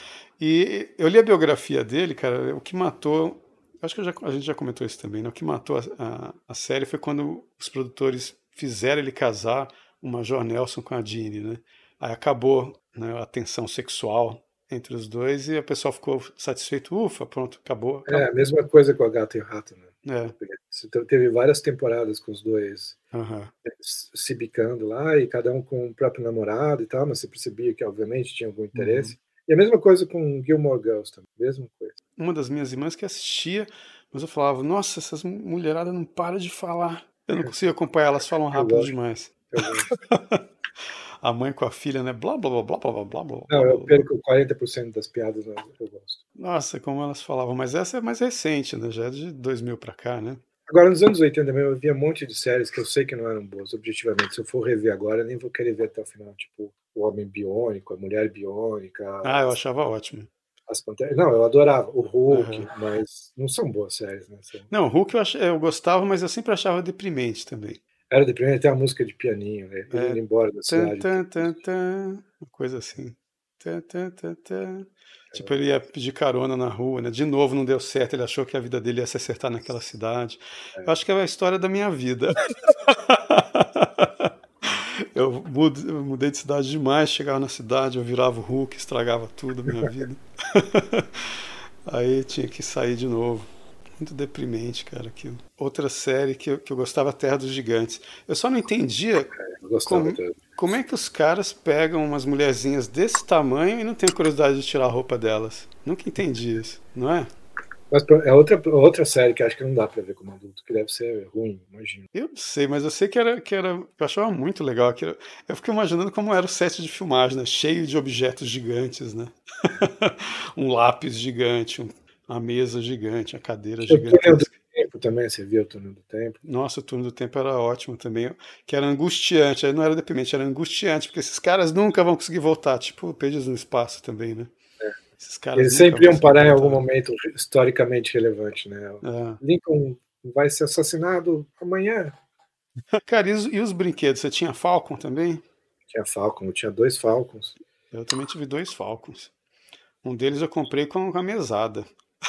E eu li a biografia dele, cara, o que matou... Acho que já, a gente já comentou isso também, né? O que matou a, a, a série foi quando os produtores fizeram ele casar o Major Nelson com a Ginny, né? Aí acabou, né, a tensão sexual entre os dois e a pessoa ficou satisfeito, ufa, pronto, acabou. acabou. É, a mesma coisa com a Gato e o Rato, né? É. Você teve várias temporadas com os dois uhum. se bicando lá, e cada um com o próprio namorado e tal, mas você percebia que, obviamente, tinha algum interesse. Uhum. E a mesma coisa com Gilmore Girls também, mesma coisa. Uma das minhas irmãs que assistia, mas eu falava, nossa, essas mulheradas não param de falar. Eu não consigo acompanhar, elas falam rápido demais. Eu gosto. A mãe com a filha, né? Blá, blá, blá, blá, blá, blá, blá. Não, eu perco quarenta por cento das piadas, eu gosto. Nossa, como elas falavam. Mas essa é mais recente, né? Já é de dois mil pra cá, né? Agora, nos anos oitenta também, eu via um monte de séries que eu sei que não eram boas, objetivamente. Se eu for rever agora, eu nem vou querer ver até o final. Tipo, O Homem Biônico, A Mulher Biônica. Ah, eu achava ótimo. As Panteras. Não, eu adorava. O Hulk, uhum. Mas não são boas séries, né? São... Não, o Hulk eu, ach... eu gostava, mas eu sempre achava deprimente também. Era deprimente, até a música de pianinho, né? Ele é, indo embora da cidade. Tan, tan, tan, uma coisa assim. Tan, tan, tan, tan. É. Tipo, ele ia pedir carona na rua, né? De novo não deu certo, ele achou que a vida dele ia se acertar naquela cidade. É. Eu acho que é a história da minha vida. eu, mude, eu mudei de cidade demais, chegava na cidade, eu virava o Hulk, estragava tudo a minha vida. Aí tinha que sair de novo. Muito deprimente, cara, aquilo. Outra série que eu, que eu gostava, Terra dos Gigantes. Eu só não entendia como, como é que os caras pegam umas mulherzinhas desse tamanho e não tem curiosidade de tirar a roupa delas. Nunca entendi isso, não é? Mas é outra, outra série que acho que não dá pra ver como adulto, que deve ser ruim, imagino. Eu não sei, mas eu sei que era, que era... Eu achava muito legal. Que era, eu fiquei imaginando como era o set de filmagem, né? Cheio de objetos gigantes, né? Um lápis gigante, um... uma mesa gigante, a cadeira gigantesca. também, você viu o Túnel do Tempo? Nossa, o Túnel do Tempo era ótimo também, que era angustiante, aí não era deprimente, era angustiante, porque esses caras nunca vão conseguir voltar, tipo Perdidos no Espaço também, né? É. Esses caras Eles nunca sempre vão iam parar em voltar. algum momento historicamente relevante, né? É. Lincoln vai ser assassinado amanhã. Cara, e os, e os brinquedos? Você tinha Falcon também? Tinha Falcon, eu tinha dois Falcons. Eu também tive dois Falcons. Um deles eu comprei com a mesada.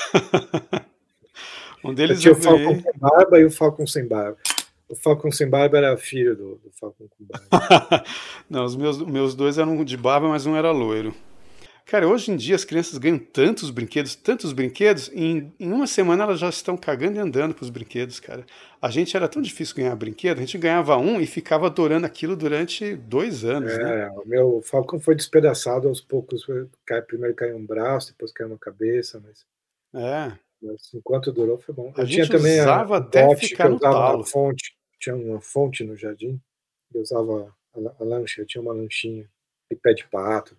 Um Eu deles tinha eu o Falcon ganhei. com barba e o Falcon sem barba. O Falcon sem barba era filho do, do Falcon com barba. Não, os meus, meus dois eram de barba, mas um era loiro. Cara, hoje em dia as crianças ganham tantos brinquedos, tantos brinquedos, e em, em uma semana elas já estão cagando e andando com os brinquedos, cara. A gente era tão difícil ganhar brinquedo, a gente ganhava um e ficava adorando aquilo durante dois anos, né? É, o meu Falcon foi despedaçado aos poucos. Cai- Primeiro caiu um braço, depois caiu uma cabeça, mas, É, mas enquanto durou foi bom. a Eu tinha gente também a, usava o até bote que ficar eu no usava na talo. fonte. Tinha uma fonte no jardim. Eu usava a, a lancha, eu tinha uma lanchinha e pé de pato.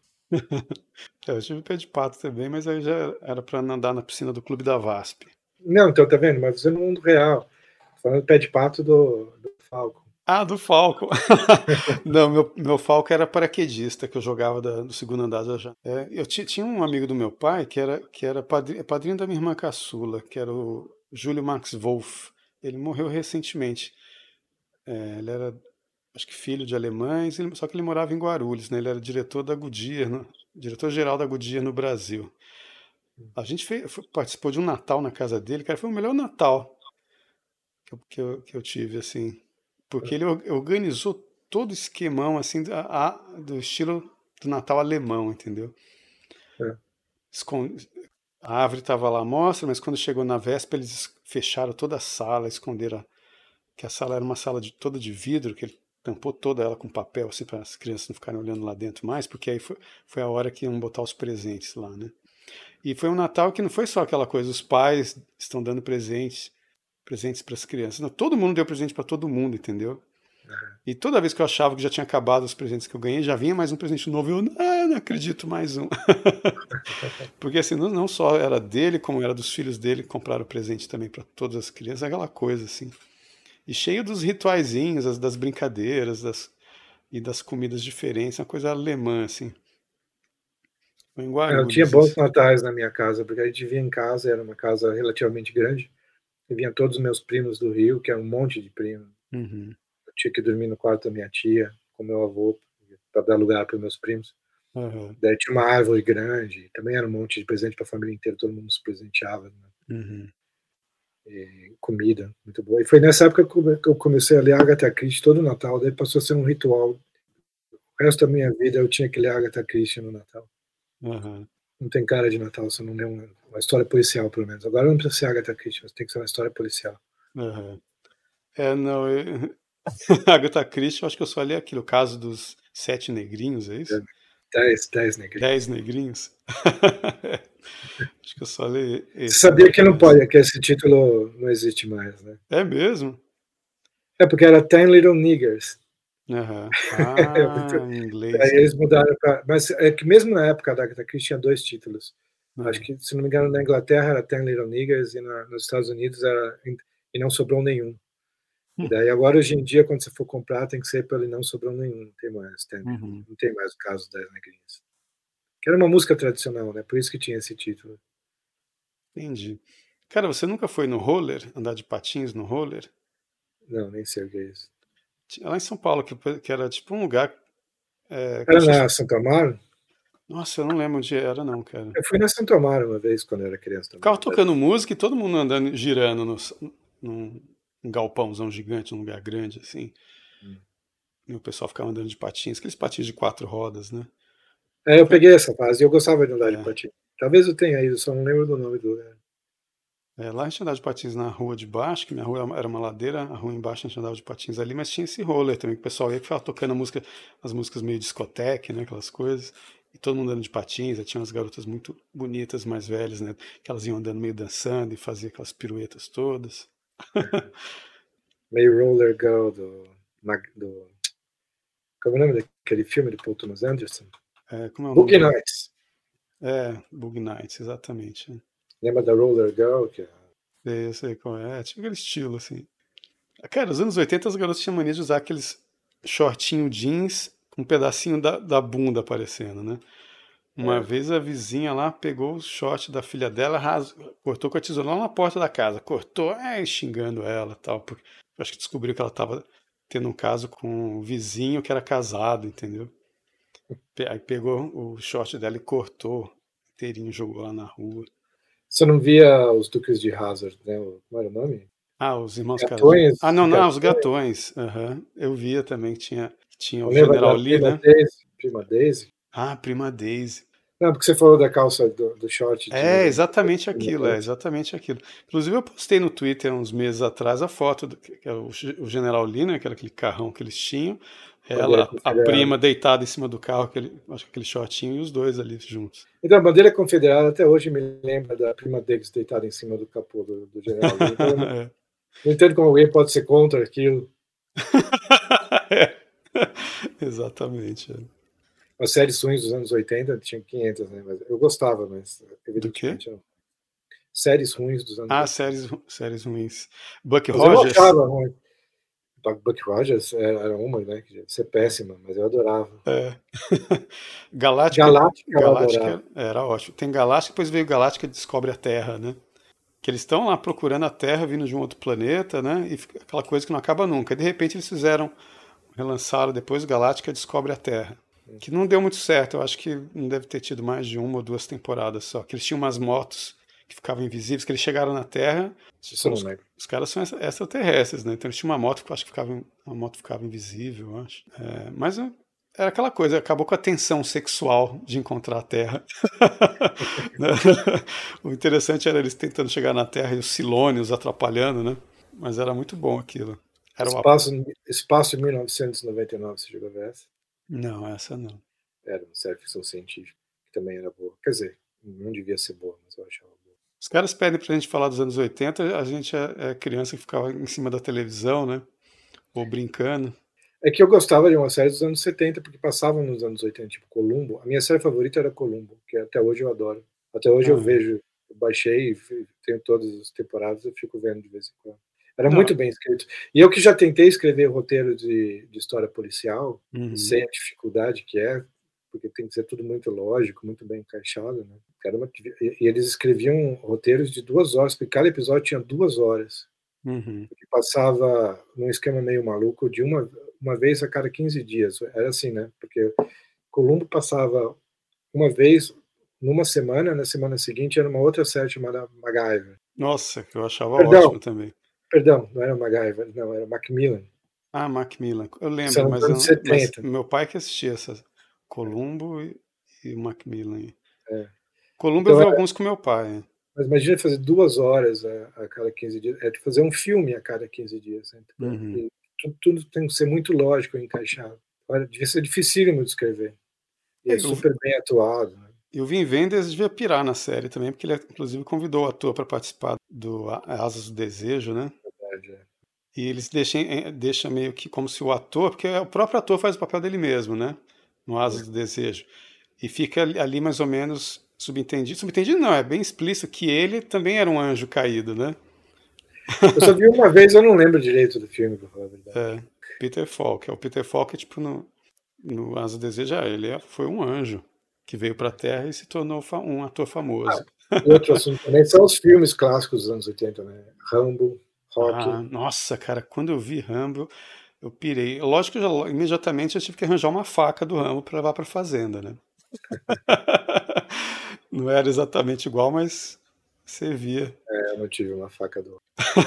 Eu tive pé de pato também, mas aí já era pra nadar na piscina do Clube da VASP. Não, então tá vendo? Mas você no mundo real. Tô falando do pé de pato do, do Falcon. Ah, do Falco. Não, meu, meu Falco era paraquedista, que eu jogava da- do segundo andar da janela. É, eu ti- tinha um amigo do meu pai que era, que era padrinho, padrinho da minha irmã caçula, que era o Júlio Max Wolff. Ele morreu recentemente. É, ele era, acho que filho de alemães, ele- só que ele morava em Guarulhos, né? Ele era diretor da Goodyear, no- diretor-geral da Goodyear no Brasil. A gente fez- foi- participou de um Natal na casa dele, cara, foi o melhor Natal que eu, que eu, que eu tive, assim. Porque ele or- organizou todo o esquemão, assim, da- a- do estilo do Natal alemão, entendeu? É. Escon- A árvore estava lá à mostra, mas quando chegou na véspera, eles fecharam toda a sala, esconderam a- que a sala era uma sala de, toda de vidro, que ele tampou toda ela com papel, assim, para as crianças não ficarem olhando lá dentro mais, porque aí foi, foi a hora que iam botar os presentes lá, né? E foi um Natal que não foi só aquela coisa, os pais estão dando presentes, presentes para as crianças. Não, todo mundo deu presente para todo mundo, entendeu? E toda vez que eu achava que já tinha acabado os presentes que eu ganhei, já vinha mais um presente novo e eu ah, não acredito mais um. Porque assim, não, não só era dele, como era dos filhos dele que compraram presente também para todas as crianças, aquela coisa assim. E cheio dos rituaizinhos, das, das brincadeiras das, e das comidas diferentes, uma coisa alemã, assim. Foi em É, eu tinha Guarulhos bons isso. natais na minha casa, porque a gente vivia em casa, era uma casa relativamente grande, e vinham todos os meus primos do Rio, que era um monte de primos. Uhum. Eu tinha que dormir no quarto da minha tia, com meu avô, para dar lugar para os meus primos. Uhum. Daí tinha uma árvore grande, também era um monte de presente para a família inteira, todo mundo se presenteava, né? Uhum. E comida muito boa. E foi nessa época que eu comecei a ler Agatha Christie todo Natal, daí passou a ser um ritual. O resto da minha vida eu tinha que ler Agatha Christie no Natal. Uhum. Não tem cara de Natal, você não lê uma, uma história policial, pelo menos. Agora não precisa ser Agatha Christie, mas tem que ser uma história policial. Uhum. É, não, eu... Agatha Christie, eu acho que eu só li aquilo, o caso dos sete negrinhos, é isso? Dez, dez negrinhos. Dez negrinhos? Acho que eu só li esse. Você sabia que não pode, que esse título não existe mais, né? É mesmo? É porque era Ten Little Niggers. Uhum. Ah, em inglês. Aí eles mudaram para. Mas é que mesmo na época da Agatha Christie tinha dois títulos. Uhum. Acho que, se não me engano, na Inglaterra era Ten Little Niggers e na, nos Estados Unidos era. E não sobrou nenhum. E daí agora, hoje em dia, quando você for comprar, tem que ser pelo Não Sobrou Nenhum. Não tem mais. Ten, Uhum. Não tem mais o caso das negrinhas. Que era uma música tradicional, né? Por isso que tinha esse título. Entendi. Cara, você nunca foi no roller? Andar de patins no roller? Não, nem sei o que é isso. Lá em São Paulo, que, que era tipo um lugar. É, Era na Santo Amaro? Nossa, eu não lembro onde era, não, cara. Eu fui na Santo Amaro uma vez quando eu era criança também. Ficava tocando música e todo mundo andando, girando no, num, num galpãozão gigante, num lugar grande, assim. Hum. E o pessoal ficava andando de patins, aqueles patins de quatro rodas, né? É, eu Foi... peguei essa fase e eu gostava de andar é. de patins. Talvez eu tenha ido, só não lembro do nome do lugar. É, lá a gente andava de patins na rua de baixo, que minha rua era uma ladeira, a rua embaixo a gente andava de patins ali, mas tinha esse roller também, que o pessoal ia que ficava tocando a música, as músicas meio discoteca, né, aquelas coisas, e todo mundo andando de patins, aí tinha umas garotas muito bonitas, mais velhas, né, que elas iam andando meio dançando e faziam aquelas piruetas todas. Meio Roller Girl do, do... Como é o nome daquele filme de Paul Thomas Anderson? É, como é o Boogie nome? Nights. É, Boogie Nights, exatamente. Lembra da Roller Girl? Que Sei, eu sei qual é. Tinha aquele estilo, assim. Cara, nos anos oitenta as garotas tinham mania de usar aqueles shortinho jeans com um pedacinho da, da bunda aparecendo, né? Uma É. vez a vizinha lá pegou o short da filha dela, rasgou, cortou com a tesoura lá na porta da casa. Cortou, é, xingando ela e tal. Porque acho que descobriu que ela estava tendo um caso com um vizinho que era casado, entendeu? Aí pegou o short dela e cortou inteirinho, jogou lá na rua. Você não via os Duques de Hazzard, né? Como era o nome? Ah, os irmãos Caradinho. Gatões. Ah, não, não, os Gatões. gatões. Aham. Eu via também que tinha, tinha o Lembra General da Lee, Prima né? Daisy? Prima Daisy? Ah, Prima Daisy. Não, porque você falou da calça do, do short de É noventa. exatamente aquilo, é exatamente aquilo. Inclusive eu postei no Twitter uns meses atrás a foto do que era o, o General Lee, né, que era aquele carrão que eles tinham, Bandeira ela, a, a confederada. prima deitada em cima do carro, aquele, acho que aquele shortinho, e os dois ali juntos. Então, a bandeira confederada até hoje me lembra da prima deles deitada em cima do capô do, do General Lee. Então, eu não, É. não entendo como alguém pode ser contra aquilo. É. Exatamente. É. As séries ruins dos anos oitenta tinha quinhentas, né? Mas eu gostava, mas evidentemente não. Séries ruins dos anos Ah, oitenta. séries, séries ruins. Buck Mas Rogers. eu achava ruim. Buck Rogers era uma, né? Que ia ser péssima, mas eu adorava. É. Galáctica, Galáctica, Galáctica era ótimo. Tem Galáctica, depois veio Galáctica Descobre a Terra, né? Que eles estão lá procurando a Terra, vindo de um outro planeta, né? E fica aquela coisa que não acaba nunca. E de repente eles fizeram, relançaram depois Galáctica Descobre a Terra. Que não deu muito certo. Eu acho que não deve ter tido mais de uma ou duas temporadas só. Que eles tinham umas motos que ficavam invisíveis, que eles chegaram na Terra. Isso os, não lembro. Os caras são extraterrestres, né? Então eles tinham uma moto que eu acho que ficava, a moto ficava invisível, eu acho. É, mas era aquela coisa, acabou com a tensão sexual de encontrar a Terra. O interessante era eles tentando chegar na Terra e os Silônios atrapalhando, né? Mas era muito bom aquilo. Era Espaço, uma... Espaço mil novecentos e noventa e nove, você chegou a ver essa? Não, essa não. Era uma série de ficção científica, que também era boa. Quer dizer, não devia ser boa, mas eu achava boa. Os caras pedem pra gente falar dos anos oitenta, a gente é, é criança que ficava em cima da televisão, né? Ou brincando. É que eu gostava de uma série dos anos setenta, porque passavam nos anos oitenta, tipo Columbo. A minha série favorita era Columbo, que até hoje eu adoro. Até hoje ah, eu vejo, eu baixei, tenho todas as temporadas, eu fico vendo de vez em quando. Era não. muito bem escrito. E eu que já tentei escrever roteiro de, de história policial, uhum. sei a dificuldade que é, porque tem que ser tudo muito lógico, muito bem encaixado, né? E eles escreviam roteiros de duas horas, porque cada episódio tinha duas horas. Uhum. Que passava num esquema meio maluco de uma, uma vez a cada quinze dias. Era assim, né? Porque Columbo passava uma vez numa semana, na semana seguinte era uma outra série chamada MacGyver. Nossa, eu achava perdão, ótimo também. Perdão, não era MacGyver, não, era Macmillan. Ah, Macmillan. Eu lembro, mas, eu, mas meu pai que assistia essa Columbo e, e Macmillan. É. Columbo então, eu vi era... alguns com meu pai. Mas imagina fazer duas horas a, a cada quinze dias. É de fazer um filme a cada quinze dias. Né? Uhum. Tudo, tudo tem que ser muito lógico e encaixado. Olha, devia ser dificílimo de escrever. E é, é super bem atuado. Né? E o Wim Wenders devia pirar na série também, porque ele inclusive convidou o ator para participar do Asas do Desejo, né? Verdade, é. E eles deixam, deixam meio que como se o ator, porque o próprio ator faz o papel dele mesmo, né? No Asas é. do Desejo. E fica ali mais ou menos subentendido. Subentendido não, é bem explícito que ele também era um anjo caído, né? Eu só vi uma vez, eu não lembro direito do filme, pra falar a verdade. É, Peter Falk. É o Peter Falk, tipo, no, no Asas do Desejo, ele foi um anjo que veio pra Terra e se tornou um ator famoso. Ah, e outro assunto também são os filmes clássicos dos anos oitenta, né? Rambo, Rocky. Ah, nossa, cara, quando eu vi Rambo, eu pirei. Lógico que eu já, imediatamente eu tive que arranjar uma faca do Rambo para levar pra fazenda, né? Não era exatamente igual, mas servia. É, eu não tive uma faca do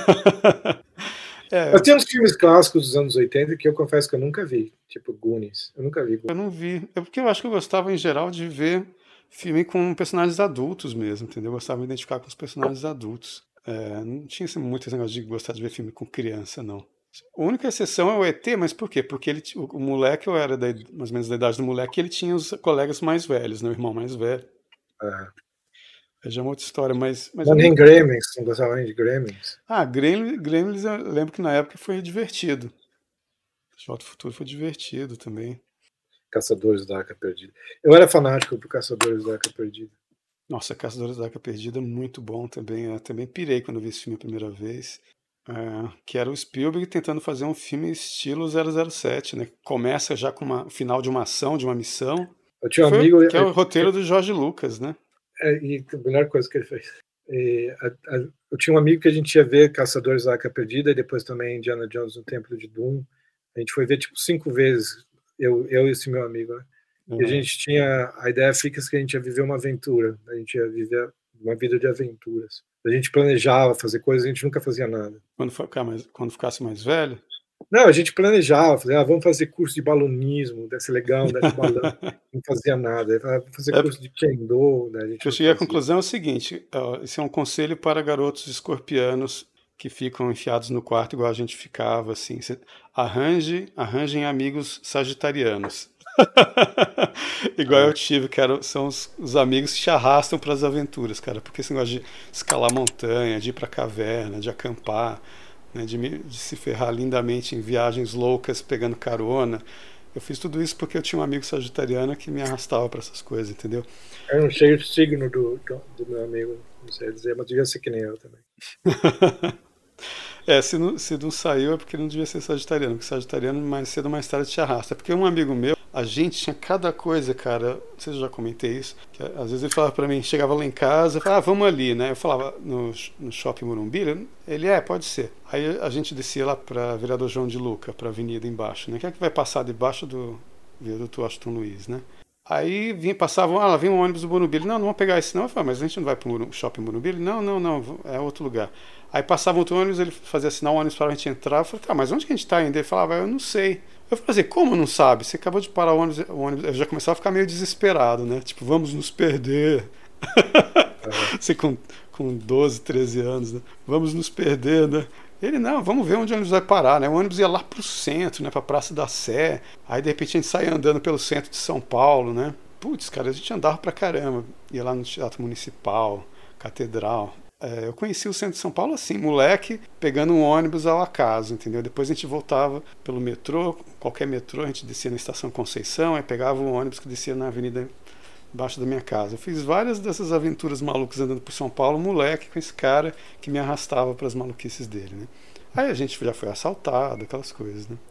é, Mas tem uns filmes clássicos dos anos oitenta que eu confesso que eu nunca vi, tipo Goonies. Eu nunca vi. Eu não vi. É porque eu acho que eu gostava, em geral, de ver filme com personagens adultos mesmo, entendeu? Eu gostava de me identificar com os personagens adultos. É, não tinha assim, muito esse negócio de gostar de ver filme com criança, não. A única exceção é o E T, mas por quê? Porque ele, o, o moleque, eu era da, mais ou menos da idade do moleque, e ele tinha os colegas mais velhos, né? O irmão mais velho. É. É já uma outra história, mas... mas não, nem não... Gremlins, não gostava nem de Gremlins. Ah, Gremlins, Gremlins eu lembro que na época foi divertido. De Volta ao Futuro foi divertido também. Caçadores da Arca Perdida. Eu era fanático por Caçadores da Arca Perdida. Nossa, Caçadores da Arca Perdida, muito bom também. Eu também pirei quando vi esse filme a primeira vez. É, que era o Spielberg tentando fazer um filme estilo zero zero sete, né? Começa já com o final de uma ação, de uma missão. Eu tinha um Foi, amigo... que é o roteiro do George Lucas, né? É, e a melhor coisa que ele fez. E, a, a, eu tinha um amigo que a gente ia ver Caçadores da Arca Perdida e depois também Indiana Jones no Templo de Doom. A gente foi ver tipo cinco vezes, eu, eu e esse meu amigo, né? Uhum. E a gente tinha a ideia fixa que a gente ia viver uma aventura, a gente ia viver uma vida de aventuras. A gente planejava fazer coisas, a gente nunca fazia nada. Quando, ficar mais, quando ficasse mais velho? Não, a gente planejava, fazer, ah, vamos fazer curso de balonismo, deve ser legal, deve ser balão. Não fazia nada, vamos fazer é, curso de kendo. Né? A gente eu cheguei à conclusão é o seguinte, ó, esse é um conselho para garotos escorpianos que ficam enfiados no quarto igual a gente ficava, assim. Arranje, arranjem amigos sagitarianos. Igual é. eu tive, cara, são os, os amigos que te arrastam para as aventuras, cara, porque esse negócio de escalar montanha, de ir pra caverna, de acampar, né, de, me, de se ferrar lindamente em viagens loucas, pegando carona. Eu fiz tudo isso porque eu tinha um amigo sagitariano que me arrastava para essas coisas, entendeu? Eu não sei o signo do, do, do meu amigo, não sei dizer, mas devia ser que nem eu também. É, se não, se não saiu é porque não devia ser sagitariano, porque sagitariano mais cedo ou mais tarde te arrasta. Porque um amigo meu, a gente tinha cada coisa, cara, não sei se eu já comentei isso, que às vezes ele falava pra mim, chegava lá em casa, falava, ah, vamos ali, né? Eu falava, no, no Shopping Morumbi, ele, é, pode ser. Aí a gente descia lá pra Vereador João de Luca, pra avenida embaixo, né? Que é que vai passar debaixo do viaduto Washington Luiz, né? Aí vinha, passavam, ah, lá vem um ônibus do Morumbi. Ele, não, não vamos pegar esse não. Eu falei, mas a gente não vai para o Shopping Morumbi? Ele, não, não, não, é outro lugar. Aí passava outro ônibus, ele fazia sinal, o ônibus para a gente entrar. Eu falei, tá, mas onde que a gente está ainda? Ele falava, eu não sei. Eu falei assim, como não sabe? Você acabou de parar o ônibus, o ônibus. Eu já começava a ficar meio desesperado, né? Tipo, vamos nos perder. Uhum. Você com, com doze, treze anos, né? Vamos nos perder, né? Ele, não, vamos ver onde o ônibus vai parar, né? O ônibus ia lá pro centro, né? Pra Praça da Sé. Aí, de repente, a gente saía andando pelo centro de São Paulo, né? Putz, cara, a gente andava pra caramba. Ia lá no Teatro Municipal, Catedral. É, eu conheci o centro de São Paulo assim, moleque, pegando um ônibus ao acaso, entendeu? Depois a gente voltava pelo metrô, qualquer metrô, a gente descia na Estação Conceição, aí pegava um ônibus que descia na avenida embaixo da minha casa. Eu fiz várias dessas aventuras malucas andando por São Paulo, moleque, com esse cara que me arrastava para as maluquices dele, né? Aí a gente já foi assaltado, aquelas coisas, né?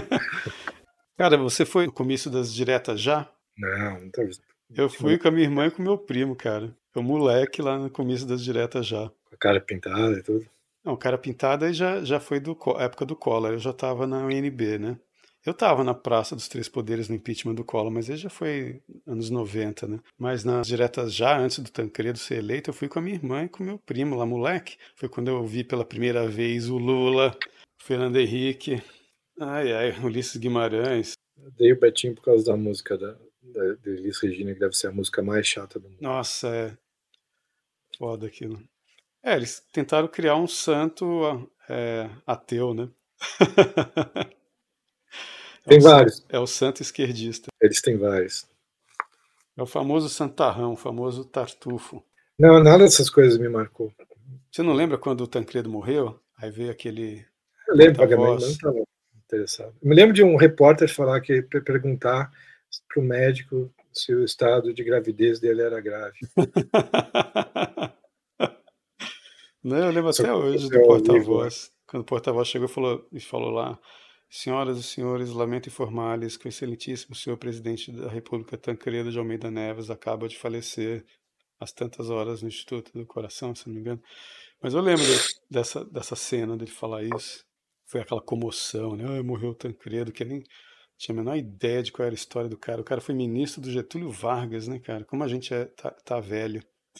Cara, você foi no comício das diretas já? Não, não tô... Eu fui com a minha irmã e com o meu primo, cara. Eu moleque lá no comício das diretas já. Com a cara pintada e tudo? Não, cara pintada aí já, já foi do época do Collor, eu já tava na U N B, né? Eu tava na Praça dos Três Poderes no impeachment do Collor, mas ele já foi anos noventa, né? Mas nas diretas já, antes do Tancredo ser eleito, eu fui com a minha irmã e com o meu primo lá, moleque. Foi quando eu vi pela primeira vez o Lula, o Fernando Henrique, ai, ai, Ulisses Guimarães. Eu dei o Betinho por causa da música da, da, da Elis Regina, que deve ser a música mais chata do mundo. Nossa, é foda aquilo. É, eles tentaram criar um santo é, ateu, né? Tem é vários. Santo, é o santo esquerdista. Eles têm vários. É o famoso santarrão, o famoso tartufo. Não, nada dessas coisas me marcou. Você não lembra quando o Tancredo morreu? Aí veio aquele... Eu lembro vagamente, não estava interessado. Eu me lembro de um repórter falar que perguntar para o médico se o estado de gravidez dele era grave. Não, eu lembro até hoje do porta-voz. Quando o porta-voz chegou e falou, e falou lá: senhoras e senhores, lamento informar-lhes que o excelentíssimo senhor presidente da República, Tancredo de Almeida Neves, acaba de falecer às tantas horas no Instituto do Coração, se não me engano. Mas eu lembro dele, dessa, dessa cena dele falar isso. Foi aquela comoção, né? Ah, morreu o Tancredo, que nem tinha a menor ideia de qual era a história do cara. O cara foi ministro do Getúlio Vargas, né, cara? Como a gente é, tá, tá velho.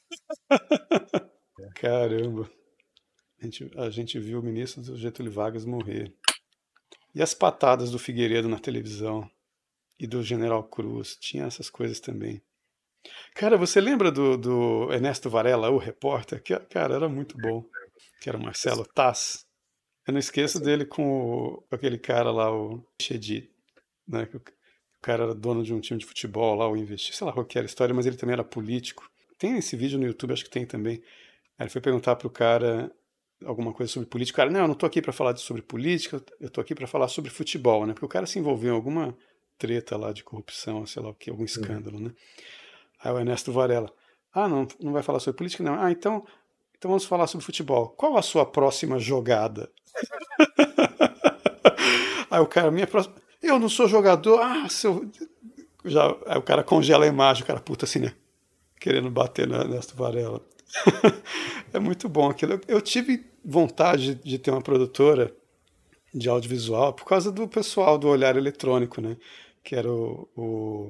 Caramba. A gente, a gente viu o ministro do Getúlio Vargas morrer. E as patadas do Figueiredo na televisão. E do General Cruz. Tinha essas coisas também. Cara, você lembra do, do Ernesto Varela, o repórter? Que, cara, era muito bom. Que era o Marcelo Tass. Eu não esqueço dele com, o, com aquele cara lá, o Chedi, né? O cara era dono de um time de futebol lá, o investir, sei lá qual que era a história, mas ele também era político. Tem esse vídeo no YouTube, acho que tem também. Aí ele foi perguntar pro cara alguma coisa sobre política. O cara, não, eu não tô aqui para falar sobre política, eu tô aqui para falar sobre futebol, né? Porque o cara se envolveu em alguma treta lá de corrupção, sei lá o que, algum escândalo, né? Aí o Ernesto Varela, Ah, não, não vai falar sobre política, não. Ah, então, então vamos falar sobre futebol. Qual a sua próxima jogada? Aí o cara, minha próxima. Eu não sou jogador. Ah, seu. Já, aí o cara congela a imagem, o cara, puta assim, né? Querendo bater na Ernesto Varela. É muito bom aquilo. Eu, eu tive vontade de ter uma produtora de audiovisual por causa do pessoal do Olhar Eletrônico, né? Que era o, o,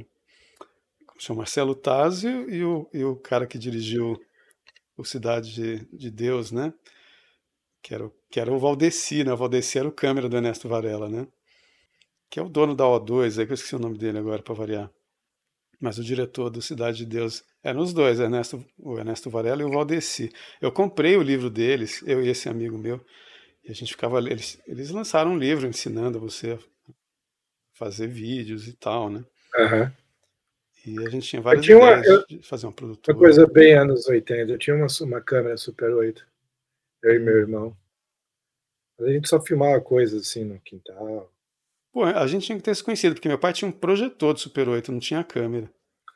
o Marcelo Tázio e o, e o cara que dirigiu o Cidade de, de Deus, né? Que era, o, que era o Valdeci, né? O Valdeci era o câmera do Ernesto Varela, né? Que é o dono da O dois, aí que eu esqueci o nome dele agora para variar. Mas o diretor do Cidade de Deus eram os dois, Ernesto, o Ernesto Varela e o Valdeci. Eu comprei o livro deles, eu e esse amigo meu, e a gente ficava. Eles, eles lançaram um livro ensinando você a fazer vídeos e tal, né? Uhum. E a gente tinha várias tinha ideias uma, eu, de fazer uma produtora. Uma coisa bem anos oitenta. Eu tinha uma, uma câmera Super oito, eu hum. e meu irmão. A gente só filmava coisas assim no quintal. Pô, a gente tinha que ter se conhecido, porque meu pai tinha um projetor de Super oito, não tinha câmera.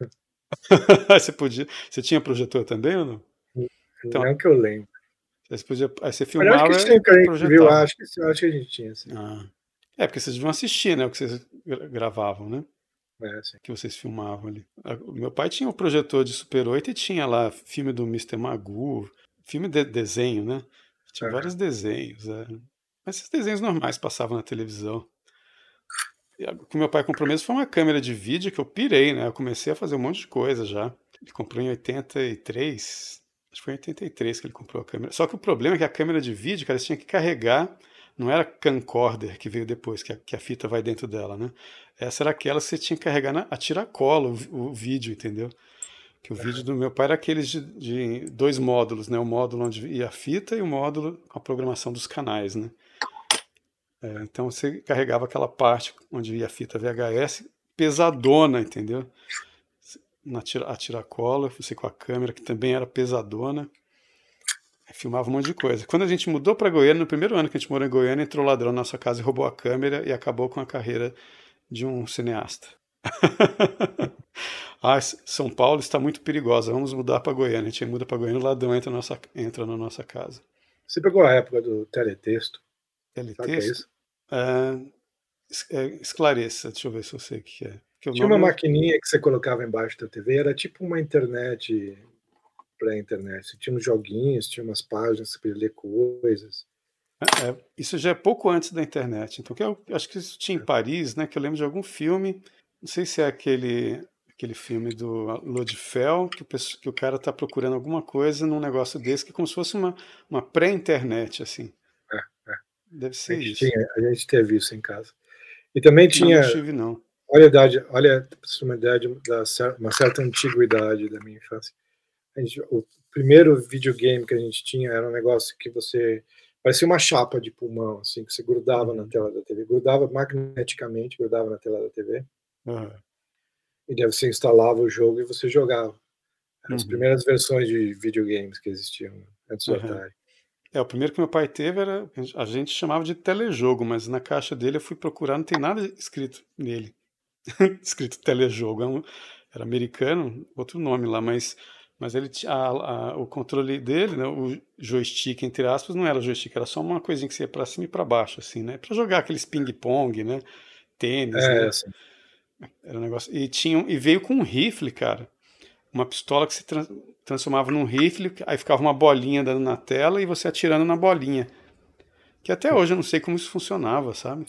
Você podia. Você tinha projetor também ou não? Então, não que eu lembro. Você podia, aí você filmava. Mas acho que sim, que a gente viu, acho que, acho que a gente tinha, sim. Ah. É, porque vocês deviam assistir, né? O que vocês gravavam, né? É, sim. Que vocês filmavam ali. O meu pai tinha um projetor de Super oito e tinha lá filme do mister Magoo, filme de desenho, né? Tinha uhum. vários desenhos. É. Mas esses desenhos normais passavam na televisão. E o que meu pai comprou mesmo foi uma câmera de vídeo que eu pirei, né? Eu comecei a fazer um monte de coisa já. Ele comprou em oitenta e três. Acho que foi em oitenta e três que ele comprou a câmera. Só que o problema é que a câmera de vídeo, cara, você tinha que carregar. Não era camcorder que veio depois, que a, que a fita vai dentro dela, né? Essa era aquela que você tinha que carregar na, a tiracolo o, o vídeo, entendeu? Que o uhum. vídeo do meu pai era aqueles de, de dois módulos, né? O módulo onde ia a fita e o módulo com a programação dos canais, né? É, então você carregava aquela parte onde ia a fita V H S pesadona, entendeu? Na tira, a tiracolo, você com a câmera que também era pesadona. Filmava um monte de coisa. Quando a gente mudou para Goiânia, no primeiro ano que a gente morou em Goiânia, entrou um ladrão na nossa casa e roubou a câmera e acabou com a carreira de um cineasta. Ah, São Paulo está muito perigosa, vamos mudar para Goiânia. A gente muda para Goiânia, o ladrão entra na, nossa, entra na nossa casa. Você pegou a época do teletexto? Teletexto? Sabe o que é isso? É, é, esclareça, deixa eu ver se eu sei o que é. Que Tinha uma maquininha que você colocava embaixo da T V, era tipo uma internet... pré-internet. Tinha uns joguinhos, tinha umas páginas, você podia ler coisas. É, é, isso já é pouco antes da internet. Então, que eu acho que isso tinha em Paris, né? Que eu lembro de algum filme, não sei se é aquele, aquele filme do Lodfell, que o, que o cara está procurando alguma coisa num negócio desse, que é como se fosse uma, uma pré-internet, assim. É, é. Deve ser a isso. Tinha, a gente teve isso em casa. E também tinha... Não, não tive, não. Olha a idade, olha uma idade, da, uma certa antiguidade da minha infância. A gente, o primeiro videogame que a gente tinha era um negócio que você... parecia uma chapa de pulmão, assim, que você grudava uhum. na tela da T V. Grudava magneticamente, grudava na tela da T V. Uhum. E daí você instalava o jogo e você jogava. Eram as uhum. primeiras versões de videogames que existiam antes do uhum. Atari. É, o primeiro que meu pai teve era... A gente chamava de telejogo, mas na caixa dele eu fui procurar, não tem nada escrito nele. escrito telejogo. Era, um, era americano, outro nome lá, mas... Mas ele, a, a, o controle dele, né, o joystick, entre aspas, não era joystick, era só uma coisinha que você ia para cima e para baixo, assim, né? Para jogar aqueles ping-pong, né? Tênis, é, né? Assim. Era um negócio. E, tinha, e veio com um rifle, cara. Uma pistola que se trans, transformava num rifle, aí ficava uma bolinha dando na tela e você atirando na bolinha. Que até hoje eu não sei como isso funcionava, sabe?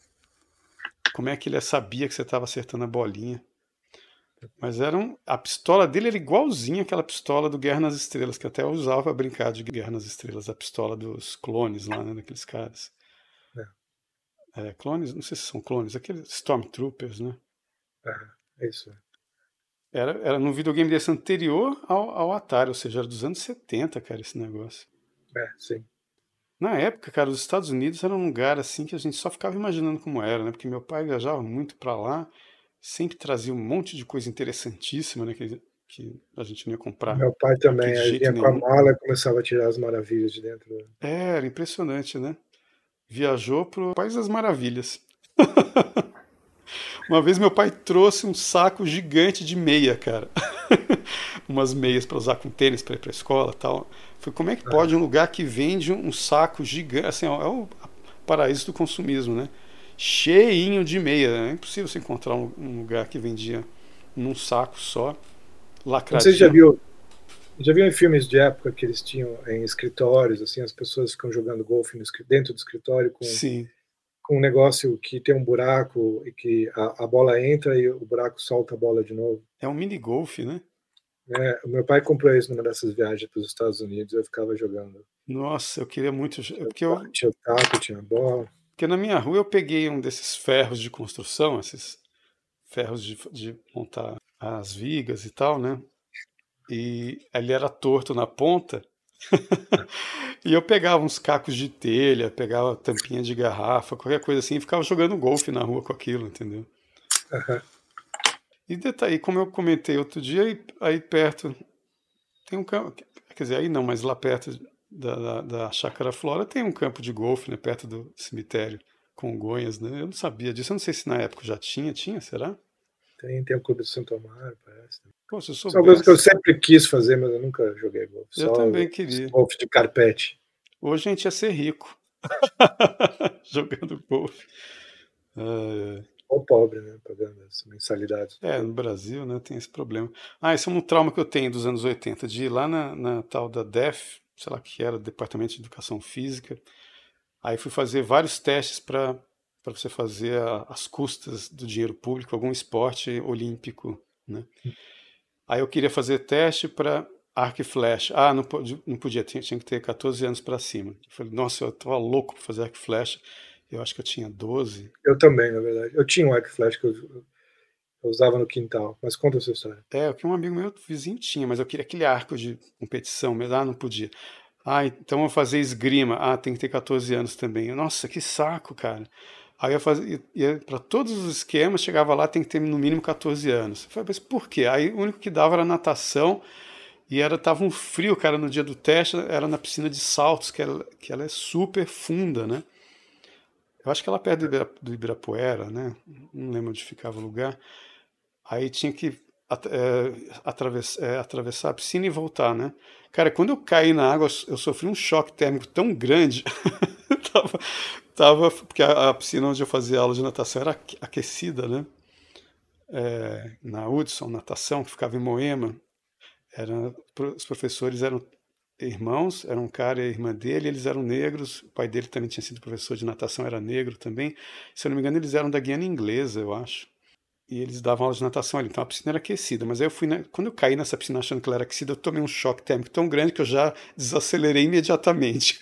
Como é que ele sabia que você estava acertando a bolinha. Mas era um, a pistola dele era igualzinha àquela pistola do Guerra nas Estrelas, que até eu usava para brincar de Guerra nas Estrelas, a pistola dos clones lá, né, daqueles caras. É. É, clones, não sei se são clones, aqueles Stormtroopers, né? É, isso. Era, era num videogame desse anterior ao, ao Atari, ou seja, era dos anos setenta, cara, esse negócio. É, sim. Na época, cara, os Estados Unidos era um lugar assim que a gente só ficava imaginando como era, né? Porque meu pai viajava muito para lá, sempre trazia um monte de coisa interessantíssima, né? Que, que a gente não ia comprar. Meu pai também, ele vinha com a mala e começava a tirar as maravilhas de dentro. É, era impressionante, né? Viajou pro País das Maravilhas. Uma vez meu pai trouxe um saco gigante de meia, cara. Umas meias para usar com tênis para ir para a escola e tal. Falei, como é que pode um lugar que vende um saco gigante, assim, ó, é o paraíso do consumismo, né? Cheinho de meia. É impossível você encontrar um, um lugar que vendia num saco só, lacradinho. Você já viu, já viu em filmes de época que eles tinham em escritórios, assim, as pessoas ficam jogando golfe no, dentro do escritório com, Sim. com um negócio que tem um buraco e que a, a bola entra e o buraco solta a bola de novo? É um mini golfe, né? É, o meu pai comprou isso numa dessas viagens para os Estados Unidos, eu ficava jogando. Nossa, eu queria muito. Tinha, Porque, eu, tinha o taco, tinha a bola. porque na minha rua eu peguei um desses ferros de construção, esses ferros de, de montar as vigas e tal, né? E ele era torto na ponta. E eu pegava uns cacos de telha, pegava tampinha de garrafa, qualquer coisa assim, e ficava jogando golfe na rua com aquilo, entendeu? Uhum. E detalhe, como eu comentei outro dia, aí, aí perto tem um campo, quer dizer, aí não, mas lá perto da, da, da Chácara Flora tem um campo de golfe, né, perto do cemitério Congonhas, né? Eu não sabia disso, eu não sei se na época já tinha, tinha, será? Tem, tem o Clube do Santo Amaro, parece. Pô, se eu São coisas que eu soubesse, sempre quis fazer, mas eu nunca joguei golfe. eu Só também queria. golfe de carpete. Hoje a gente ia ser rico jogando golfe. Ah, Ou pobre, né? Pagando as mensalidades. é, no Brasil, né, tem esse problema. Ah, esse é um trauma que eu tenho dos anos oitenta, de ir lá na, na tal da D E F, sei lá o que era, Departamento de Educação Física. Aí fui fazer vários testes para para você fazer a, as custas do dinheiro público, algum esporte olímpico, né? Aí eu queria fazer teste para arco e flecha. Ah, não, pode, não podia, tinha, tinha que ter catorze anos para cima. Eu falei, nossa, eu estava louco para fazer arco e flecha. Eu acho que eu tinha doze. Eu também, na verdade. Eu tinha um arco e flecha que eu, eu usava no quintal. Mas conta a sua história. É, o que um amigo meu vizinho tinha, mas eu queria aquele arco de competição mesmo. Ah, não podia. Ah, então eu vou fazer esgrima. Ah, tem que ter catorze anos também. Nossa, que saco, cara. Aí eu fazia, ia para todos os esquemas, chegava lá, tem que ter no mínimo catorze anos. Eu falei, mas por quê? Aí o único que dava era natação, e era tava um frio, cara, no dia do teste, era na piscina de saltos, que ela, que ela é super funda, né? Eu acho que ela perto do, Ibira, do Ibirapuera, né? Não lembro onde ficava o lugar. Aí tinha que é, atravessar, é, atravessar a piscina e voltar, né? Cara, quando eu caí na água, eu sofri um choque térmico tão grande. tava, tava, porque a, a piscina onde eu fazia aula de natação era aquecida, né? É, na Hudson, natação, que ficava em Moema. Era, os professores eram irmãos, era um cara e a irmã dele, eles eram negros, o pai dele também tinha sido professor de natação, era negro também. Se eu não me engano, eles eram da Guiana Inglesa, eu acho. E eles davam aula de natação ali, então a piscina era aquecida. Mas aí eu fui, né, quando eu caí nessa piscina achando que ela era aquecida, eu tomei um choque térmico tão grande que eu já desacelerei imediatamente.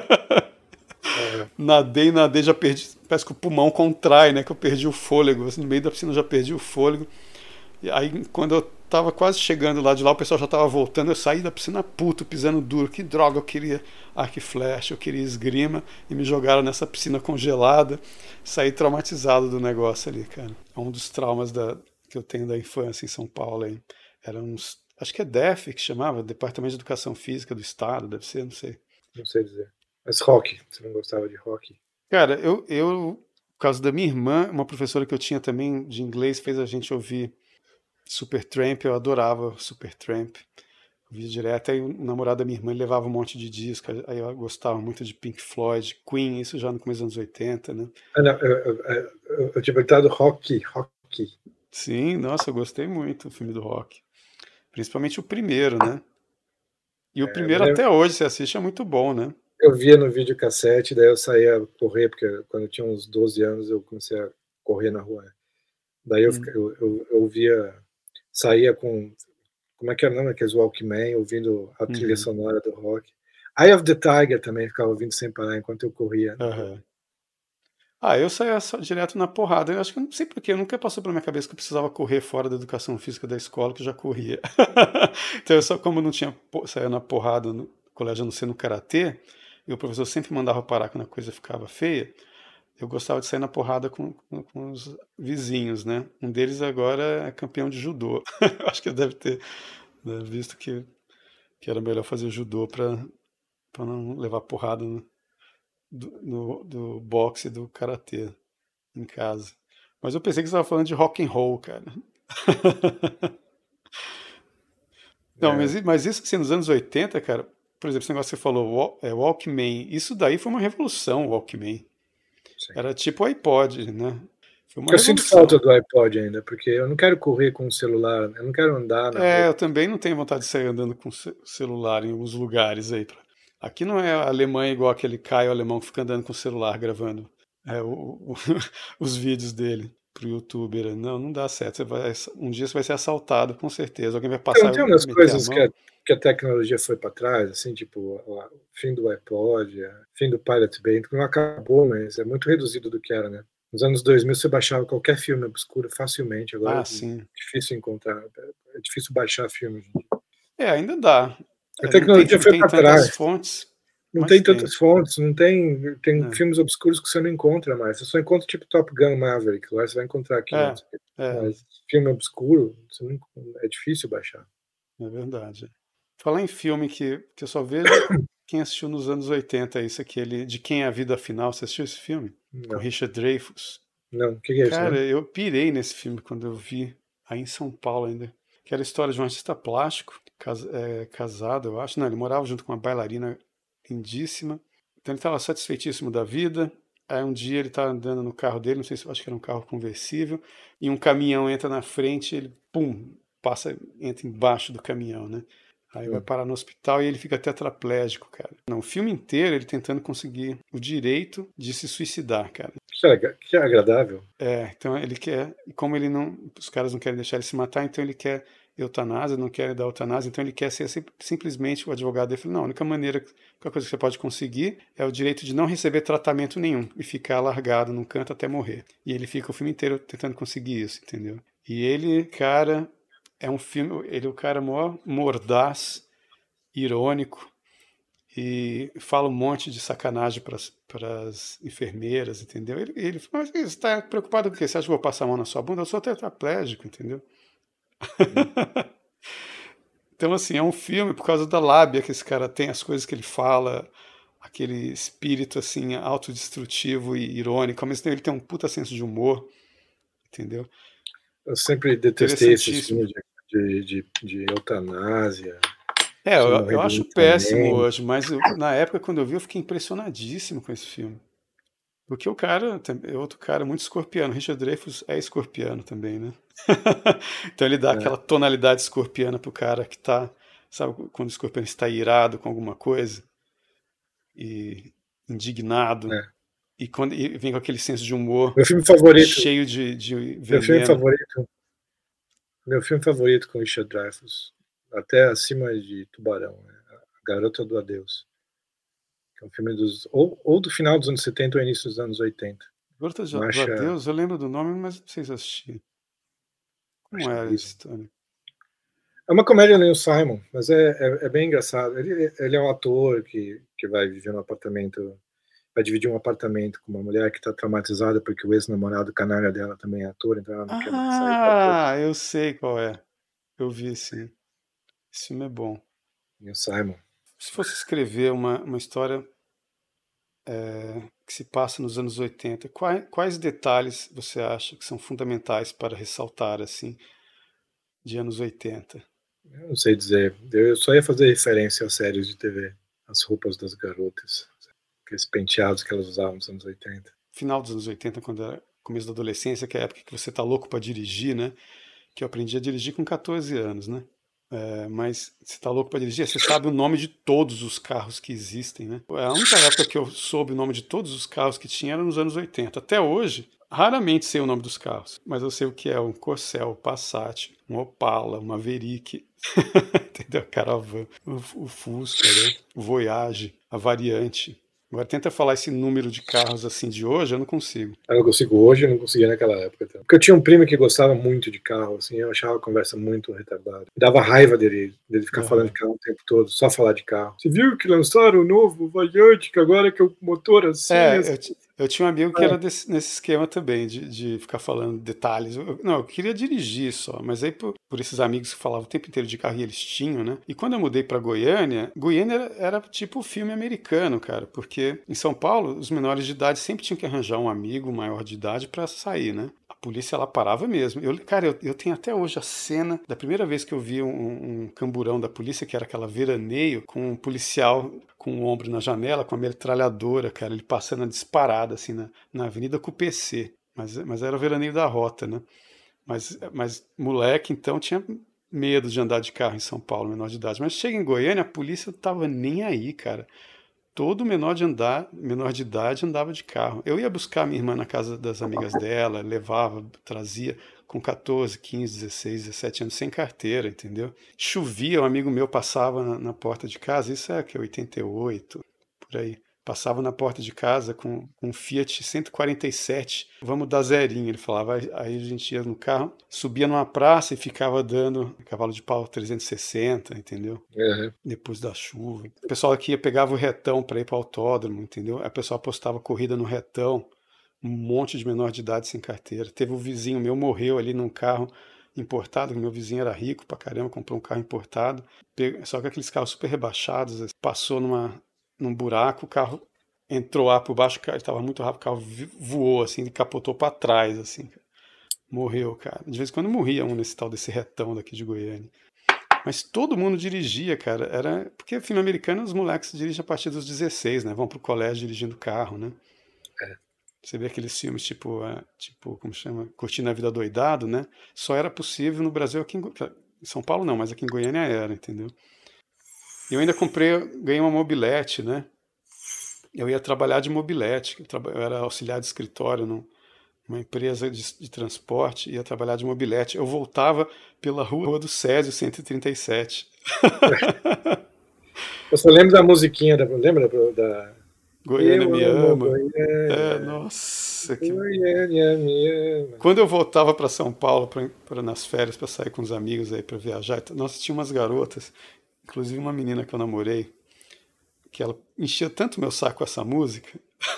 É. Nadei, nadei, já perdi, parece que o pulmão contrai, né, que eu perdi o fôlego, assim, no meio da piscina eu já perdi o fôlego. E aí quando eu tava quase chegando lá de lá, o pessoal já tava voltando, eu saí da piscina puto, pisando duro, que droga, eu queria arco e flecha, eu queria esgrima, e me jogaram nessa piscina congelada, saí traumatizado do negócio ali, cara. É um dos traumas da, que eu tenho da infância em São Paulo, aí. Era uns, acho que é D E F que chamava, Departamento de Educação Física do Estado, deve ser, não sei. Não sei dizer. Mas rock, você não gostava de rock? Cara, eu, eu por causa da minha irmã, uma professora que eu tinha também de inglês, fez a gente ouvir Supertramp, eu adorava Supertramp, via direto. Aí o namorado da minha irmã levava um monte de disco, aí eu gostava muito de Pink Floyd, Queen, isso já no começo dos anos oitenta, né? Ah, não, eu, eu, eu, eu tinha perguntado rock, rock. Sim, nossa, eu gostei muito do filme do rock, principalmente o primeiro, né? E o É, primeiro até hoje, você assiste, é muito bom, né? Eu via no videocassete, daí eu saía a correr, porque quando eu tinha uns doze anos eu comecei a correr na rua. Daí eu, hum. eu, eu, eu via, saía com, como é que era o nome, aqueles Walkman, ouvindo a trilha uhum. sonora do rock. Eye of the Tiger também, ficava ouvindo sem parar enquanto eu corria. Uhum. Ah, eu saía só direto na porrada. Eu acho que não sei porquê, nunca passou pela minha cabeça que eu precisava correr fora da educação física da escola, que eu já corria. Então, eu só como não tinha saía na porrada no colégio, a não ser no karatê, e o professor sempre mandava parar quando a coisa ficava feia, eu gostava de sair na porrada com, com, com os vizinhos, né? Um deles agora é campeão de judô. Acho que deve ter né, visto que, que era melhor fazer judô para não levar porrada no, do, no, do boxe e do karatê em casa. Mas eu pensei que você estava falando de rock and roll, cara. Não, É, mas, mas isso assim, nos anos oitenta, cara, por exemplo, esse negócio que você falou, Wa- é, Walkman, isso daí foi uma revolução, o Walkman. sim. Era tipo o iPod, né? Foi uma Eu sinto falta revolução. do iPod ainda, porque eu não quero correr com o celular, eu não quero andar na É, rua. eu também não tenho vontade de sair andando com ce- celular em alguns lugares aí. pra- Aqui não é a Alemanha igual aquele Caio alemão que fica andando com o celular gravando é, o- o- os vídeos dele pro youtuber. Não, não dá certo. Você vai- um dia você vai ser assaltado, com certeza. Alguém vai Então, passar tem e umas meter a coisas que mão. a, que a tecnologia foi para trás, assim, tipo o, o fim do iPod, o fim do Pirate Bay, não acabou, mas é muito reduzido do que era, né? Nos anos dois mil você baixava qualquer filme obscuro facilmente, agora Ah, é sim. difícil encontrar, é difícil baixar filme. É, ainda dá. A É, não tem, tecnologia não foi tem para tantas trás. fontes, Não mas tem tem. tantas fontes, não tem, tem Né? filmes obscuros que você não encontra mais. Você só encontra tipo Top Gun Maverick, agora você vai encontrar É, quinhentos. é, Mas filme obscuro, você não, é difícil baixar. é verdade. Falar em filme que, que eu só vejo quem assistiu nos anos oitenta, isso aquele De Quem é a Vida Afinal. Você assistiu esse filme? Com Não, Richard Dreyfuss. não. O que que é isso, Cara, né? eu pirei nesse filme quando eu vi, aí em São Paulo ainda. Que era a história de um artista plástico, cas- é, casado, eu acho. Não, ele morava junto com uma bailarina lindíssima. Então ele estava satisfeitíssimo da vida. Aí um dia ele está andando no carro dele, não sei se eu acho que era um carro conversível, e um caminhão entra na frente, ele, pum, passa, entra embaixo do caminhão, né? Aí vai Hum. parar no hospital e ele fica tetraplégico, cara. Não, o filme inteiro ele tentando conseguir o direito de se suicidar, cara. Que, lega- que agradável. É, então ele quer, e como ele não, os caras não querem deixar ele se matar, então ele quer eutanásia, não querem dar eutanásia, então ele quer ser sim- simplesmente o advogado dele. Falou, não, a única maneira, a única coisa que você pode conseguir é o direito de não receber tratamento nenhum e ficar largado num canto até morrer. E ele fica o filme inteiro tentando conseguir isso, entendeu? E ele, cara, é um filme, ele é o cara maior mordaz, irônico, e fala um monte de sacanagem para as enfermeiras, entendeu? Ele, ele fala, mas você está preocupado com o quê? Você acha que eu vou passar a mão na sua bunda? Eu sou tetraplégico, entendeu? Hum. Então, assim, é um filme por causa da lábia que esse cara tem, as coisas que ele fala, aquele espírito, assim, autodestrutivo e irônico, ao mesmo tempo ele tem um puta senso de humor, entendeu? Eu sempre detestei esses Interessantíssimo. filmes de, de, de, de eutanásia, É, de eu, morrer eu acho péssimo violentamente. hoje, mas eu- na época, quando eu vi, eu fiquei impressionadíssimo com esse filme. Porque o cara tam- é outro cara muito escorpiano. Richard Dreyfuss é escorpiano também, né? Então ele dá É, aquela tonalidade escorpiana pro cara que tá, sabe, quando o escorpião está irado com alguma coisa e indignado é. e quando e vem com aquele senso de humor Meu filme favorito, cheio de, de meu filme veneno. favorito, meu filme favorito com Richard Dreyfuss, até acima de Tubarão, né? A Garota do Adeus, que é um filme dos ou, ou do final dos anos setenta ou início dos anos oitenta. Garota do do Marcha, Adeus, eu lembro do nome, mas não sei se assisti. Como Marcha era a Livre. história? É uma comédia do Neil Simon, mas é, é, é bem engraçado. Ele, ele é um ator que, que vai viver num apartamento, vai dividir um apartamento com uma mulher que está traumatizada porque o ex-namorado canalha dela também é ator, então ela não quer mais sair com o ator. Ah, eu sei qual é. Eu vi, sim. Esse filme é bom. Neil Simon. Se fosse escrever uma, uma história é, que se passa nos anos oitenta, quais, quais detalhes você acha que são fundamentais para ressaltar, assim, de anos oitenta? Eu não sei dizer. Eu só ia fazer referência às séries de T V, as roupas das garotas, aqueles penteados que elas usavam nos anos oitenta. Final dos anos oitenta, quando era começo da adolescência, que é a época que você tá louco para dirigir, né? Que eu aprendi a dirigir com catorze anos, né? É, mas você tá louco para dirigir? Você sabe o nome de todos os carros que existem, né? A única época que eu soube o nome de todos os carros que tinha era nos anos oitenta. Até hoje, raramente sei o nome dos carros, mas eu sei o que é um Corcel, um Passat, um Opala, uma Maverick, entendeu? Caravan, o, o Fusca, né? O Voyage, a Variante. Agora tenta falar esse número de carros assim de hoje, eu não consigo. Eu não consigo hoje, eu não conseguia naquela época. Então. Porque eu tinha um primo que gostava muito de carro, assim, eu achava a conversa muito retardada. Me dava raiva dele, dele ficar Uhum. falando de carro o tempo todo, só falar de carro. Você viu que lançaram o novo Variante, que agora que é o motor assim... É, assim. eu, ti- eu tinha um amigo que era desse- nesse esquema também, de, de ficar falando detalhes. Eu- não, eu queria dirigir só, mas aí por, por esses amigos que falavam o tempo inteiro de carro e eles tinham, né? E quando eu mudei pra Goiânia, Goiânia era, era tipo filme americano, cara, porque em São Paulo os menores de idade sempre tinham que arranjar um amigo maior de idade pra sair, né? polícia, ela parava mesmo. Eu, cara, eu, eu tenho até hoje a cena da primeira vez que eu vi um, um camburão da polícia, que era aquela veraneio, com um policial com o ombro na janela, com a metralhadora, cara, ele passando a disparada, assim, na, na avenida com o P C. Mas, mas era o veraneio da rota, né? Mas, mas moleque, então, tinha medo de andar de carro em São Paulo, menor de idade. Mas chega em Goiânia, a polícia não tava nem aí, cara. Todo menor de, andar, menor de idade andava de carro. Eu ia buscar minha irmã na casa das amigas dela, levava, trazia com catorze, quinze, dezesseis, dezessete anos, sem carteira, entendeu? Chovia, um amigo meu passava na, na porta de casa, isso é que oitenta e oito, por aí. Passava na porta de casa com, com um Fiat cento e quarenta e sete, vamos dar zerinho, ele falava. Aí, aí a gente ia no carro, subia numa praça e ficava dando cavalo de pau trezentos e sessenta, entendeu? Uhum. Depois da chuva. O pessoal aqui pegava o retão para ir para o autódromo, entendeu? Aí o pessoal apostava corrida no retão, um monte de menor de idade sem carteira. Teve um vizinho meu, morreu ali num carro importado, que meu vizinho era rico pra caramba, comprou um carro importado, só que aqueles carros super rebaixados, passou numa num buraco, o carro entrou lá por baixo, estava muito rápido, o carro voou assim, e capotou para trás, assim, morreu, cara. De vez em quando morria um nesse tal desse retão daqui de Goiânia. Mas todo mundo dirigia, cara, era porque filme americano os moleques dirigem a partir dos dezesseis, né, vão pro colégio dirigindo carro, né. É. Você vê aqueles filmes tipo, é, tipo, como chama, Curtindo a Vida Doidado, né, só era possível no Brasil, aqui em, em São Paulo não, mas aqui em Goiânia era, entendeu. Eu ainda comprei, ganhei uma mobilete, né? Eu ia trabalhar de mobilete, eu era auxiliar de escritório numa empresa de, de transporte, ia trabalhar de mobilete. Eu voltava pela rua do Césio cento e trinta e sete. Eu só lembro da musiquinha, da, lembra da... Goiânia eu me ama. Goiânia. É, nossa. Que... Goiânia me ama. Quando eu voltava para São Paulo, pra, pra, nas férias, para sair com os amigos aí para viajar, nossa, tinha umas garotas, inclusive uma menina que eu namorei, que ela enchia tanto meu saco com essa música,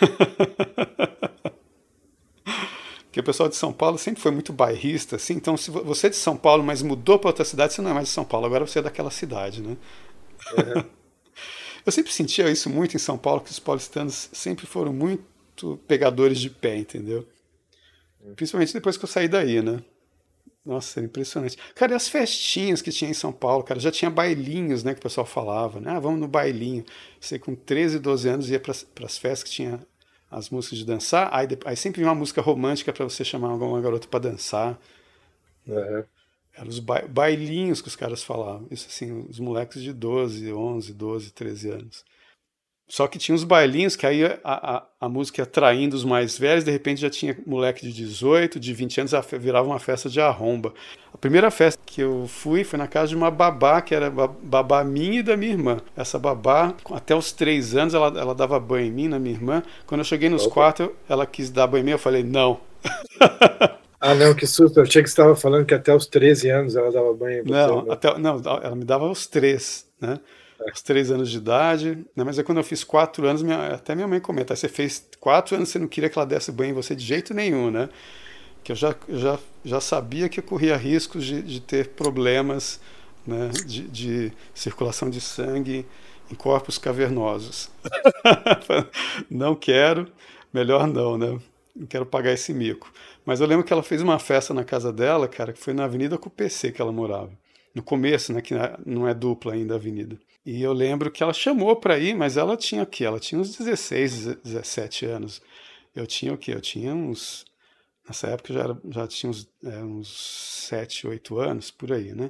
que o pessoal de São Paulo sempre foi muito bairrista, assim, então se você é de São Paulo, mas mudou para outra cidade, você não é mais de São Paulo, agora você é daquela cidade, né? Uhum. Eu sempre sentia isso muito em São Paulo, que os paulistanos sempre foram muito pegadores de pé, entendeu? Uhum. Principalmente depois que eu saí daí, né? Nossa, era impressionante. Cara, e as festinhas que tinha em São Paulo, cara, já tinha bailinhos, né, que o pessoal falava, né, ah, vamos no bailinho. Você com treze, doze anos ia para as festas que tinha as músicas de dançar, aí, aí sempre vinha uma música romântica para você chamar alguma garota para dançar. Uhum. Eram os ba bailinhos que os caras falavam. Isso assim, os moleques de doze, onze, doze, treze anos. Só que tinha os bailinhos que aí a, a, a música ia atraindo os mais velhos, de repente já tinha moleque de dezoito, de vinte anos, virava uma festa de arromba. A primeira festa que eu fui foi na casa de uma babá, que era babá minha e da minha irmã. Essa babá, até os três anos, ela, ela dava banho em mim, na minha irmã. Quando eu cheguei nos Opa. quatro, ela quis dar banho em mim, eu falei, não. Ah, não, que susto. Eu achei que você estava falando que até os treze anos ela dava banho em você. Não, né? até, não, ela me dava aos três, né? Aos três anos de idade, né? Mas é quando eu fiz quatro anos, minha, até minha mãe comenta, você fez quatro anos, você não queria que ela desse banho em você de jeito nenhum, né? Que eu já, já, já sabia que eu corria riscos de, de ter problemas, né? de, de circulação de sangue em corpos cavernosos. Não quero, melhor não, né? Não quero pagar esse mico. Mas eu lembro que ela fez uma festa na casa dela, cara, que foi na Avenida com o P C que ela morava. No começo, né, que não é dupla ainda a avenida. E eu lembro que ela chamou para ir, mas ela tinha o quê? Ela tinha uns dezesseis, dezessete anos. Eu tinha o quê? Eu tinha uns... Nessa época eu já, era, já tinha uns, é, uns sete, oito anos, por aí, né?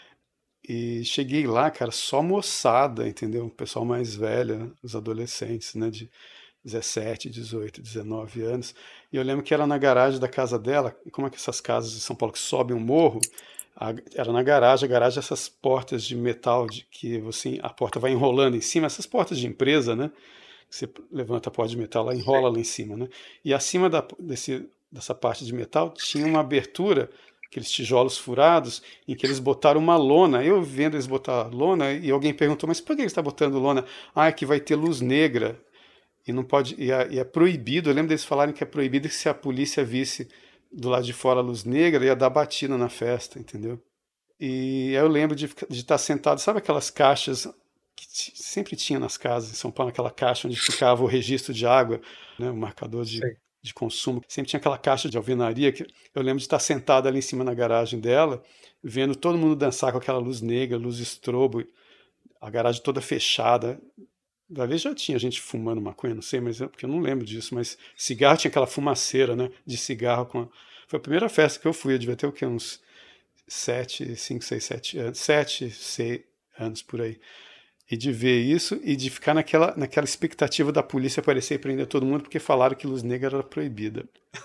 E cheguei lá, cara, só moçada, entendeu? O pessoal mais velho, os adolescentes, né, de dezessete, dezoito, dezenove anos. E eu lembro que era na garagem da casa dela, como é que essas casas de São Paulo que sobem um morro, a, era na garagem, a garagem essas portas de metal, de, que você, a porta vai enrolando em cima, essas portas de empresa, né? Você levanta a porta de metal, ela enrola lá em cima, né? E acima da, desse, dessa parte de metal tinha uma abertura, aqueles tijolos furados, em que eles botaram uma lona. Eu vendo eles botar lona, e alguém perguntou, mas por que eles estão botando lona? Ah, é que vai ter luz negra. E não pode, e é, e é proibido, eu lembro deles falarem que é proibido que se a polícia visse do lado de fora a luz negra, ia dar batida na festa, entendeu? E eu lembro de, de estar sentado, sabe aquelas caixas que sempre tinha nas casas em São Paulo, aquela caixa onde ficava o registro de água, né, o marcador de, de consumo. Sempre tinha aquela caixa de alvenaria que eu lembro de estar sentado ali em cima na garagem dela, vendo todo mundo dançar com aquela luz negra, luz estrobo, a garagem toda fechada. Da vez já tinha gente fumando maconha, não sei, mas é porque eu não lembro disso, mas cigarro tinha aquela fumaceira, né, de cigarro. Com a... Foi a primeira festa que eu fui, eu devia ter o quê? Uns sete, cinco, seis, sete anos, sete, seis anos por aí. E de ver isso e de ficar naquela, naquela expectativa da polícia aparecer e prender todo mundo porque falaram que luz negra era proibida.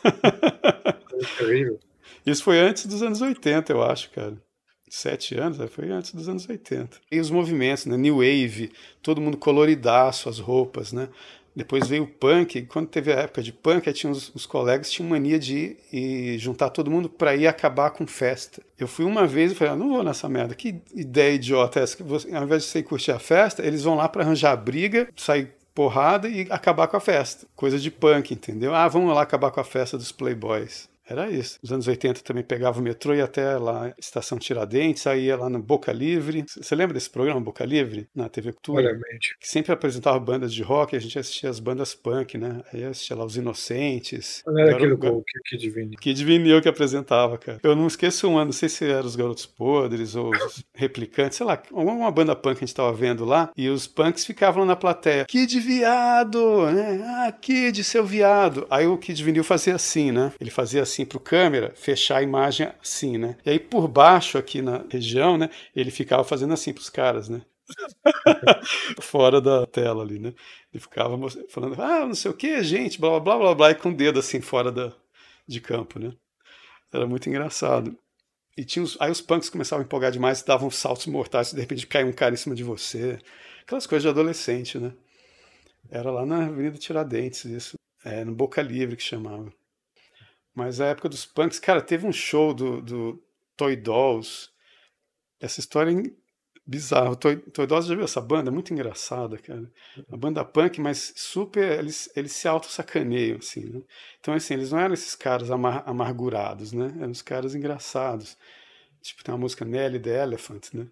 É terrível. Isso foi antes dos anos oitenta, eu acho, cara. Sete anos, foi antes dos anos oitenta. E os movimentos, né? New Wave, todo mundo coloridaço, as roupas, né? Depois veio o punk, e quando teve a época de punk, aí tinha os, os colegas tinham mania de ir e juntar todo mundo para ir acabar com festa. Eu fui uma vez e falei, ah, não vou nessa merda, que ideia idiota é essa? Você, ao invés de você ir curtir a festa, eles vão lá para arranjar briga, sair porrada e acabar com a festa. Coisa de punk, entendeu? Ah, vamos lá acabar com a festa dos playboys. Era isso. Nos anos oitenta também pegava o metrô e ia até lá, Estação Tiradentes, aí ia lá no Boca Livre. Você lembra desse programa, Boca Livre? Na T V Cultura? Olha, mente. Que sempre apresentava bandas de rock e a gente assistia as bandas punk, né? Aí eu assistia lá Os Inocentes. Não era aquilo Garo... que Kid Vinil. Kid Vinil que apresentava, cara. Eu não esqueço um ano, não sei se eram os Garotos Podres ou os Replicantes, sei lá, alguma banda punk que a gente tava vendo lá, e os punks ficavam lá na plateia. Kid viado, né? Ah, Kid, seu viado. Aí o Kid Vinil fazia assim, né? Ele fazia assim pro câmera, fechar a imagem assim, né? E aí por baixo aqui na região, né, ele ficava fazendo assim pros caras, né? Fora da tela ali, né? Ele ficava falando, ah, não sei o que, gente, blá, blá, blá, blá, e com o dedo assim fora da, de campo, né? Era muito engraçado. E tinha os, aí os punks começavam a empolgar demais, davam saltos mortais, de repente caiu um cara em cima de você. Aquelas coisas de adolescente, né? Era lá na Avenida Tiradentes, isso. É, no Boca Livre que chamava. Mas a época dos punks, cara, teve um show do, do Toy Dolls. Essa história é bizarra. Toy, Toy Dolls, já viu essa banda? Muito engraçada, cara. Uma banda punk, mas super. Eles, eles se auto-sacaneiam, assim, né? Então, assim, eles não eram esses caras amar, amargurados, né? Eram os caras engraçados. Tipo, tem uma música Nelly the Elephant, né?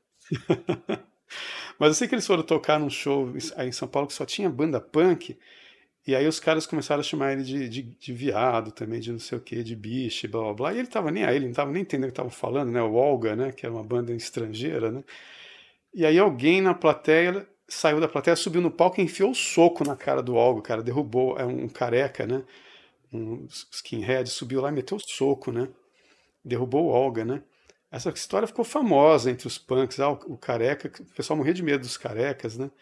Mas eu sei que eles foram tocar num show aí em São Paulo que só tinha banda punk. E aí os caras começaram a chamar ele de, de, de viado também, de não sei o que, de bicho, blá blá blá. E ele tava nem aí, ele não tava nem entendendo o que estavam falando, né? O Olga, né? Que era uma banda estrangeira, né? E aí alguém na plateia saiu da plateia, subiu no palco e enfiou o soco na cara do Olga, o cara derrubou, é um careca, né? Um skinhead, subiu lá e meteu o soco, né? Derrubou o Olga, né? Essa história ficou famosa entre os punks, ah, o, o careca, o pessoal morria de medo dos carecas, né?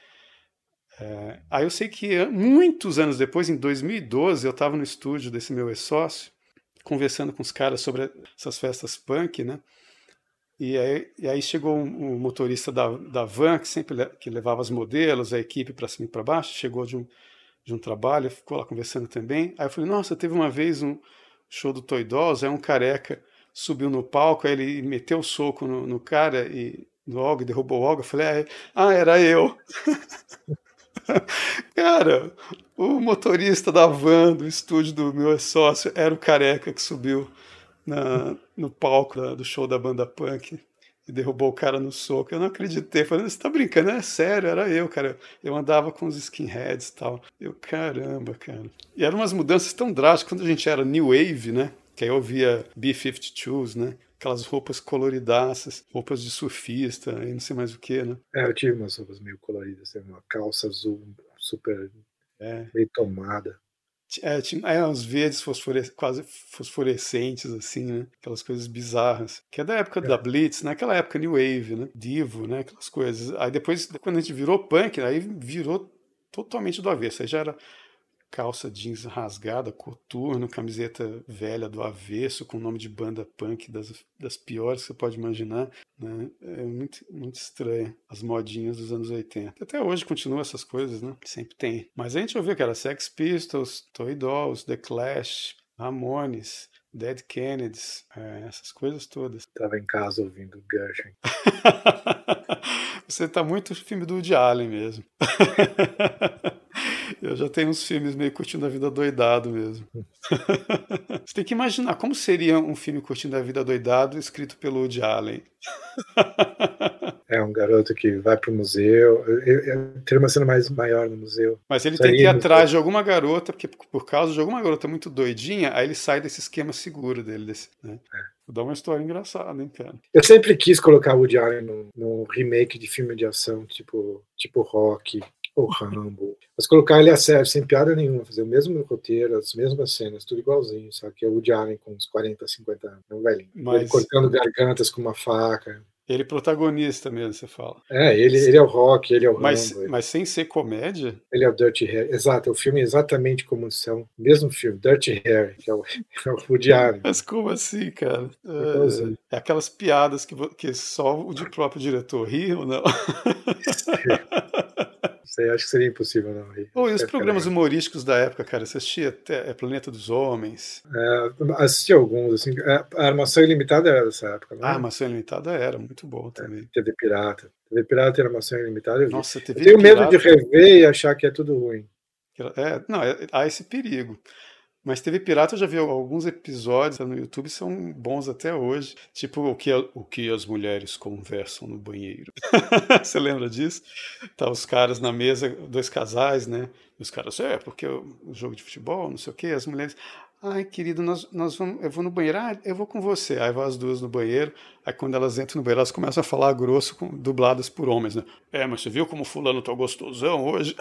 É, aí eu sei que muitos anos depois, em dois mil e doze, eu estava no estúdio desse meu ex-sócio, conversando com os caras sobre essas festas punk, né? E aí, e aí chegou um, um motorista da, da van, que sempre le, que levava os modelos, a equipe para cima e para baixo, chegou de um, de um trabalho, ficou lá conversando também. Aí eu falei, nossa, teve uma vez um show do Toy Dolls, aí um careca subiu no palco, aí ele meteu o soco no, no cara, e no Olga, derrubou o Olga. Eu falei, ah, era eu. Cara, o motorista da van do estúdio do meu sócio era o careca que subiu na, no palco da, do show da banda punk e derrubou o cara no soco. Eu não acreditei, falando, você tá brincando? É sério, era eu, cara. Eu andava com os skinheads e tal. Eu, caramba, cara. E eram umas mudanças tão drásticas quando a gente era New Wave, né? Que aí eu via B cinquenta e dois, né? Aquelas roupas coloridaças, roupas de surfista e não sei mais o que, né? É, eu tive umas roupas meio coloridas, uma calça azul super é. meio tomada. É, tinha é, uns verdes fosfore, quase fosforescentes, assim, né? Aquelas coisas bizarras. Que é da época é. da Blitz, naquela época New Wave, né? Divo, né? Aquelas coisas. Aí depois, quando a gente virou punk, aí virou totalmente do avesso. Aí já era calça jeans rasgada, coturno, camiseta velha do avesso, com nome de banda punk das, das piores que você pode imaginar, né? É muito, muito estranho as modinhas dos anos oitenta. Até hoje continuam essas coisas, né? Sempre tem. Mas a gente ouviu que era Sex Pistols, Toy Dolls, The Clash, Ramones, Dead Kennedys, é, essas coisas todas. Estava em casa ouvindo Gershwin. Você tá muito filme do Woody Allen mesmo. Eu já tenho uns filmes meio curtindo a vida doidado mesmo. Você tem que imaginar como seria um filme curtindo a vida doidado escrito pelo Woody Allen. É um garoto que vai pro museu. Eu, eu, eu teria uma cena mais maior no museu. Mas ele Sairia tem que ir no atrás museu. de alguma garota, porque por causa de alguma garota muito doidinha, aí ele sai desse esquema seguro dele. Desse, né? Dá uma história engraçada, hein, cara? Eu sempre quis colocar o Woody Allen no, no remake de filme de ação, tipo, tipo Rock ou Rambo. Mas colocar ele a sério, sem piada nenhuma, fazer o mesmo roteiro, as mesmas cenas, tudo igualzinho, só que é o Woody Allen com uns quarenta, cinquenta anos, é um velhinho. Ele Mas cortando gargantas com uma faca. ele é protagonista mesmo, você fala. É, ele, ele é o Rock, ele é o Mas, Rambo, ele, mas sem ser comédia? ele é o Dirty Harry. Exato, o filme é exatamente como são. Mesmo filme, Dirty Harry, que é o, é o Woody Allen. Mas como assim, cara? Igualzinho. É, é aquelas piadas que, vo- que só o de próprio diretor ri ou não? Isso aí acho que seria impossível não rir. Ou e Acho os que ia ficar programas legal. humorísticos da época, cara? Você assistia até é, Planeta dos Homens? É, assisti alguns, assim. é, A Armação Ilimitada era dessa época, não Ah, era? Armação Ilimitada era muito bom também. T V Pirata. T V Pirata e Armação Ilimitada eu vi. Nossa, Eu T V tenho medo de Pirata. rever e achar que é tudo ruim. É, não, é- há esse perigo. Mas T V Pirata eu já vi alguns episódios no YouTube, são bons até hoje. Tipo, o que, a- o que as mulheres conversam no banheiro. Você lembra disso? Tá os caras na mesa, dois casais, né? E os caras, é, porque o o jogo de futebol, não sei o quê, as mulheres. Ai, querido, nós, nós vamos, eu vou no banheiro, ah, eu vou com você. Aí vão as duas no banheiro, aí quando elas entram no banheiro, elas começam a falar grosso, com- dubladas por homens, né? É, mas você viu como fulano tá gostosão hoje?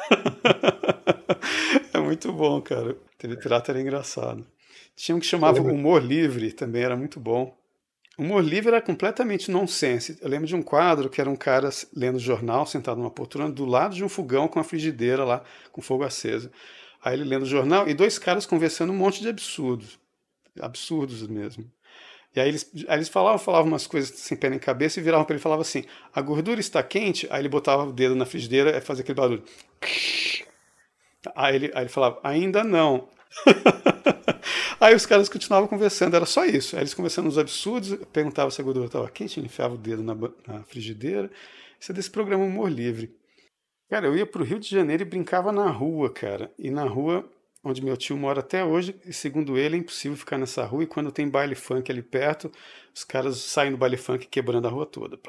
É muito bom, cara. T V Pirata era engraçado. Tinha um que Eu chamava lembro, Humor Livre, também era muito bom. Humor Livre era completamente nonsense. Eu lembro de um quadro que era um cara lendo jornal, sentado numa poltrona, do lado de um fogão com a frigideira lá, com fogo aceso. Aí ele lendo o jornal e dois caras conversando um monte de absurdos. Absurdos mesmo. E aí eles, aí eles falavam, falavam umas coisas sem pé nem cabeça e viravam para ele e falavam assim: a gordura está quente? Aí ele botava o dedo na frigideira e fazia aquele barulho. Aí ele, aí ele falava: ainda não. Aí os caras continuavam conversando, era só isso. Aí eles conversando uns absurdos, perguntavam se a gordura estava quente, ele enfiava o dedo na, ba- na frigideira. Isso é desse programa Humor Livre. Cara, eu ia pro Rio de Janeiro e brincava na rua, cara. E na rua onde meu tio mora até hoje, e segundo ele, é impossível ficar nessa rua. E quando tem baile funk ali perto, os caras saem do baile funk quebrando a rua toda.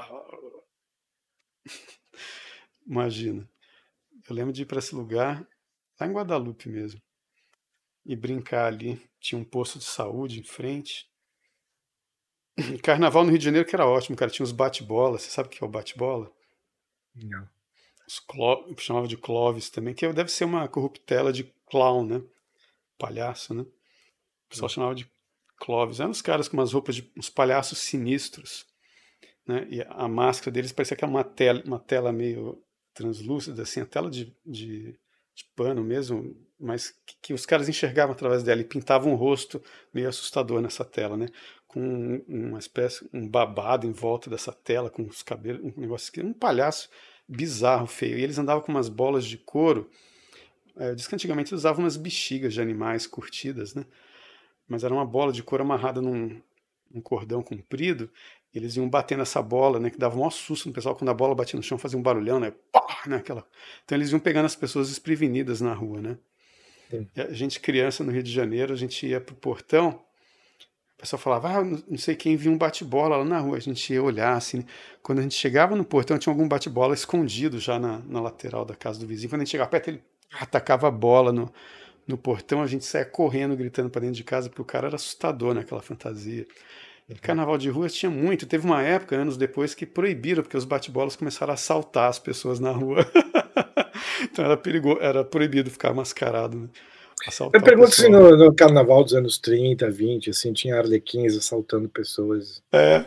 Imagina. Eu lembro de ir para esse lugar, lá em Guadalupe mesmo, e brincar ali. Tinha um posto de saúde em frente. Carnaval no Rio de Janeiro que era ótimo, cara. Tinha os bate-bola. Você sabe o que é o bate-bola? não. Os clo... chamava de Clóvis também, que deve ser uma corruptela de clown, né? Palhaço, né? O pessoal chamava de Clóvis. Eram uns caras com umas roupas de uns palhaços sinistros, né? E a máscara deles parecia que era uma tela, uma tela meio translúcida, assim, a tela de, de, de pano mesmo, mas que, que os caras enxergavam através dela e pintavam um rosto meio assustador nessa tela, né? Com um- uma espécie, um babado em volta dessa tela, com os cabelos, um negócio que um palhaço bizarro, feio. E eles andavam com umas bolas de couro. É, diz que antigamente eles usavam umas bexigas de animais curtidas, né? Mas era uma bola de couro amarrada num, num cordão comprido. E eles iam batendo essa bola, né? Que dava um maior susto no pessoal quando a bola batia no chão, fazia um barulhão, né? Pá, né? Aquela... Então eles iam pegando as pessoas desprevenidas na rua, né? Sim. E a gente, criança no Rio de Janeiro, a gente ia pro portão. O pessoal falava, ah, não sei quem viu um bate-bola lá na rua. A gente ia olhar, assim. Quando a gente chegava no portão, tinha algum bate-bola escondido já na, na lateral da casa do vizinho. Quando a gente chegava perto, ele atacava a bola no, no portão. A gente saía correndo, gritando para dentro de casa, porque o cara era assustador naquela fantasia. E carnaval de rua tinha muito. Teve uma época, anos depois, que proibiram, porque os bate-bolas começaram a assaltar as pessoas na rua. Então era perigoso, era proibido ficar mascarado, né? Eu Assaltar o pergunto se pessoal. no, no carnaval dos anos trinta, vinte, assim, tinha arlequins assaltando pessoas, É.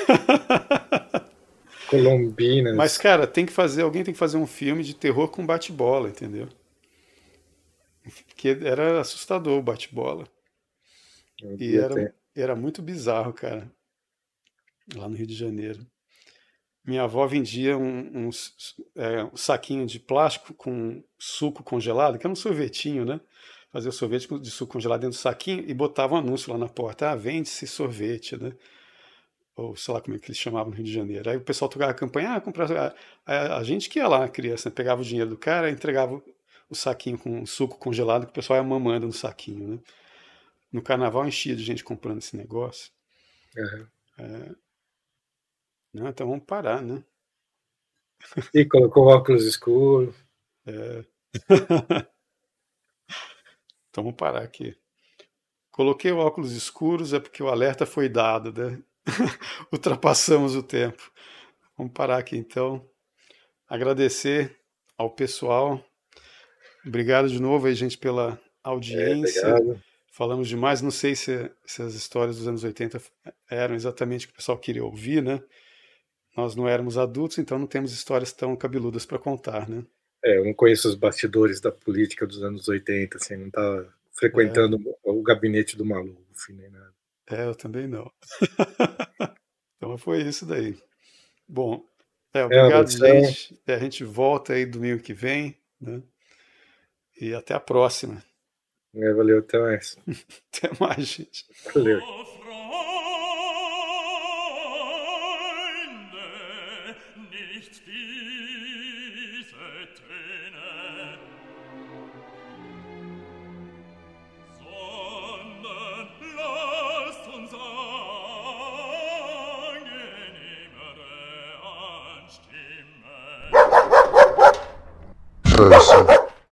Mas, colombinas. cara, tem que fazer, alguém tem que fazer um filme de terror com bate-bola, entendeu? Porque era assustador o bate-bola. Eu E devia era, ter. era muito bizarro, cara, lá no Rio de Janeiro. Minha avó vendia um, uns, é, um saquinho de plástico com suco congelado, que era um sorvetinho, né? Fazia o sorvete de suco congelado dentro do saquinho e botava um anúncio lá na porta. Ah, vende-se sorvete, né? Ou sei lá como é que eles chamavam no Rio de Janeiro. Aí o pessoal tocava a campanha, ah, comprar. A, a, a gente que ia lá, criança, né? Pegava o dinheiro do cara e entregava o saquinho com suco congelado que o pessoal ia mamando no saquinho, né? No carnaval enchia de gente comprando esse negócio. Uhum. É, não, então vamos parar, né? E colocou óculos escuros. É. Então vamos parar aqui. Coloquei o óculos escuros é porque o alerta foi dado, né? Ultrapassamos o tempo. Vamos parar aqui então. Agradecer ao pessoal. Obrigado de novo aí, gente, pela audiência. É, obrigado. Falamos demais. Não sei se, se as histórias dos anos oitenta eram exatamente o que o pessoal queria ouvir, né? Nós não éramos adultos, então não temos histórias tão cabeludas para contar, né? É, eu não conheço os bastidores da política dos anos oitenta, assim, não estava frequentando é. o gabinete do Maluf, nem nada. É, eu também não. Então foi isso daí. Bom, é, obrigado, é, gente. A gente volta aí domingo que vem, né? E até a próxima. É, valeu, até mais. Até mais, gente. Valeu.